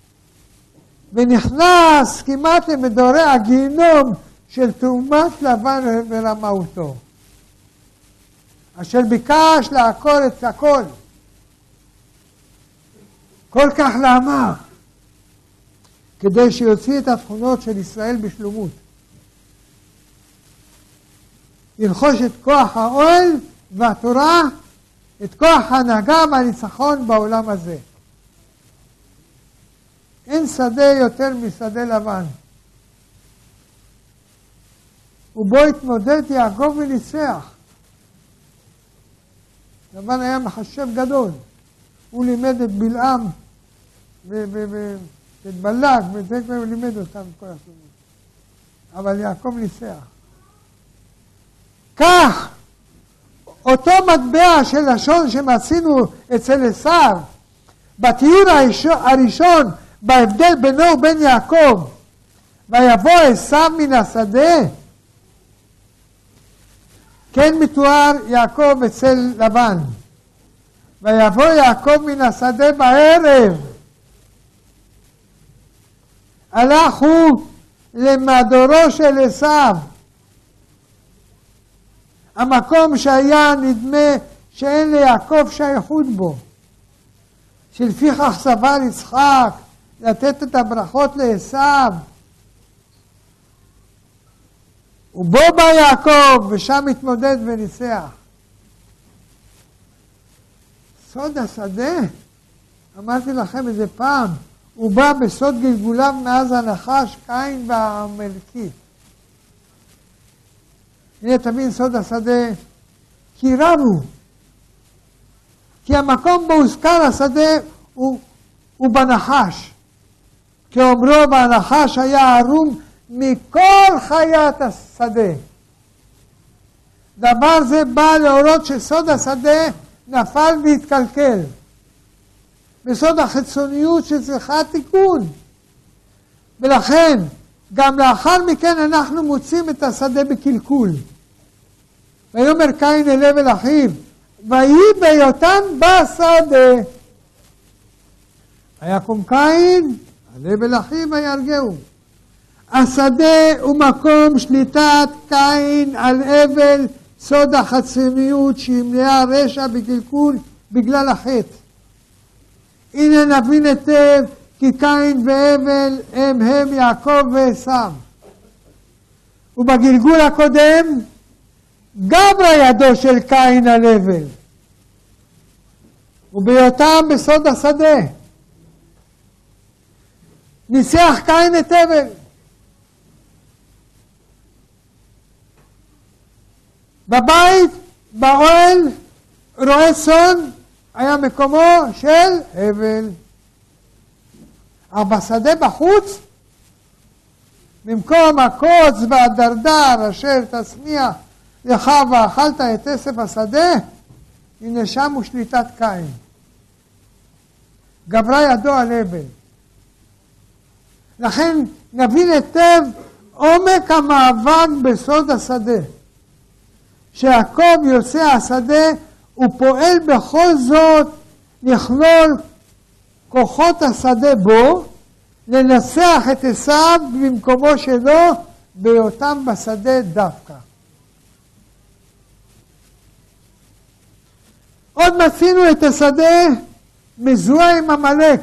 ונכנס כמעט למדורי הגיהינום של תאומת לבן ורמאותו, אשר ביקש לעקור את הכל. כל כך למה? כדי שיוציא את התכונות של ישראל בשלמות. ילחוש את כוח האוהל והתורה, את כוח ההנהגה והניצחון בעולם הזה. אין שדה יותר משדה לבן. ובו התמודד יעקב וניצח. לבן היה מחשב גדול. הוא לימד את בלעם ואת בלק, הוא לימד אותם כל הסוגים. אבל יעקב ניצח. כך, אותו מטבע של לשון שמצינו אצל עשיו, בתיאור הראשון, בהבדל בינו ובין יעקב, ויבוא עשיו מן השדה, כן מתואר יעקב אצל לבן. ויבוא יעקב מן השדה בערב. הלך הוא למדורו של עשיו. המקום שהיה נדמה שאין ליעקב שייכות בו. שלפיכך סבר יצחק לתת את הברכות לעשיו. ובו בא יעקב ושם התמודד וניצח. סוד השדה, אמרתי לכם איזה פעם, הוא בא בסוד גלגוליו מאז הנחש, קין והעמלקי. הנה תבין סוד השדה, כי רבו. כי המקום בו הוזכר השדה הוא בנחש. כאומרו, בנחש היה ערום מכל חיית השדה. דבר זה בא להורות שסוד השדה נפל והתקלקל. בסוד החיצוניות שצריכה תיקון. ולכן, גם לאחר מכן אנחנו מוצאים את השדה בקלקול. ויאמר קין אל הבל אחיו, ויהי בהיותן בשדה. ויקום קין, על הבל אחיו ויהרגהו. השדה הוא מקום שליטת קין על הבל, סוד החיצוניות שהיא מלאה רשע בקלקול בגלל החטא. הנה נבין היטב כי קין והבל הם יעקב ועשיו. ובגלגול הקודם גברה ידו של קין על הבל. ובהיותם בסוד השדה ניסח קין את הבל. בבית, באוהל, רועה צאן, היה מקומו של הבל. אבל בשדה בחוץ, במקום הקוץ והדרדר אשר תשמיע לך ואכלת את עשב השדה, הנה שם הוא שליטת קין. גברה ידו על הבל. לכן נבין היטב עומק המאבק בסוד השדה. שיעקב יוצא השדה הוא פועל בכל זאת לכלול כוחות השדה בו, לנסח את עשיו במקומו שלו בהיותם בשדה דווקא. עוד מצינו את השדה מזוהה עם עמלק.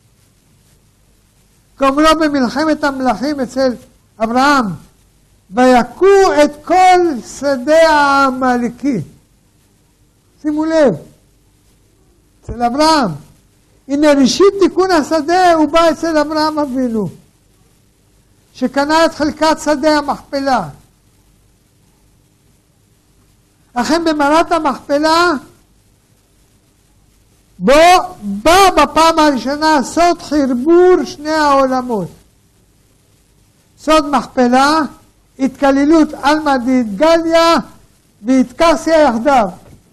כאומרו במלחמת המלכים אצל אברהם, ויכו את כל שדה העמלקי. שימו לב, אצל אברהם. הנה ראשית תיקון השדה הוא בא אצל אברהם אבינו, שקנה את חלקת שדה המכפלה. לכן במערת המכפלה, בו בא בפעם הראשונה סוד חירבור שני העולמות. סוד מכפלה, התקללות עלמא דאתגליה והתקסיה יחדיו.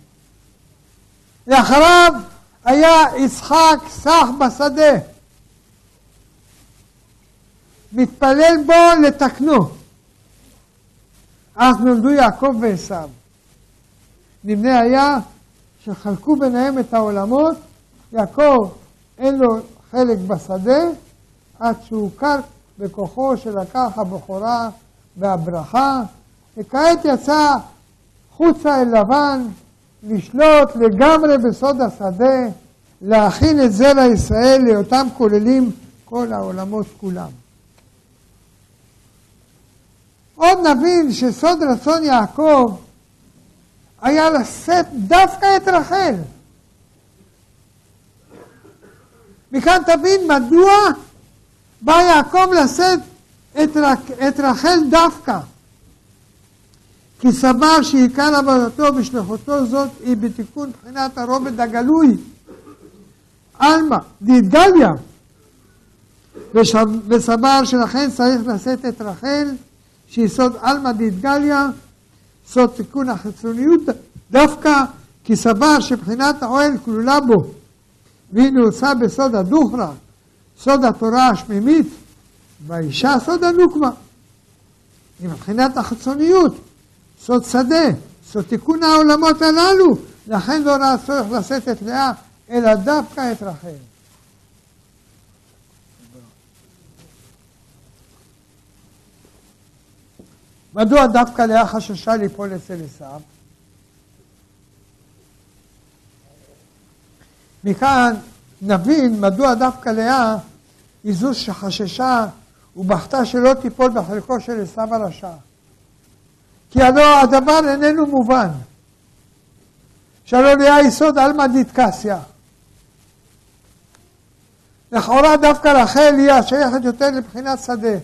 לאחריו היה יצחק סח בשדה, מתפלל בו לתקנו. אז נולדו יעקב ועשיו. נבנה היה שחלקו ביניהם את העולמות, יעקב אין לו חלק בשדה, עד שהוכר בכוחו שלקח הבכורה והברכה, וכעת יצא חוצה אל לבן, לשלוט לגמרי בסוד השדה, להכין את זרע ישראל לאותם כוללים כל העולמות כולם. עוד נבין שסוד רצון יעקב היה לשאת דווקא את רחל. מכאן תבין מדוע בא יעקב לשאת את רחל דווקא. כי סבר שעיקר עבודתו ושליחותו זאת היא בתיקון בחינת הרובד הגלוי. עלמא דאתגליה. וסבר שלכן צריך לשאת את רחל, שהיא סוד עלמא דאתגליה, סוד תיקון החיצוניות דווקא, כי סבר שבחינת האוהל כלולה בו, והיא נעוצה בסוד הדוכרא, סוד התורה השמימית, והאישה סוד הנוקמה. מבחינת החיצוניות, סוד שדה, סוד תיקון העולמות הללו, לכן לא ראה צורך לשאת את לאה, אלא דווקא את רחל. מדוע דווקא לאה חששה ליפול אצל עשיו? מכאן נבין מדוע דווקא לאה היא זו שחששה ובכתה שלא תיפול בחלקו של עשיו הרשע. כי הלא הדבר איננו מובן. שלא נהיה יסוד עלמא דאיטקסיא. לכאורה דווקא רחל היא השייכת יותר לבחינת שדה.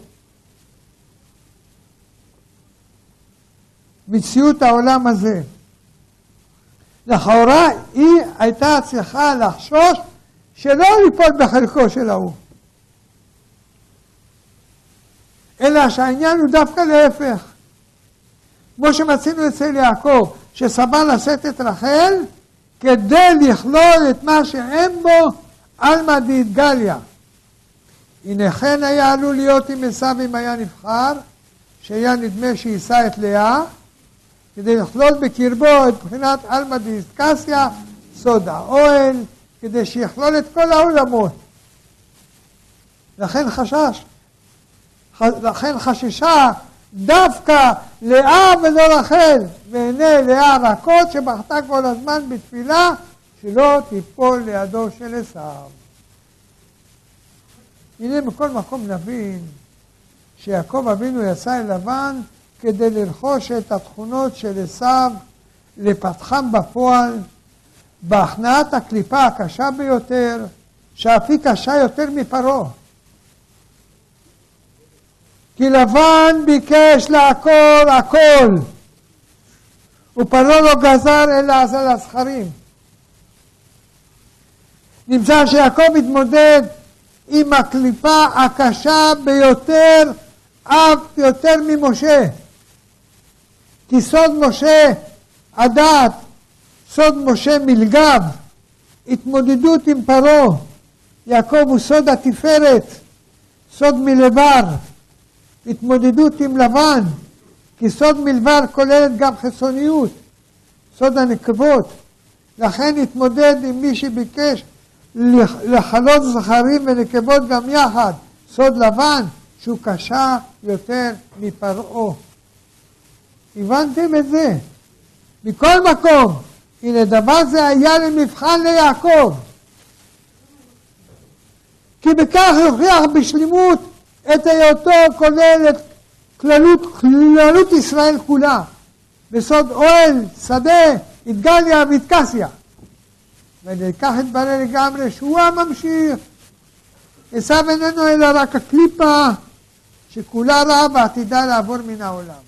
מציאות העולם הזה. לכאורה היא הייתה צריכה לחשוש שלא ליפול בחלקו של ההוא. אלא שהעניין הוא דווקא להפך. כמו שמצינו אצל יעקב, שסבל לשאת את רחל, כדי לכלול את מה שאין בו עלמא דאיטגליא. הנה כן היה עלול להיות עם עשיו אם היה נבחר, שהיה נדמה שיישא את לאה, כדי לכלול בקרבו את בחינת עלמא דאיטקסיא, סוד האוהל, כדי שיכלול את כל העולמות. לכן חששה דווקא לאה ולא רחל, ועיני לאה רכות שבכתה כל הזמן בתפילה, שלא תיפול לידו של עשיו. הנה בכל מקום נבין שיעקב אבינו יצא אל לבן כדי לרכוש את התכונות של עשיו, לפתחם בפועל, בהכנעת הקליפה הקשה ביותר, שאף היא קשה יותר מפרעה. כי לבן ביקש לעקור הכל, ופרעה לא גזר אלא על הזכרים. נמצא שיעקב התמודד עם הקליפה הקשה ביותר, אף יותר ממשה. כי סוד משה הדעת, סוד משה מלגב, התמודדות עם פרעה. יעקב הוא סוד התפארת, סוד מלבר, התמודדות עם לבן, כי סוד מלבר כוללת גם חיצוניות, סוד הנקבות. לכן התמודד עם מי שביקש לחלות זכרים ונקבות גם יחד, סוד לבן שהוא קשה יותר מפרעה. הבנתם את זה? מכל מקום, הנה דבר זה היה למבחן ליעקב. כי בכך יוכיח בשלימות את היותו כולל את כללות ישראל כולה. בסוד אוהל, שדה, איטגליא ואיטקסיא. ולכך התברר לגמרי שהוא הממשיך. עשיו איננו אלא רק הקליפה שכולה רעה ועתידה לעבור מן העולם.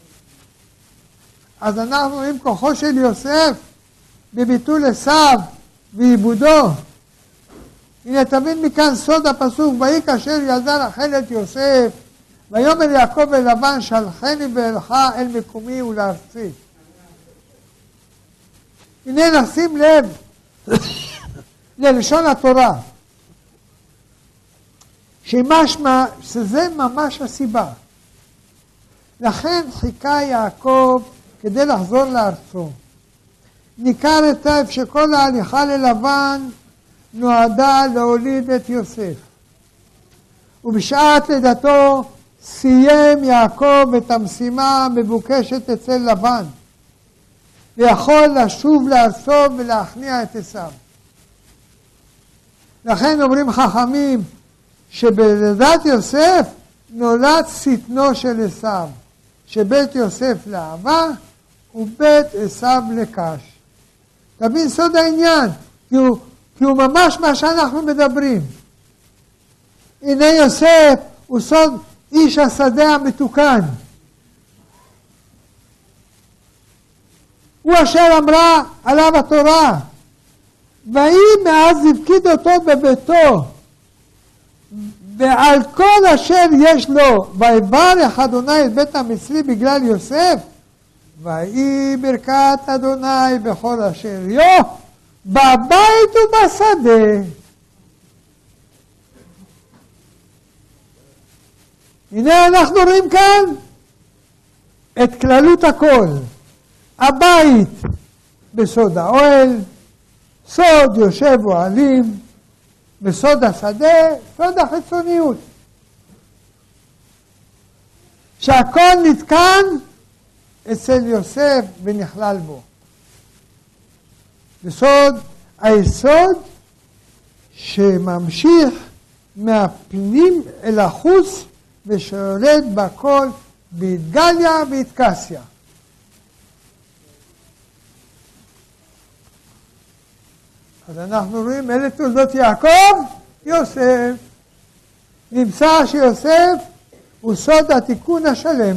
אז אנחנו רואים כוחו של יוסף בביטול עשיו ועיבודו. הנה תבין מכאן סוד הפסוק, ויהי כאשר ילדה רחל את יוסף, ויאמר יעקב אל לבן, שלחני ואלך אל מקומי ולארצי. הנה נשים לב ללשון התורה, שמשמע שזה ממש הסיבה. לכן חיכה יעקב כדי לחזור לארצו. ניכר היטב שכל ההליכה ללבן נועדה להוליד את יוסף. ובשעת לידתו סיים יעקב את המשימה המבוקשת אצל לבן, ויכול לשוב לארצו ולהכניע את עשיו. לכן אומרים חכמים שבלידת יוסף נולד שטנו של עשיו, שבית יוסף לאהבה ובית עשיו לקש. תבין סוד העניין, כי הוא ממש מה שאנחנו מדברים. הנה יוסף הוא סוד איש השדה המתוקן. הוא אשר אמרה עליו התורה, ויהי מאז הפקיד אותו בביתו, ועל כל אשר יש לו, ויברך אדוני את בית המצרי בגלל יוסף, ויהי ברכת אדוני בכל אשר יו, בבית ובשדה. הנה אנחנו רואים כאן את כללות הכל. הבית בסוד האוהל, סוד יושב אוהלים, בסוד השדה, סוד החיצוניות. שהכל נתקן אצל יוסף ונכלל בו. בסוד היסוד שממשיך מהפנים אל החוץ ושולט בכל באיטגליא ואיטקסיא. אז אנחנו רואים, אלה תולדות יעקב, יוסף. נמצא שיוסף הוא סוד התיקון השלם.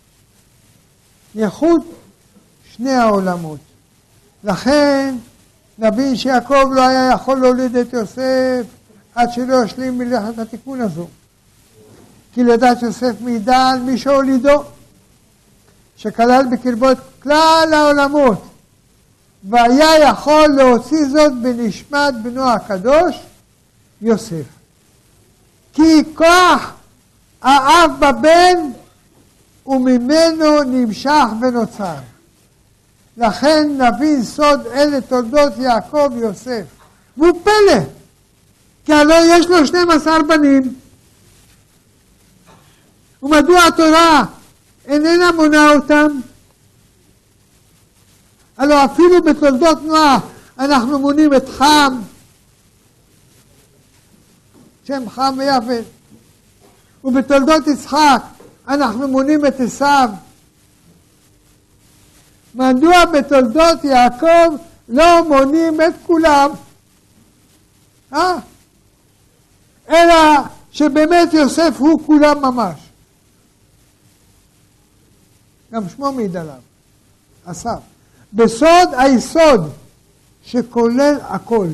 ייחוד שני העולמות. לכן נבין שיעקב לא היה יכול להוליד את יוסף עד שלא ישלים מלאכת התיקון הזו. כי לידת יוסף מעידה על מי שהולידו, שכלל בקרבו את כלל העולמות, והיה יכול להוציא זאת בנשמת בנו הקדוש, יוסף. כי כוח האב בבן וממנו נמשך ונוצר. לכן נבין סוד אלה תולדות יעקב יוסף. והוא פלא, כי הלא יש לו 12 בנים. ומדוע התורה איננה מונה אותם? הלא אפילו בתולדות נוח אנחנו מונים את חם, שם חם ויפת. ובתולדות יצחק אנחנו מונים את עשיו. מדוע בתולדות יעקב לא מונים את כולם? אלא שבאמת יוסף הוא כולם ממש. גם שמו מעיד עליו, אסף. בסוד היסוד שכולל הכל.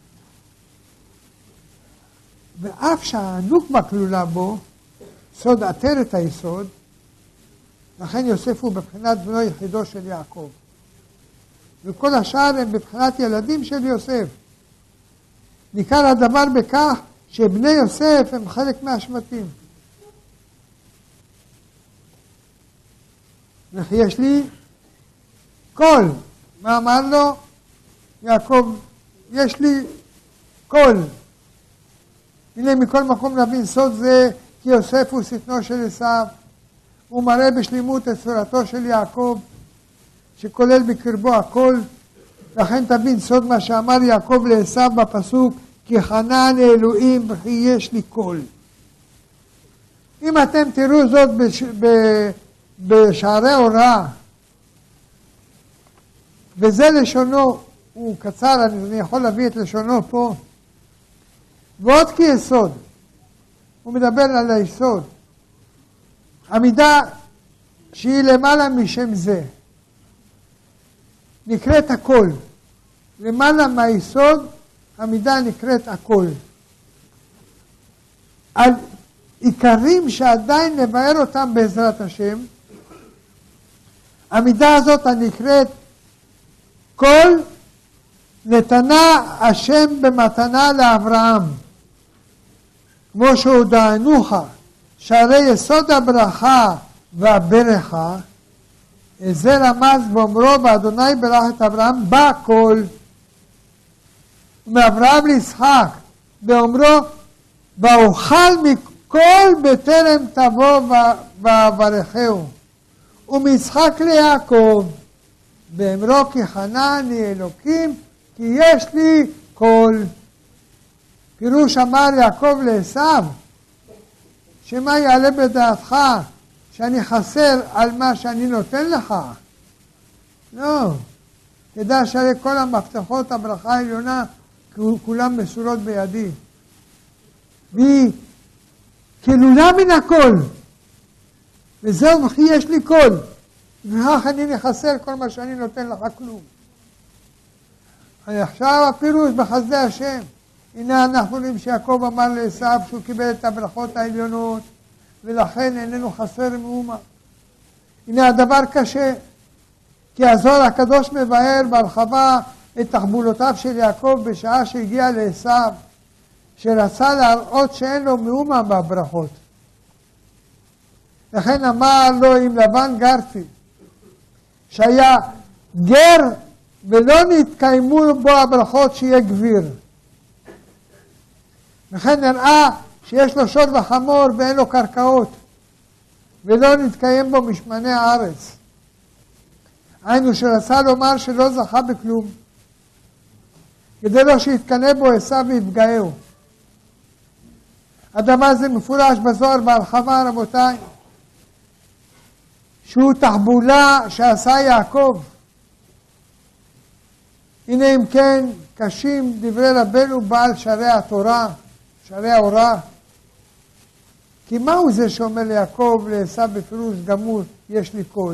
ואף שהנוקבה כלולה בו, סוד עטרת היסוד, לכן יוסף הוא בבחינת בנו יחידו של יעקב. וכל השאר הם בבחינת ילדים של יוסף. ניכר הדבר בכך שבני יוסף הם חלק מהשבטים. וכי יש לי קול. מה אמר לו? יעקב, יש לי קול. הנה מכל מקום נבין סוד זה, כי יוסף הוא שטנו של עשיו. הוא מראה בשלימות את צורתו של יעקב, שכולל בקרבו הכל. לכן תבין סוד מה שאמר יעקב לעשיו בפסוק, כי חנן אלוהים וכי יש לי קול. אם אתם תראו זאת בשערי הוראה, וזה לשונו, הוא קצר, אני יכול להביא את לשונו פה, ועוד כיסוד, הוא מדבר על היסוד, המידה שהיא למעלה משם זה, נקראת הכל, למעלה מהיסוד, המידה נקראת הכל. על עיקרים שעדיין נבהר אותם בעזרת השם, המידה הזאת הנקראת כל נתנה השם במתנה לאברהם, כמו שהודענוך שהרי יסוד הברכה והברכה, זה רמז באומרו ואדוני ברך את אברהם בכל. מאברהם ליצחק באומרו ואוכל מכל בטרם תבוא וברכהו. ומיצחק ליעקב באמרו כי חנני אלוקים כי יש לי קול. פירוש אמר יעקב לעשיו, שמה יעלה בדעתך שאני חסר על מה שאני נותן לך? לא. תדע שהרי כל המפתחות הברכה העליונה כולם מסורות בידי. והיא כלולה מן הכל. וזהו וכי יש לי קול. וכך אני נחסר כל מה שאני נותן לך כלום. עכשיו הפירוש בחסדי השם. הנה אנחנו רואים שיעקב אמר לעשיו שהוא קיבל את הברכות העליונות, ולכן איננו חסר מאומה. הנה הדבר קשה, כי הזוהר הקדוש מבאר בהרחבה את תחבולותיו של יעקב בשעה שהגיע לעשיו, שרצה להראות שאין לו מאומה בברכות. לכן אמר לו עם לבן גרתי, שהיה גר ולא נתקיימו בו הברכות שיהיה גביר. לכן נראה שיש לו שוד וחמור ואין לו קרקעות, ולא נתקיים בו משמני הארץ. היינו שרצה לומר שלא זכה בכלום, כדי לא שיתקנא בו עשיו ויפגעהו. הדבר הזה מפורש בזוהר בהרחבה, רבותיי, שהוא תחבולה שעשה יעקב. הנה אם כן, קשים דברי רבנו בעל שערי התורה, שערי ההוראה. כי מהו זה שאומר ליעקב לעשו בפירוש גמור, יש לי קול?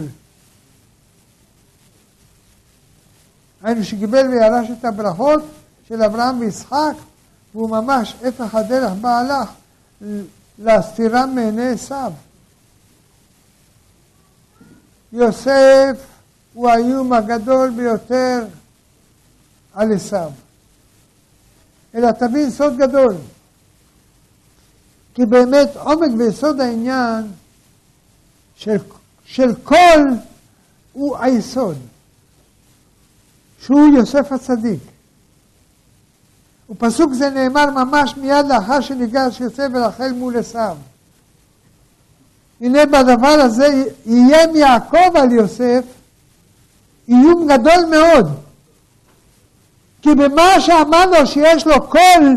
היינו שקיבל וירש את הברכות של אברהם ויצחק, והוא ממש הפך הדרך בה הלך להסתירם מעיני עשיו. יוסף הוא האיום הגדול ביותר על עשיו. אלא תבין סוד גדול. כי באמת עומק ויסוד העניין של כל הוא היסוד. שהוא יוסף הצדיק. ופסוק זה נאמר ממש מיד לאחר שניגש יוסף ורחל מול עשיו. הנה בדבר הזה איים יעקב על יוסף איום גדול מאוד. כי במה שאמר לו שיש לו קול,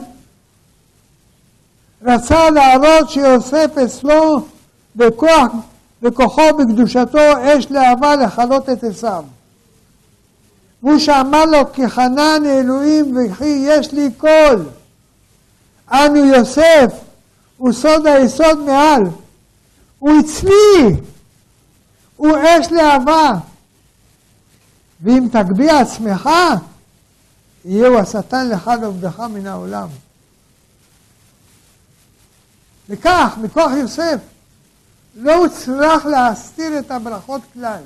רצה להראות שיוסף אצלו בכוחו בקדושתו אש להבה לכלות את עשיו. והוא שאמר לו כי חנן אלוהים וכי יש לי קול. אנו יוסף הוא סוד היסוד מעל. הוא אצלי. הוא אש להבה. ואם תגביה עצמך, יהיו השטן לך לעובדך מן העולם. וכך, מכוח יוסף, לא הוצלח להסתיר את הברכות כלל.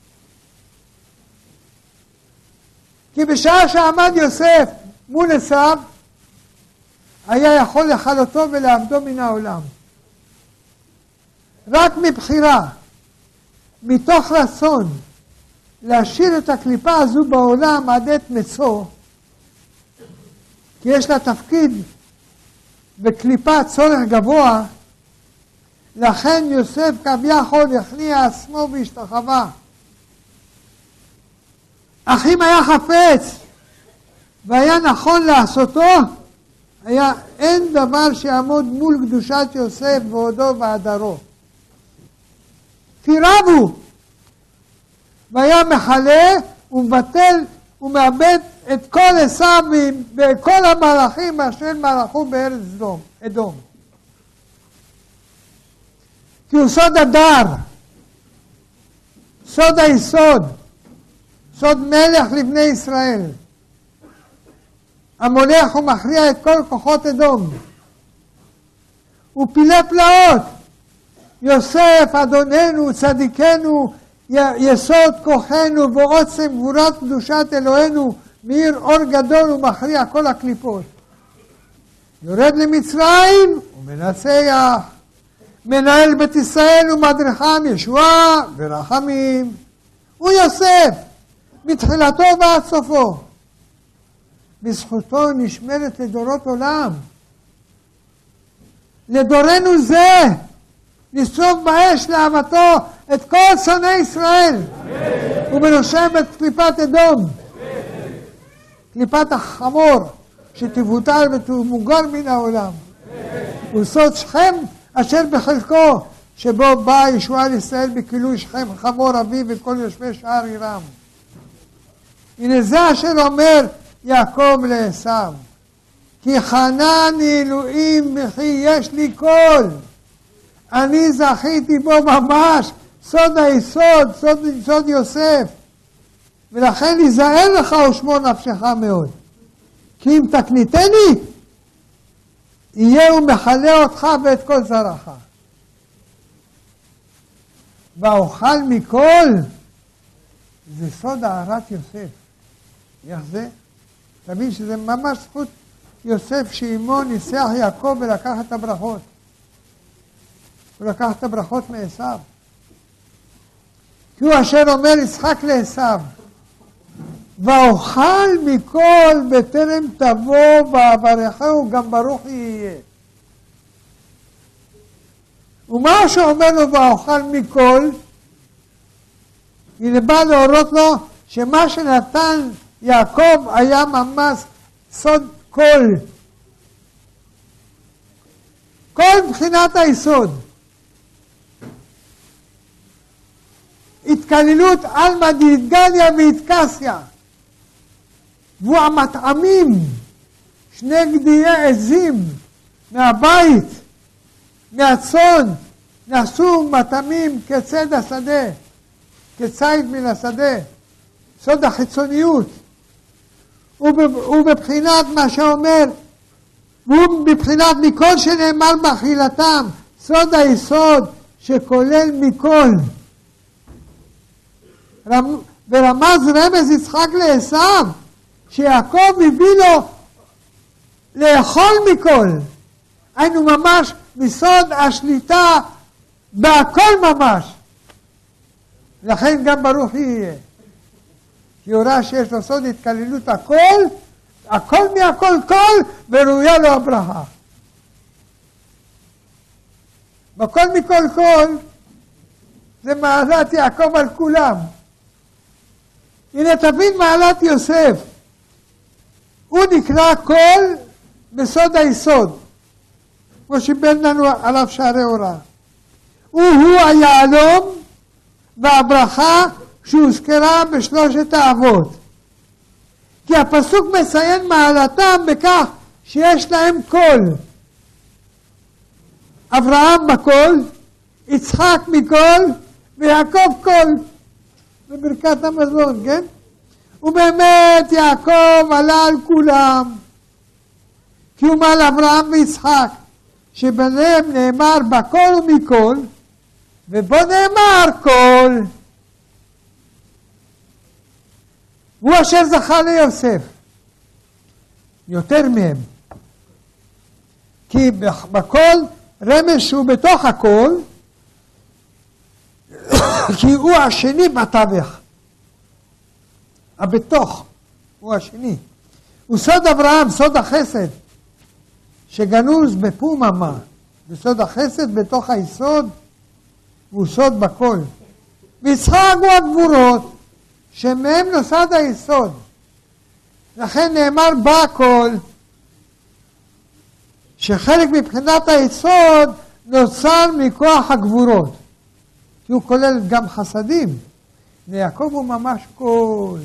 כי בשעה שעמד יוסף מול עשיו, היה יכול לכלותו ולעבדו מן העולם. רק מבחירה, מתוך רצון, להשאיר את הקליפה הזו בעולם עד עת מצוא, כי יש לה תפקיד בקליפה צורך גבוה, לכן יוסף כביכול הכניע עצמו והשתחווה. אך אם היה חפץ והיה נכון לעשותו, אין דבר שיעמוד מול קדושת יוסף ועודו והדרו. כי רב הוא, והיה מחלה ומבטל ומאבד את כל עשיו וכל המלאכים אשר מלכו בארץ אדום. כי הוא סוד הדר, סוד היסוד, סוד מלך לבני ישראל. המולך ומכריע את כל כוחות אדום. הוא פילה פלאות. יוסף אדוננו, צדיקנו, יסוד כוחנו ועוצם גבורת קדושת אלוהינו, מאיר אור גדול ומכריע כל הקליפות. יורד למצרים ומנצח. מנהל בית ישראל ומדריכם ישועה ורחמים. הוא יוסף, מתחילתו ועד סופו. בזכותו נשמרת לדורות עולם. לדורנו זה, לשרוף באש לאהבתו את כל שונאי ישראל. ובראשם את קליפת אדום. קליפת החמור שתבוטל ותמוגר מן העולם. וסוד שכם אשר בחלקו, שבו באה ישועה לישראל בכילוי שכם חמור אביו וכל יושבי שער עירם. הנה זה אשר אומר יעקב לעשיו, כי חנן אלוהים וכי יש לי קול. אני זכיתי בו ממש, סוד היסוד, סוד יוסף. ולכן להיזהר לך ושמור נפשך מאוד. כי אם תקניתני, יהיה הוא מחלה אותך ואת כל זרעך. והאוכל מכל, זה סוד אהרת יוסף. איך זה? תבין שזה ממש זכות יוסף שעמו ניסח יעקב ולקח את הברכות. הוא לקח את הברכות מעשיו. כי הוא אשר אומר יצחק לעשיו, ואוכל מכל בטרם תבוא ואברכהו גם ברוך יהיה. ומה שאומר לו ואוכל מכל, היא באה להורות לו שמה שנתן יעקב היה ממש סוד כל. כל מבחינת היסוד. התקללות עלמא דאיטגליה ואיטקסיה. והוא המטעמים, 2 גדיי עזים מהבית, מהצאן, נעשו מטעמים כצד השדה, כציד מן השדה, סוד החיצוניות. הוא בבחינת מה שאומר, הוא בבחינת מכל שנאמר באכילתם, סוד היסוד שכולל מכל. ורמז רמז יצחק לעשיו, שיעקב הביא לו לאכול מכל. היינו ממש מסוד השליטה בהכל ממש. לכן גם ברוך יהיה. כי הוא ראה שיש לו סוד התקללות הכל, הכל מהכל כל, וראויה לו הברכה. בכל מכל כל, זה מעלת יעקב על כולם. הנה תבין מעלת יוסף. הוא נקרא כל בסוד היסוד. כמו שבין לנו עליו שערי אורה. הוא היהלום והברכה שהוזכרה בשלושת האבות. כי הפסוק מציין מעלתם בכך שיש להם קול. אברהם בקול, יצחק מקול ויעקב קול. בברכת המזון, כן? ובאמת יעקב עלה על כולם. כי הוא מעל אברהם ויצחק, שבניהם נאמר בקול ומקול, ובו נאמר קול. הוא אשר זכה ליוסף. יותר מהם. כי בקול רמז שהוא בתוך הקול, כי הוא השני בתווך. הבתוך הוא השני. הוא סוד אברהם, סוד החסד, שגנוז בפוממה. בסוד החסד בתוך היסוד, והוא סוד בקול. ויצחק הוא הגבורות, שמהם נוסד היסוד. לכן נאמר בקול, שחלק מבחינת היסוד נוצר מכוח הגבורות. כי הוא כולל גם חסדים. ויעקב הוא ממש קול.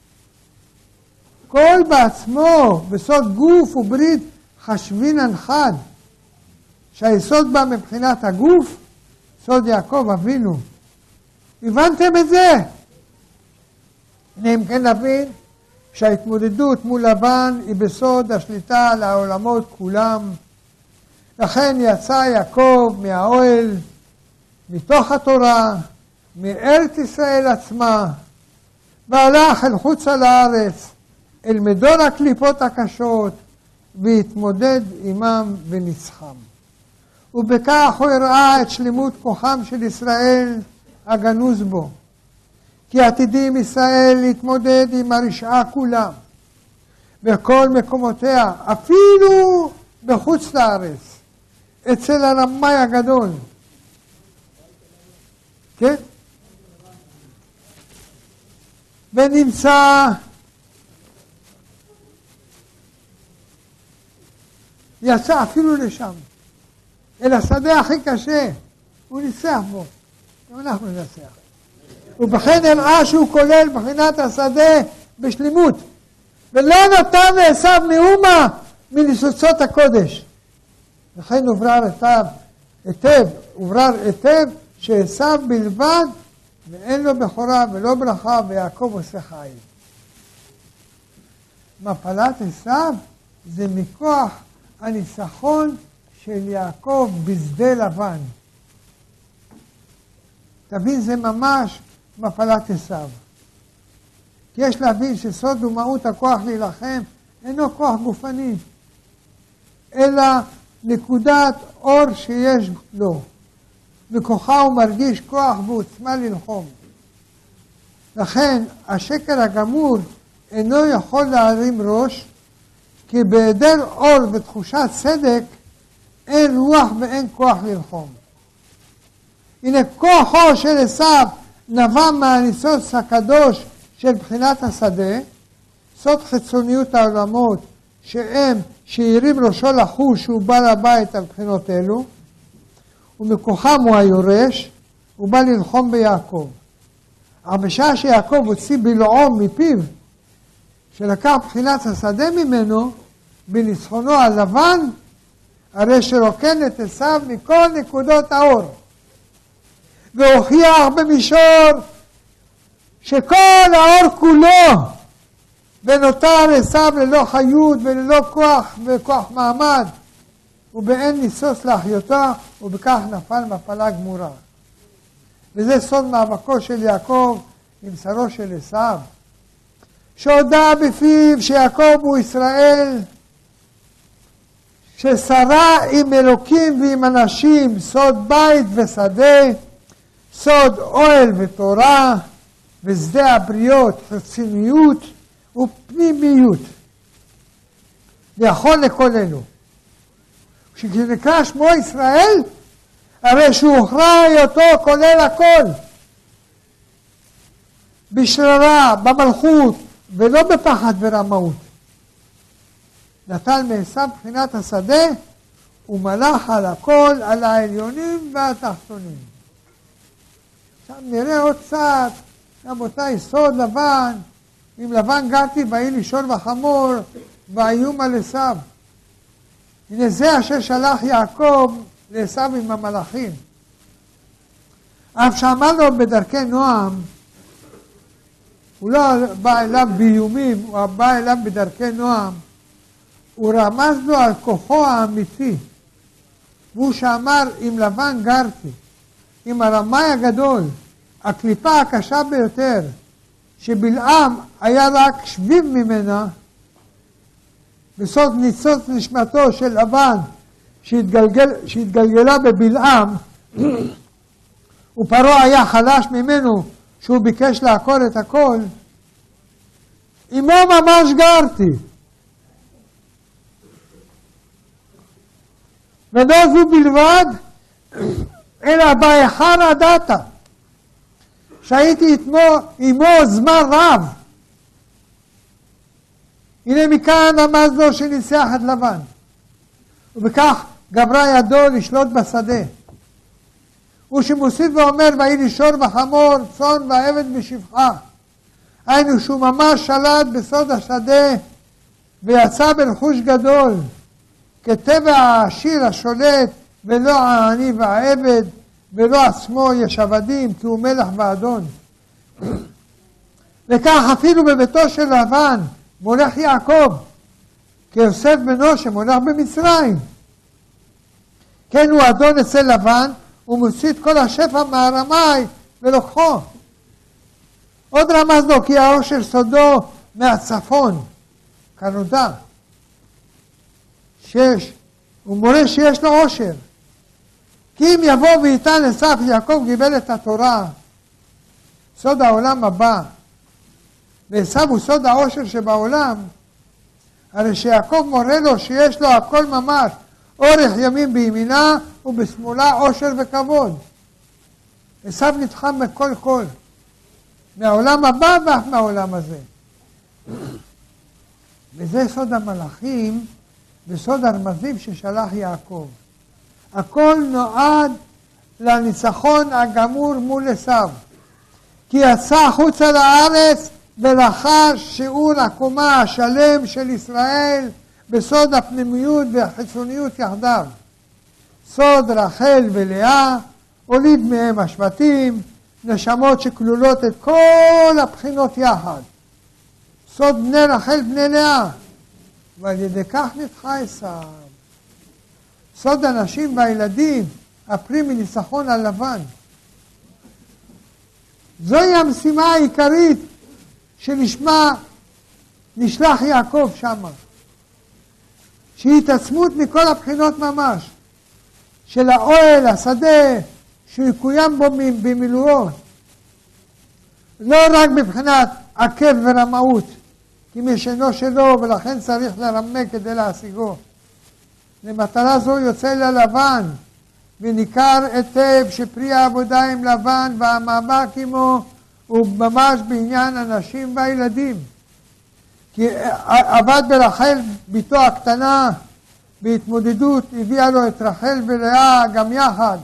קול בעצמו, בסוד גוף וברית חשבינן חד. שהיסוד בא מבחינת הגוף, סוד יעקב אבינו. הבנתם את זה? הנה אם כן נבין שההתמודדות מול לבן היא בסוד השליטה על העולמות כולם. לכן יצא יעקב מהאוהל, מתוך התורה, מארץ ישראל עצמה, והלך אל חוצה לארץ, אל מדור הקליפות הקשות, והתמודד עמם וניצחם. ובכך הוא הראה את שלמות כוחם של ישראל הגנוז בו. כי עתידים ישראל להתמודד עם הרשעה כולם, בכל מקומותיה, אפילו בחוץ לארץ, אצל הרמאי הגדול. כן? ונמצא יצא אפילו לשם, אל השדה הכי קשה, הוא ניצח בו, גם אנחנו ננצח. ובכן הראה שהוא כולל בחינת השדה בשלימות, ולא נתן לעשיו מאומה מניצוצות הקודש. לכן הוברר היטב שעשיו בלבד, ואין לו בכורה ולא ברכה, ויעקב עושה חיל. מפלת עשיו זה מכוח הניצחון של יעקב בשדה לבן. תבין, זה ממש מפלת עשיו. כי יש להבין שסוד ומהות הכוח להילחם אינו כוח גופני, אלא נקודת אור שיש לו. בכוחה הוא מרגיש כוח ועוצמה ללחום. לכן השקר הגמור אינו יכול להרים ראש, כי בהיעדר אור ותחושת צדק אין רוח ואין כוח ללחום. הנה כוחו של עשיו נבע מהניצוץ הקדוש של בחינת השדה, סוד חיצוניות העולמות, שהם שהרים ראשו לחוש שהוא בא לבית על בחינות אלו, ומכוחם הוא היורש, הוא בא ללחום ביעקב. אבל בשעה שיעקב הוציא בלעום מפיו, שלקח בחינת השדה ממנו בניצחונו הלבן, הרי שרוקן את עשיו מכל נקודות האור. והוכיח במישור שכל האור כולו, ונותר עשיו ללא חיות וללא כוח וכוח מעמד, ובאין ניסוס להחיותו, ובכך נפל מפלה גמורה. וזה סוד מאבקו של יעקב עם שרו של עשיו, שהודה בפיו שיעקב הוא ישראל, ששרה עם אלוקים ועם אנשים, סוד בית ושדה, סוד אוהל ותורה, ושדה הבריות, חיצוניות ופנימיות. ויכול לכל אלו. כשנקרא שמו ישראל, הרי שהוכרע היותו כולל הכל. בשררה, במלכות, ולא בפחד ורמאות. נטל מעשיו בחינת השדה, ומלך על הכל, על העליונים והתחתונים. עכשיו נראה עוד קצת, רבותיי, סוד לבן, עם לבן גרתי ויהי לי שור וחמור, והאיום על עשיו. הנה זה אשר שלח יעקב לעשיו עם המלאכים. אף שאמר לו בדרכי נועם, הוא לא בא אליו באיומים, הוא בא אליו בדרכי נועם, הוא רמז לו על כוחו האמיתי. והוא שאמר, עם לבן גרתי, עם הרמאי הגדול, הקליפה הקשה ביותר, שבלעם היה רק שביב ממנה, בסוד ניצוץ נשמתו של לבן שהתגלגלה בבלעם, ופרעה היה חלש ממנו שהוא ביקש לעקור את הכל, עמו ממש גרתי. ולא זו בלבד, אלא באחר הדתה, שהייתי עמו זמן רב. הנה מכאן רמז לו שניצח את לבן, ובכך גברה ידו לשלוט בשדה. הוא שמוסיף ואומר, ויהי לי שור וחמור, צאן ועבד בשפחה. היינו שהוא ממש שלט בסוד השדה, ויצא ברכוש גדול, כטבע העשיר השולט, ולא העני והעבד, ולא עצמו יש עבדים, כי הוא מלך ואדון. וכך אפילו בביתו של לבן, מולך יעקב, כיוסף בנו שמולך במצרים. כן, הוא אדון אצל לבן, הוא מוציא את כל השפע מהרמאי ולוקחו. עוד רמז לו כי העושר סודו מהצפון, כנודע. הוא מורה שיש לו עושר. כי אם יבוא ויתן עשיו יעקב גיבל את התורה, סוד העולם הבא, ועשיו הוא סוד העושר שבעולם, הרי שיעקב מורה לו שיש לו הכל ממש, אורך ימים בימינה ובשמאלה עושר וכבוד. עשיו נתחם מכל כל, מהעולם הבא ואף מהעולם הזה. וזה סוד המלאכים וסוד הרמזים ששלח יעקב. הכל נועד לניצחון הגמור מול עשיו. כי יצא החוצה לארץ ולחש שיעור הקומה השלם של ישראל בסוד הפנימיות והחיצוניות יחדיו. סוד רחל ולאה, הוליד מהם השבטים, נשמות שכלולות את כל הבחינות יחד. סוד בני רחל בני לאה, ועל ידי כך נדחה עשיו. סוד הנשים והילדים, הפרי מניצחון הלבן. זוהי המשימה העיקרית שלשמה נשלח יעקב שמה. שהיא התעצמות מכל הבחינות ממש. של האוהל, השדה, שהוא יקוים בו במילואו. לא רק מבחינת עקב ורמאות, כי משנו שלו ולכן צריך לרמה כדי להשיגו. למטרה זו יוצא ללבן, וניכר היטב שפרי העבודה עם לבן והמאבק עמו הוא ממש בעניין הנשים והילדים. כי עבד ברחל ביתו הקטנה, בהתמודדות הביאה לו את רחל ולאה גם יחד.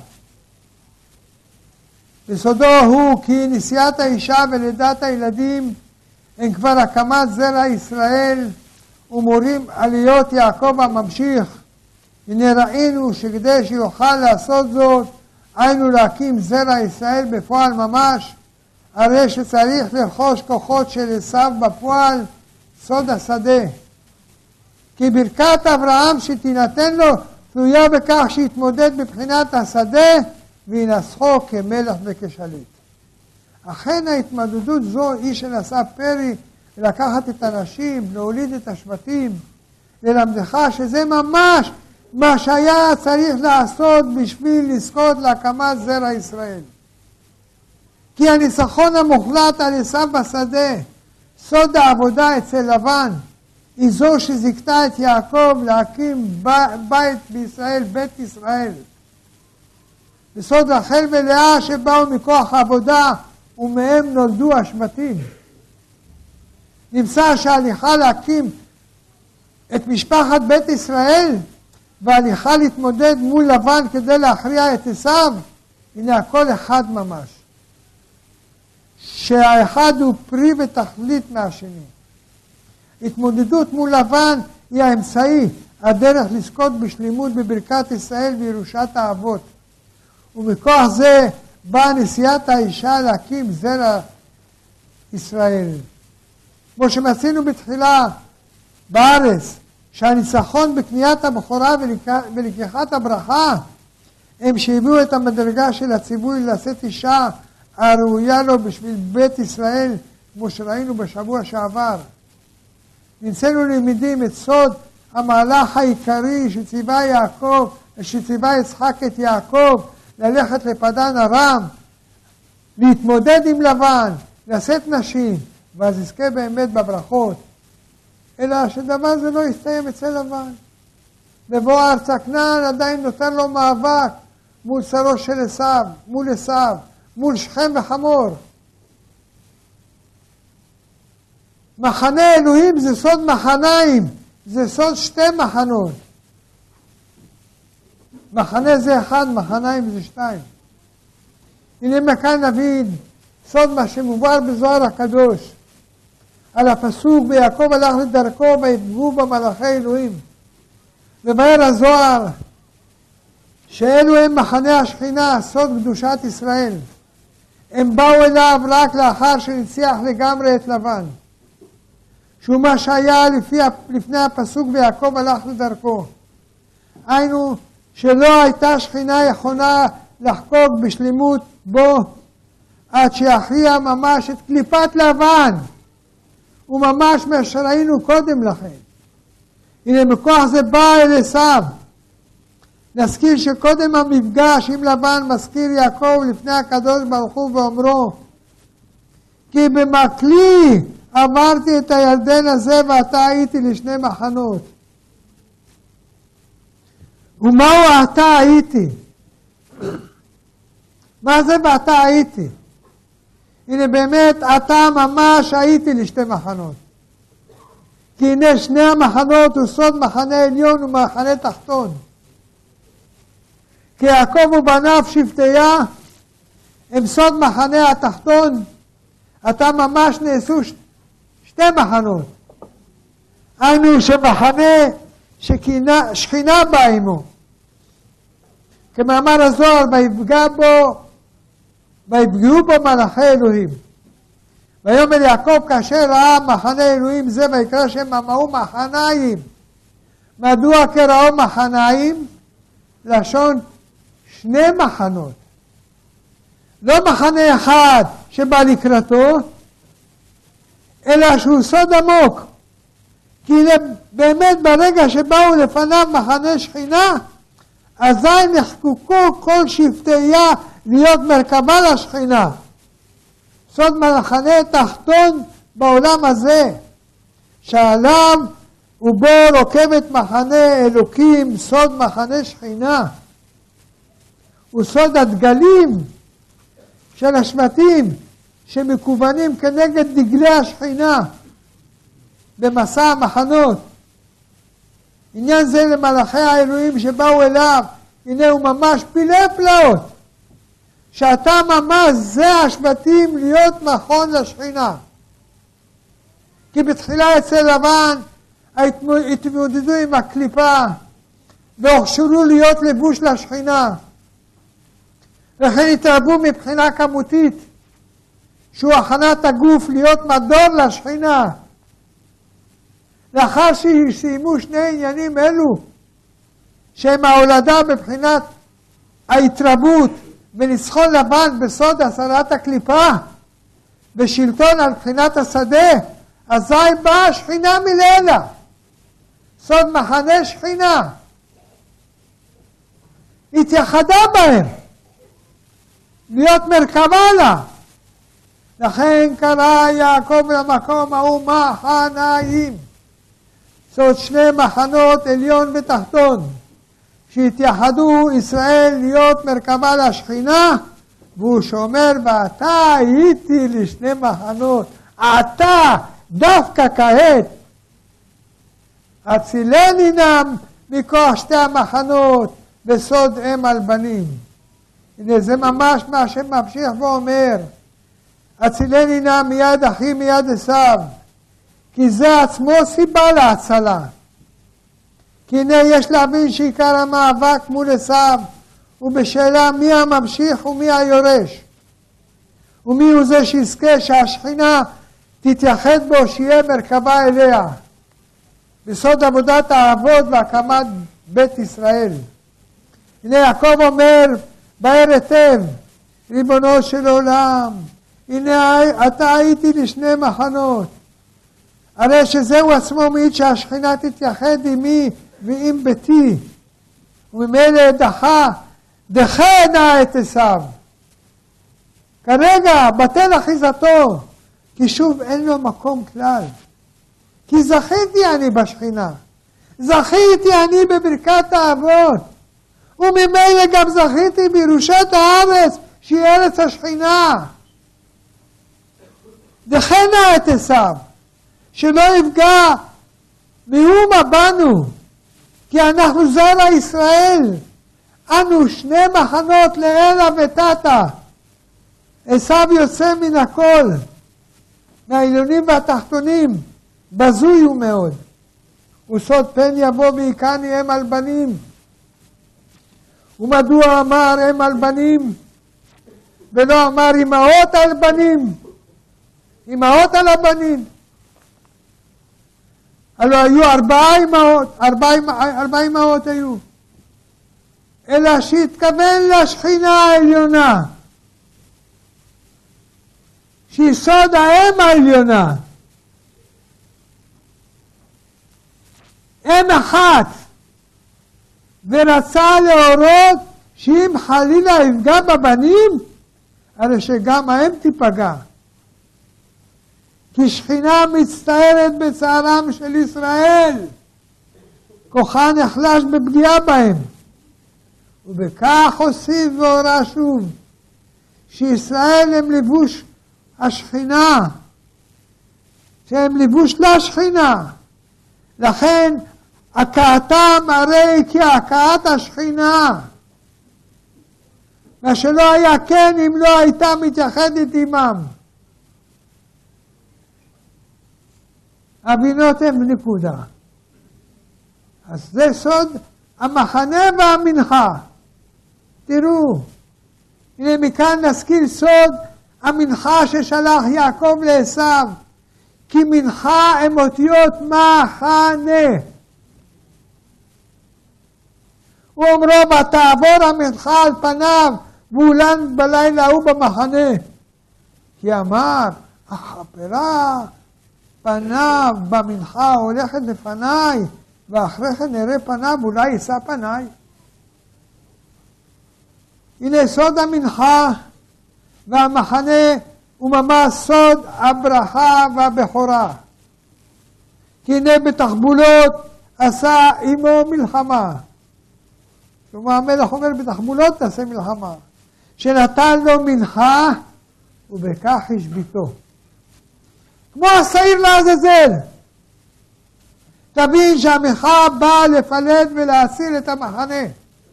בסודו הוא כי נשיאת האישה ולידת הילדים הם כבר הקמת זרע ישראל ומורים עליות יעקב הממשיך. הנה ראינו שכדי שיוכל לעשות זאת, היינו להקים זרע ישראל בפועל ממש, הרי שצריך לרכוש כוחות של עשיו בפועל, סוד השדה. כי ברכת אברהם שתינתן לו תלויה בכך שיתמודד בבחינת השדה וינסחו כמלך וכשליט. אכן ההתמודדות זו היא שנשא פרי לקחת את הנשים, להוליד את השבטים, ללמדך שזה ממש מה שהיה צריך לעשות בשביל לזכות להקמת זרע ישראל. כי הניצחון המוחלט על עשיו בשדה, סוד העבודה אצל לבן, היא זו שזיכתה את יעקב להקים בית בישראל, בית ישראל. בסוד רחל ולאה שבאו מכוח העבודה ומהם נולדו השבטים. נמצא שההליכה להקים את משפחת בית ישראל וההליכה להתמודד מול לבן כדי להכריע את עשיו, הנה הכל אחד ממש. שהאחד הוא פרי ותכלית מהשני. התמודדות מול לבן היא האמצעי, הדרך לזכות בשלימות בברכת ישראל וירושת האבות. ומכוח זה באה נשיאת האישה להקים זרע ישראל. כמו שמצינו בתחילה בארץ, שהניצחון בקניית הבכורה ולקיחת הברכה, הם שהביאו את המדרגה של הציווי לשאת אישה הראויה לו בשביל בית ישראל, כמו שראינו בשבוע שעבר. נמצאנו לימדים את סוד המהלך העיקרי שציווה יצחק את יעקב ללכת לפדן ארם, להתמודד עם לבן, לשאת נשים, ואז יזכה באמת בברכות. אלא שדבר זה לא יסתיים אצל לבן. בבוא ארצה כנען עדיין נותן לו מאבק מול שרו של עשיו, מול שכם וחמור. מחנה אלוהים זה סוד מחניים, זה סוד שתי מחנות. מחנה זה אחד, מחניים זה שתיים. הנה מכאן נבין סוד מה שמובא בזוהר הקדוש, על הפסוק ויעקב הלך לדרכו ויפגעו במלאכי אלוהים. ובאר הזוהר שאלו הם מחנה השכינה, סוד קדושת ישראל. הם באו אליו רק לאחר שניצח לגמרי את לבן, שהוא מה שהיה לפני הפסוק ויעקב הלך לדרכו. היינו שלא הייתה שכינה יכולה לחקוק בשלימות בו עד שיכריע ממש את קליפת לבן, וממש מה שראינו קודם לכן. הנה מכוח זה בא אל עשיו. נזכיר שקודם המפגש עם לבן מזכיר יעקב לפני הקדוש ברוך הוא ואומרו, כי במקלי עברתי את הירדן הזה ואתה הייתי לשני מחנות. ומהו אתה הייתי? מה זה ואתה הייתי? הנה באמת אתה ממש הייתי לשתי מחנות. כי הנה שני המחנות הוא סוד מחנה עליון ומחנה תחתון. כי יעקב ובניו שבטיה הם סוד מחנה התחתון. אתה ממש נעשו שתי מחנות. היינו שמחנה שכינה בא עמו. כמאמר הזוהר, ויפגעו בו מלאכי אלוהים. ויאמר יעקב כאשר ראה מחנה אלוהים זה ויקרא שם עמו מחניים. מדוע קראו מחניים? לשון שני מחנות. לא מחנה אחד שבא לקראתו, אלא שהוא סוד עמוק. כי באמת ברגע שבאו לפניו מחנה שכינה, אזי נחקקו כל שבטיה להיות מרכבה לשכינה. סוד מחנה תחתון בעולם הזה, שעליו ובו רוקמת מחנה אלוקים, סוד מחנה שכינה. הוא סוד הדגלים של השבטים שמקוונים כנגד דגלי השכינה במסע המחנות. עניין זה למלאכי האלוהים שבאו אליו, הנה הוא ממש פילי פלאות, שאתה ממש זה השבטים להיות מכון לשכינה. כי בתחילה אצל לבן התמודדו עם הקליפה והוכשרו להיות לבוש לשכינה, וכן התרבו מבחינה כמותית שהוא הכנת הגוף להיות מדור לשכינה. לאחר שסיימו שני עניינים אלו שהם ההולדה בבחינת ההתרבות וניצחון לבן בסוד הסרת הקליפה ושלטון על בחינת השדה, אזי באה השכינה מלילה, סוד מחנה שכינה, התייחדה בהם להיות מרכבה לה. לכן קרא יעקב למקום ההוא מחניים, זאת שני מחנות עליון ותחתון, שהתייחדו ישראל להיות מרכבה לשכינה, והוא שומר ועתה הייתי לשני מחנות, עתה דווקא כעת הצילני נם מכוח שתי המחנות בסוד אם על בנים. הנה זה ממש מה שממשיך ואומר, הצילני נם מיד אחי מיד עשיו, כי זה עצמו סיבה להצלה. כי הנה יש להבין שעיקר המאבק מול עשיו הוא בשאלה מי הממשיך ומי היורש, ומי הוא זה שיזכה שהשכינה תתייחד בו, שיהיה מרכבה אליה בסוד עבודת האבות והקמת בית ישראל. הנה יעקב אומר באר היטב, ריבונו של עולם, הנה אתה הייתי לשני מחנות, הרי שזהו עצמו מעיד שהשכינה תתייחד עמי ועם ביתי, וממילא דחה נא את עשיו. כרגע בטל אחיזתו, כי שוב אין לו מקום כלל. כי זכיתי אני בשכינה, זכיתי אני בברכת האבות, וממילא גם זכיתי בירושת הארץ שהיא ארץ השכינה. דחה נא את עשיו, שלא יפגע מאומה בנו, כי אנחנו זרע ישראל, אנו שני מחנות לעילא ותתא. עשיו יוצא מן הכל, מהעליונים והתחתונים, בזוי הוא מאוד. וסוד פן יבוא ויקני אם על בנים. ומדוע אמר אם על בנים ולא אמר אמהות על בנים? אמהות על הבנים. הלוא היו 4 אמהות, 4 אמהות היו, אלא שהתכוון לשכינה העליונה, שהיא סוד האם העליונה, אם אחת, ורצה להורות שאם חלילה יפגע בבנים, הרי שגם האם תיפגע. כי שכינה מצטערת בצערם של ישראל, כוחה נחלש בפגיעה בהם. ובכך הוסיף והורה שוב, שישראל הם לבוש השכינה, שהם לבוש לשכינה. לכן הכאתם הרי כהכאת השכינה, מה שלא היה כן אם לא הייתה מתייחדת עמם. הבינות הם נקודה. אז זה סוד המחנה והמנחה. תראו, הנה מכאן נזכיר סוד המנחה ששלח יעקב לעשיו, כי מנחה הם אותיות מחנה. הוא אומרו ותעבור המנחה על פניו ואולן בלילה ההוא במחנה, כי אמר החפרה פניו במנחה הולכת לפניי, ואחרי כן נראה פניו, אולי יישא פניי. הנה סוד המנחה והמחנה הוא ממש סוד הברכה והבכורה. כי הנה בתחבולות עשה עמו מלחמה. כלומר המלך אומר בתחבולות תעשה מלחמה. שנתן לו מנחה ובכך השביתו. כמו השעיר לעזאזל. תבין שהמנחה באה לפלט ולהציל את המחנה.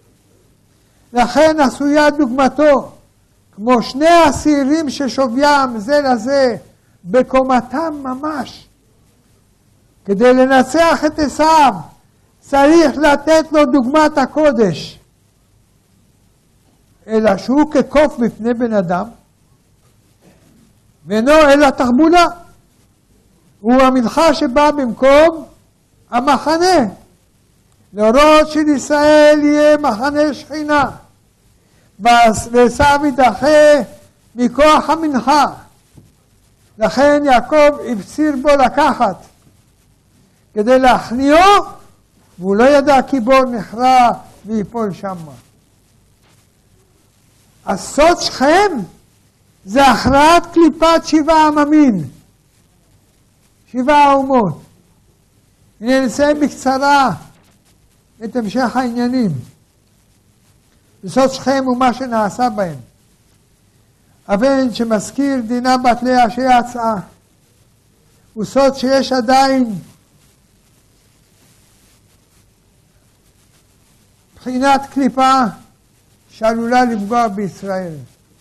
לכן עשויה דוגמתו, כמו שני השעירים ששוויים זה לזה, בקומתם ממש, כדי לנצח את עשיו, צריך לתת לו דוגמת הקודש. אלא שהוא כקוף בפני בן אדם, ואינו אלא תחבולה. הוא המנחה שבא במקום המחנה. להורות של ישראל יהיה מחנה שכינה. ועשיו יידחה מכוח המנחה. לכן יעקב הפציר בו לקחת כדי להכניעו, והוא לא ידע כי בור נחרע ויפול שמה. הסוד שכם זה הכרעת קליפת 7 עממין, 7 האומות. הנה נסיים בקצרה את המשך העניינים. בסוד שכם הוא מה שנעשה בהם. הבן שמזכיר דינה בת לאה שיצאה, הוא סוד שיש עדיין בחינת קליפה שעלולה לפגוע בישראל.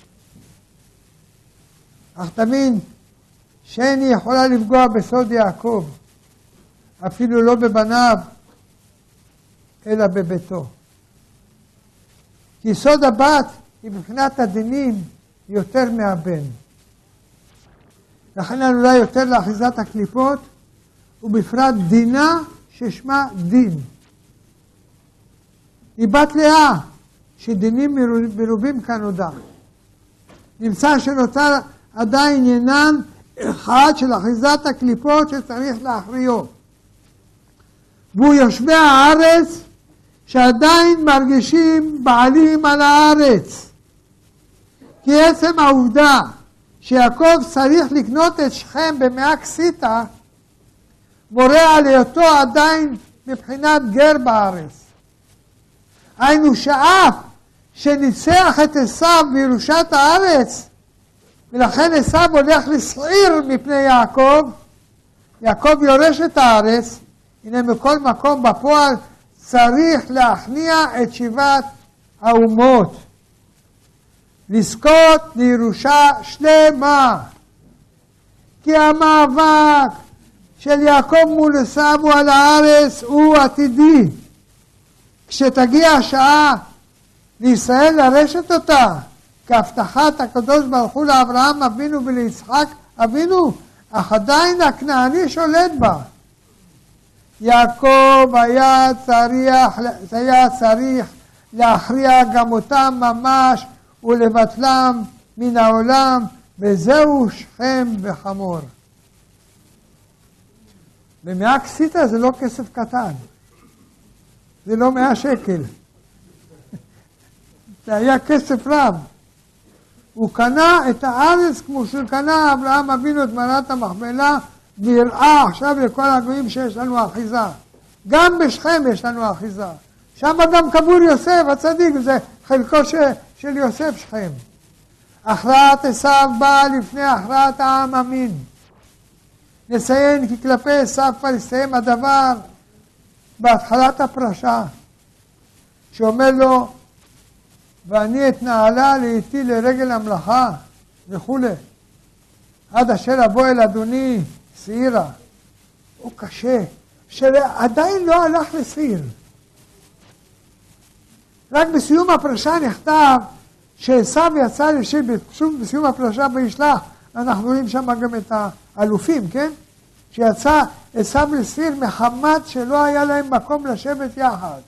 אך תבין שאין היא יכולה לפגוע בסוד יעקב, אפילו לא בבניו, אלא בביתו. כי סוד הבת היא מבחינת הדינים יותר מהבן. לכן עלולה יותר לאחיזת הקליפות, ובפרט דינה ששמה דין. היא בת לאה, שדינים מרובים כנודע. נמצא שנותר עדיין עניין אחד של אחיזת הקליפות שצריך להכריעו. והוא יושבי הארץ שעדיין מרגישים בעלים על הארץ. כי עצם העובדה שיעקב צריך לקנות את שכם ב100 כסיתה, מורה על היותו עדיין מבחינת גר בארץ. היינו שאף שניצח את עשיו בירושת הארץ, ולכן עשיו הולך לשעיר מפני יעקב, יעקב יורש את הארץ. הנה מכל מקום בפועל צריך להכניע את 7 האומות. לזכות לירושה שלמה. כי המאבק של יעקב מול עשיו על הארץ הוא עתידי. כשתגיע השעה לישראל לרשת אותה, כהבטחת הקדוש ברוך הוא לאברהם אבינו וליצחק אבינו, אך עדיין הכנעני שולט בה. יעקב היה צריך להכריע גם אותם ממש ולבטלם מן העולם, וזהו שכם וחמור. ב100 כסיתה זה לא כסף קטן, זה לא 100 שקל, זה היה כסף רב. הוא קנה את הארץ כמו שקנה אברהם אבינו את מערת המכפלה, והראה עכשיו לכל הגויים שיש לנו אחיזה. גם בשכם יש לנו אחיזה. שם גם קבור יוסף הצדיק, זה חלקו של יוסף שכם. הכרעת עשיו באה לפני הכרעת העם המין. נציין כי כלפי עשיו כבר הסתיים הדבר בהתחלת הפרשה, שאומר לו, ואני את נעלה לאיתי לרגל המלאכה וכו', עד אשר אבוא אל אדוני שעירה. הוא קשה, שעדיין לא הלך לשעיר. רק בסיום הפרשה נכתב שעשיו יצא לשיר, בסיום הפרשה וישלח, אנחנו רואים שם גם את האלופים, כן? שיצא עשיו לשעיר מחמת שלא היה להם מקום לשבת יחד.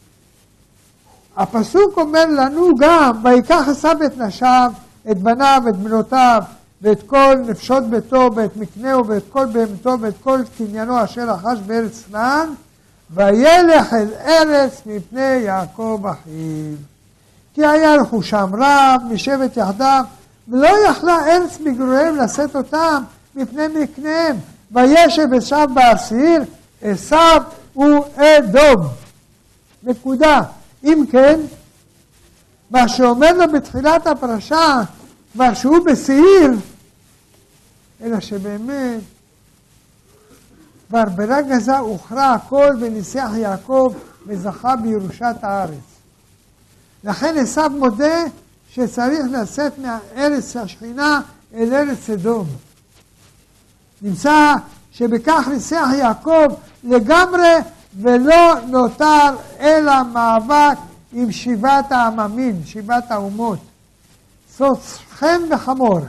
הפסוק אומר לנו גם, ויקח עשיו את נשיו, את בניו, את בנותיו, ואת כל נפשות ביתו, ואת מקנהו, ואת כל בהמתו, ואת כל קניינו אשר רכש בארץ כנען, וילך אל ארץ מפני יעקב אחיו. כי היה רכושם רב, משבט יחדיו, ולא יכלה ארץ מגוריהם לשאת אותם מפני מקניהם. וישב עשיו בהר שעיר, עשיו הוא אדום. נקודה. אם כן, מה שאומר לו בתחילת הפרשה, כבר שהוא בשעיר, אלא שבאמת, כבר ברגע זה הוכרע הכל וניסח יעקב וזכה בירושת הארץ. לכן עשיו מודה שצריך לצאת מהארץ השכינה אל ארץ אדום. נמצא שבכך ניסח יעקב לגמרי, ולא נותר אלא מאבק עם שבעת העממים, שבעת האומות, שכם וחמור.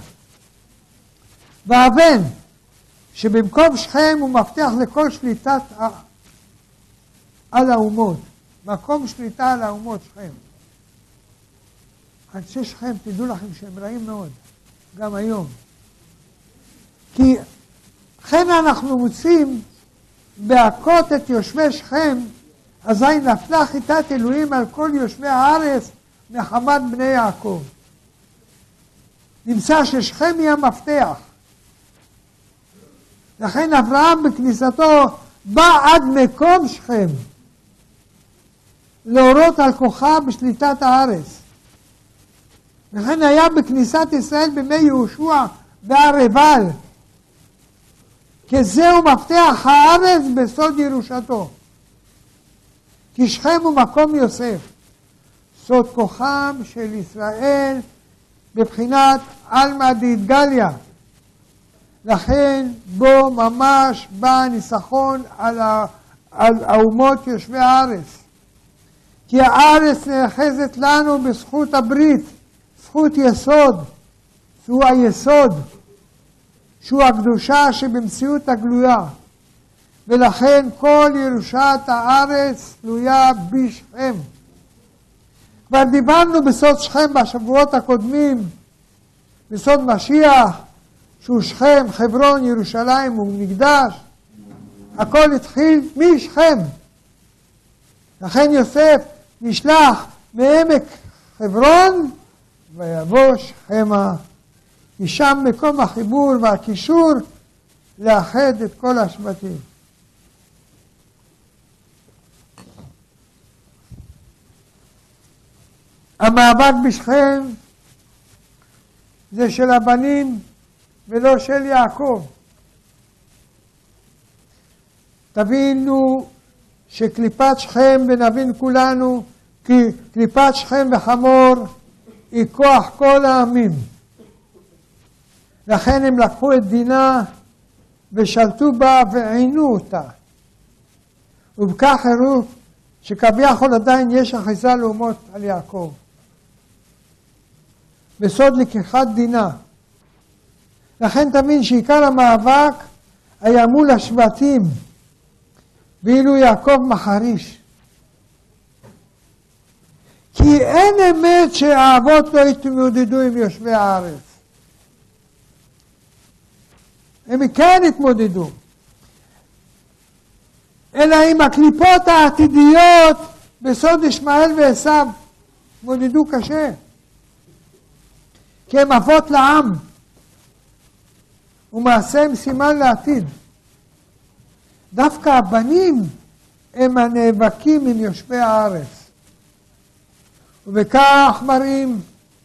והבן, שבמקום שכם הוא מבטיח לכל שליטת על האומות, מקום שליטה על האומות שכם. אנשי שכם, תדעו לכם שהם רעים מאוד, גם היום. כי לכן אנחנו מוצאים בהכות את יושבי שכם, אזי נפלה חיטת אלוהים על כל יושבי הארץ מחמת בני יעקב. נמצא ששכם היא המפתח. לכן אברהם בכניסתו בא עד מקום שכם, להורות על כוחה בשליטת הארץ. לכן היה בכניסת ישראל בימי יהושע בהר עיבל, כי זהו מפתח הארץ בסוד ירושתו. כי שכם הוא מקום יוסף, סוד כוחם של ישראל בבחינת עלמא דאתגליה. לכן בו ממש בא הניצחון על האומות יושבי הארץ. כי הארץ נאחזת לנו בזכות הברית, זכות יסוד, שהוא היסוד, שהוא הקדושה שבמציאות הגלויה. ולכן כל ירושת הארץ תלויה בשכם. כבר דיברנו בסוד שכם בשבועות הקודמים, בסוד משיח, שהוא שכם, חברון, ירושלים ומקדש. הכל התחיל משכם. לכן יוסף נשלח מעמק חברון ויבוא שכמה. משם מקום החיבור והקישור לאחד את כל השבטים. המאבק בשכם זה של הבנים ולא של יעקב. תבינו שקליפת שכם, ונבין כולנו כי קליפת שכם וחמור היא כוח כל העמים. לכן הם לקחו את דינה ושלטו בה ועינו אותה. ובכך הראו שכביכול עדיין יש אחיזה לאומות על יעקב. בסוד לקיחת דינה. לכן תבין שעיקר המאבק היה מול השבטים, ואילו יעקב מחריש. כי אין אמת שהאבות לא התמודדו עם יושבי הארץ. הם כן התמודדו. אלא עם הקליפות העתידיות בסוד ישמעאל ועשיו התמודדו קשה. כי הם אבות לעם. ומעשיהם סימן לעתיד. דווקא הבנים הם הנאבקים עם יושבי הארץ. ובכך מראים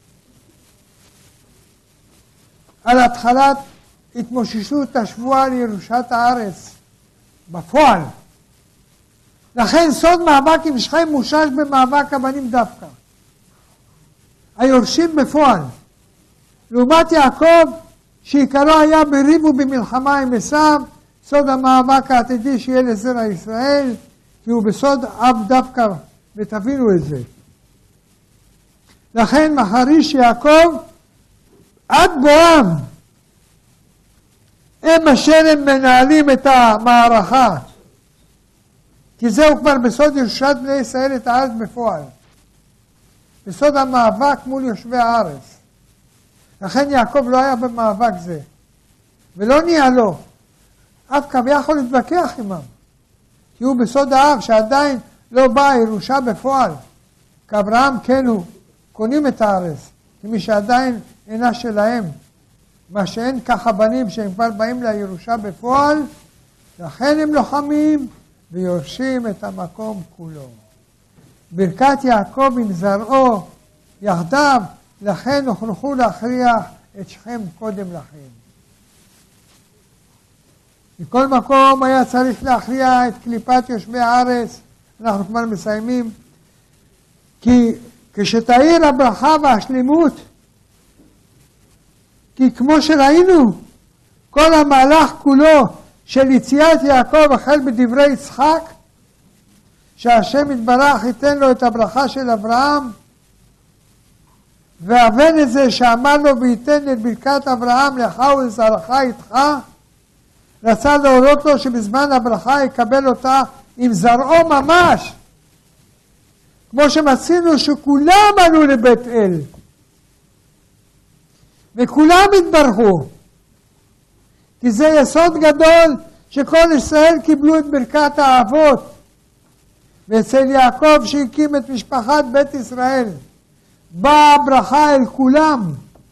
על התחלת התמוששות השבועה לירושת הארץ בפועל. לכן סוד מאבק עם שכם מושש במאבק הבנים דווקא. היורשים בפועל. לעומת יעקב שעיקרו היה בריב ובמלחמה עם עשיו, סוד המאבק העתידי שיהיה לזרע ישראל, כי הוא בסוד אב דווקא, ותבינו את זה. לכן מחריש יעקב עד בואם, הם אשר הם מנהלים את המערכה. כי זהו כבר בסוד ירושת בני ישראל את הארץ בפועל. בסוד המאבק מול יושבי הארץ. לכן יעקב לא היה במאבק זה. ולא ניהלו. אף כביכול להתווכח עמם. כי הוא בסוד האב שעדיין לא באה ירושה בפועל. כאברהם כן הוא. קונים את הארץ. כמי שעדיין אינה שלהם. מה שאין ככה בנים שהם כבר באים לירושה בפועל. לכן הם לוחמים ויורשים את המקום כולו. ברכת יעקב עם זרעו יחדיו, לכן הוכרחו להכריח את שכם קודם לכן. מכל מקום היה צריך להכריע את קליפת יושבי הארץ, אנחנו כבר מסיימים, כי כשתאיר הברכה והשלימות, כי כמו שראינו, כל המהלך כולו של יציאת יעקב החל בדברי יצחק, שהשם יתברך ייתן לו את הברכה של אברהם, והבן הזה שאמר לו וייתן את ברכת אברהם לך ולזרעך איתך, רצה להורות לו שבזמן הברכה יקבל אותה עם זרעו ממש, כמו שמצינו שכולם עלו לבית אל וכולם התברכו, כי זה יסוד גדול שכל ישראל קיבלו את ברכת האבות. ואצל יעקב שהקים את משפחת בית ישראל באה הברכה אל כולם.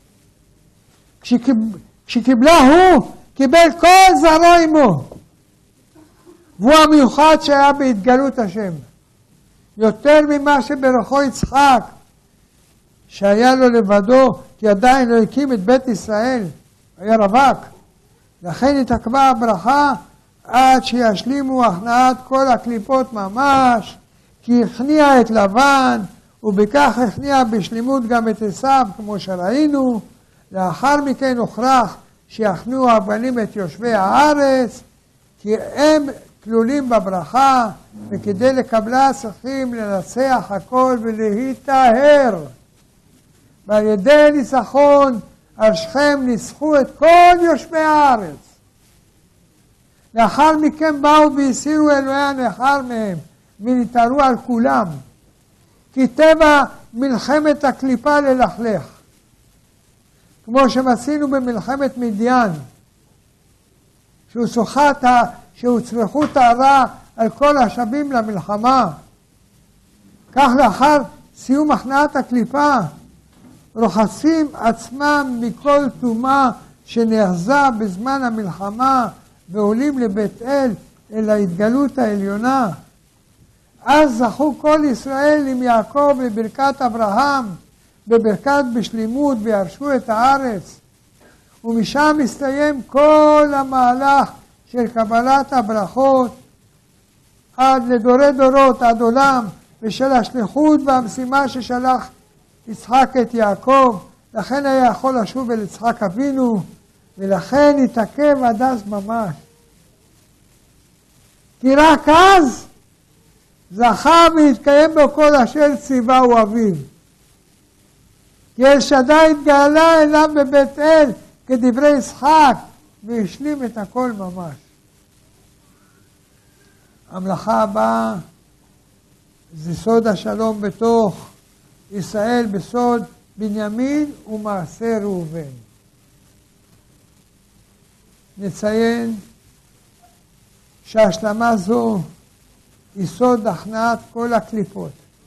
כשקיבלה הוא, קיבל כל זרעו עמו, והוא המיוחד שהיה בהתגלות השם, יותר ממה שברכו יצחק שהיה לו לבדו, כי עדיין לא הקים את בית ישראל, היה רווק. לכן התעכבה הברכה עד שישלימו הכנעת כל הקליפות ממש, כי הכניע את לבן, ובכך הכניע בשלימות גם את עשיו, כמו שראינו. לאחר מכן הוכרח שיכניעו הבנים את יושבי הארץ, כי הם כלולים בברכה, וכדי לקבלה צריכים לנצח הכל ולהיטהר. ועל ידי ניצחון על שכם ניצחו את כל יושבי הארץ. לאחר מכן באו והסירו אלוהי הנכר מהם, ונתערו על כולם. כי טבע מלחמת הקליפה ללכלך, כמו שמצינו במלחמת מדיין, שהוצרכו טהרה על כל השבים למלחמה. כך לאחר סיום הכנעת הקליפה, רוחצים עצמם מכל טומאה שנאחזה בזמן המלחמה, ועולים לבית אל, אל ההתגלות העליונה. אז זכו כל ישראל עם יעקב בברכת אברהם, בברכת בשלימות, וירשו את הארץ. ומשם הסתיים כל המהלך של קבלת הברכות עד לדורי דורות, עד עולם, ושל השליחות והמשימה ששלח יצחק את יעקב. לכן היה יכול לשוב אל יצחק אבינו, ולכן התעכב עד אז ממש. כי רק אז זכה והתקיים בו כל אשר ציווהו אביו. כי אל שדי התגלה אליו בבית אל כדברי יצחק, והשלים את הכל ממש. המלאכה הבאה זה סוד השלום בתוך ישראל, בסוד בנימין ומעשה ראובן. נציין שהשלמה זו היא סוד הכנעת כל הקליפות.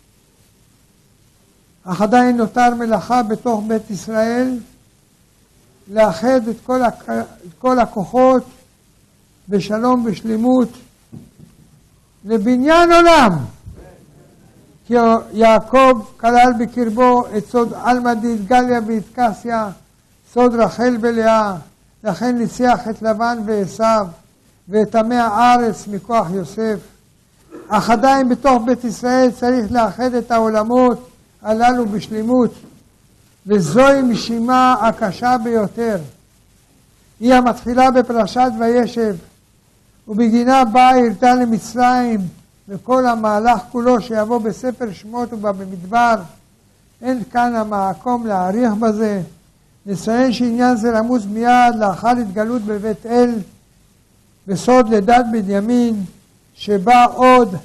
אך עדיין נותר מלאכה בתוך בית ישראל לאחד את כל הכוחות בשלום ושלימות לבניין עולם. כי יעקב כלל בקרבו את סוד עלמא דאתגליה ואתקסיה, סוד רחל ולאה, לכן ניצח את לבן ועשיו ואת עמי הארץ מכוח יוסף. אך עדיין בתוך בית ישראל צריך לאחד את העולמות הללו בשלימות, וזוהי משימה הקשה ביותר. היא המתחילה בפרשת וישב, ובגינה באה ירדה למצרים, וכל המהלך כולו שיבוא בספר שמות ובמדבר. אין כאן המקום להאריך בזה. נציין שעניין זה רמוז מיד לאחר התגלות בבית אל, בסוד לידת בנימין, שבא עוד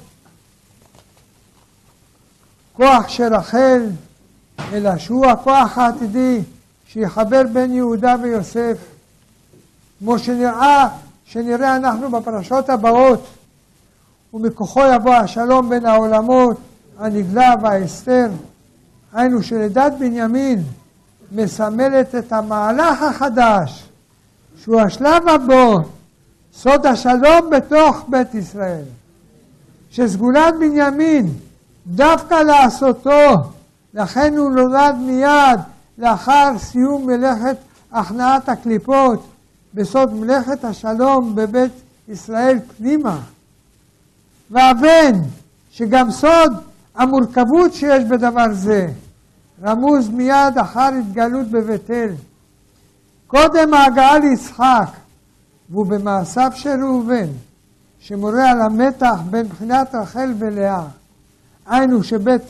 כוח של רחל, אלא שהוא הכוח העתידי שיחבר בין יהודה ויוסף, כמו שנראה אנחנו בפרשות הבאות. ומכוחו יבוא השלום בין העולמות, הנגלה והאסתר. היינו שלידת בנימין מסמלת את המהלך החדש, שהוא השלב הבא, סוד השלום בתוך בית ישראל. שסגולת בנימין דווקא לעשותו, לכן הוא נולד מיד לאחר סיום מלאכת הכנעת הקליפות, בסוד מלאכת השלום בבית ישראל פנימה. והבן, שגם סוד המורכבות שיש בדבר זה, רמוז מיד אחר התגלות בבית אל. קודם ההגעה ליצחק, והוא במעשיו של ראובן, שמורה על המתח בין בחינת רחל ולאה. היינו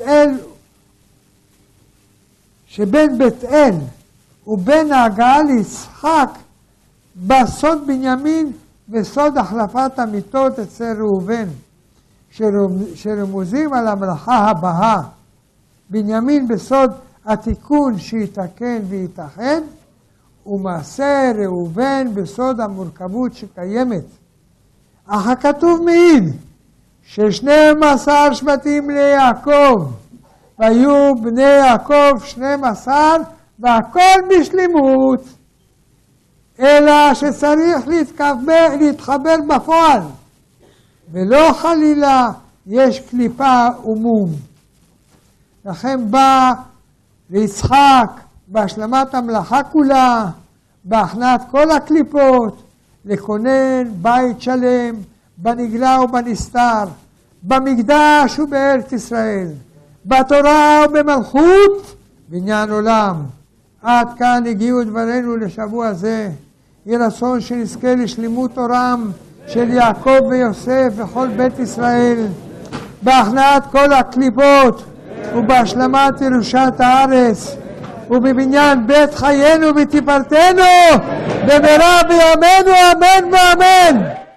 שבין בית אל ובין ההגעה ליצחק בסוד בנימין וסוד החלפת המיטות אצל ראובן, שרמוזים על המלאכה הבאה. בנימין בסוד התיקון שיתקן ויתאחד, ומעשה ראובן בסוד המורכבות שקיימת. אך הכתוב מעיד ש12 שבטים ליעקב, והיו בני יעקב 12 והכל בשלמות, אלא שצריך להתחבר בפועל, ולא חלילה יש קליפה ומום. לכן בא ליצחק בהשלמת המלאכה כולה, בהכנעת כל הקליפות, לכונן בית שלם בנגלה ובנסתר, במקדש ובארץ ישראל, בתורה ובמלכות, בניין עולם. עד כאן הגיעו דברינו לשבוע זה. יהי רצון שנזכה לשלימות אורם של יעקב ויוסף וכל בית ישראל, בהכנעת כל הקליפות ובהשלמת ירושת הארץ, ובבניין בית חיינו ותפארתנו במהרה בימינו, אמן ואמן.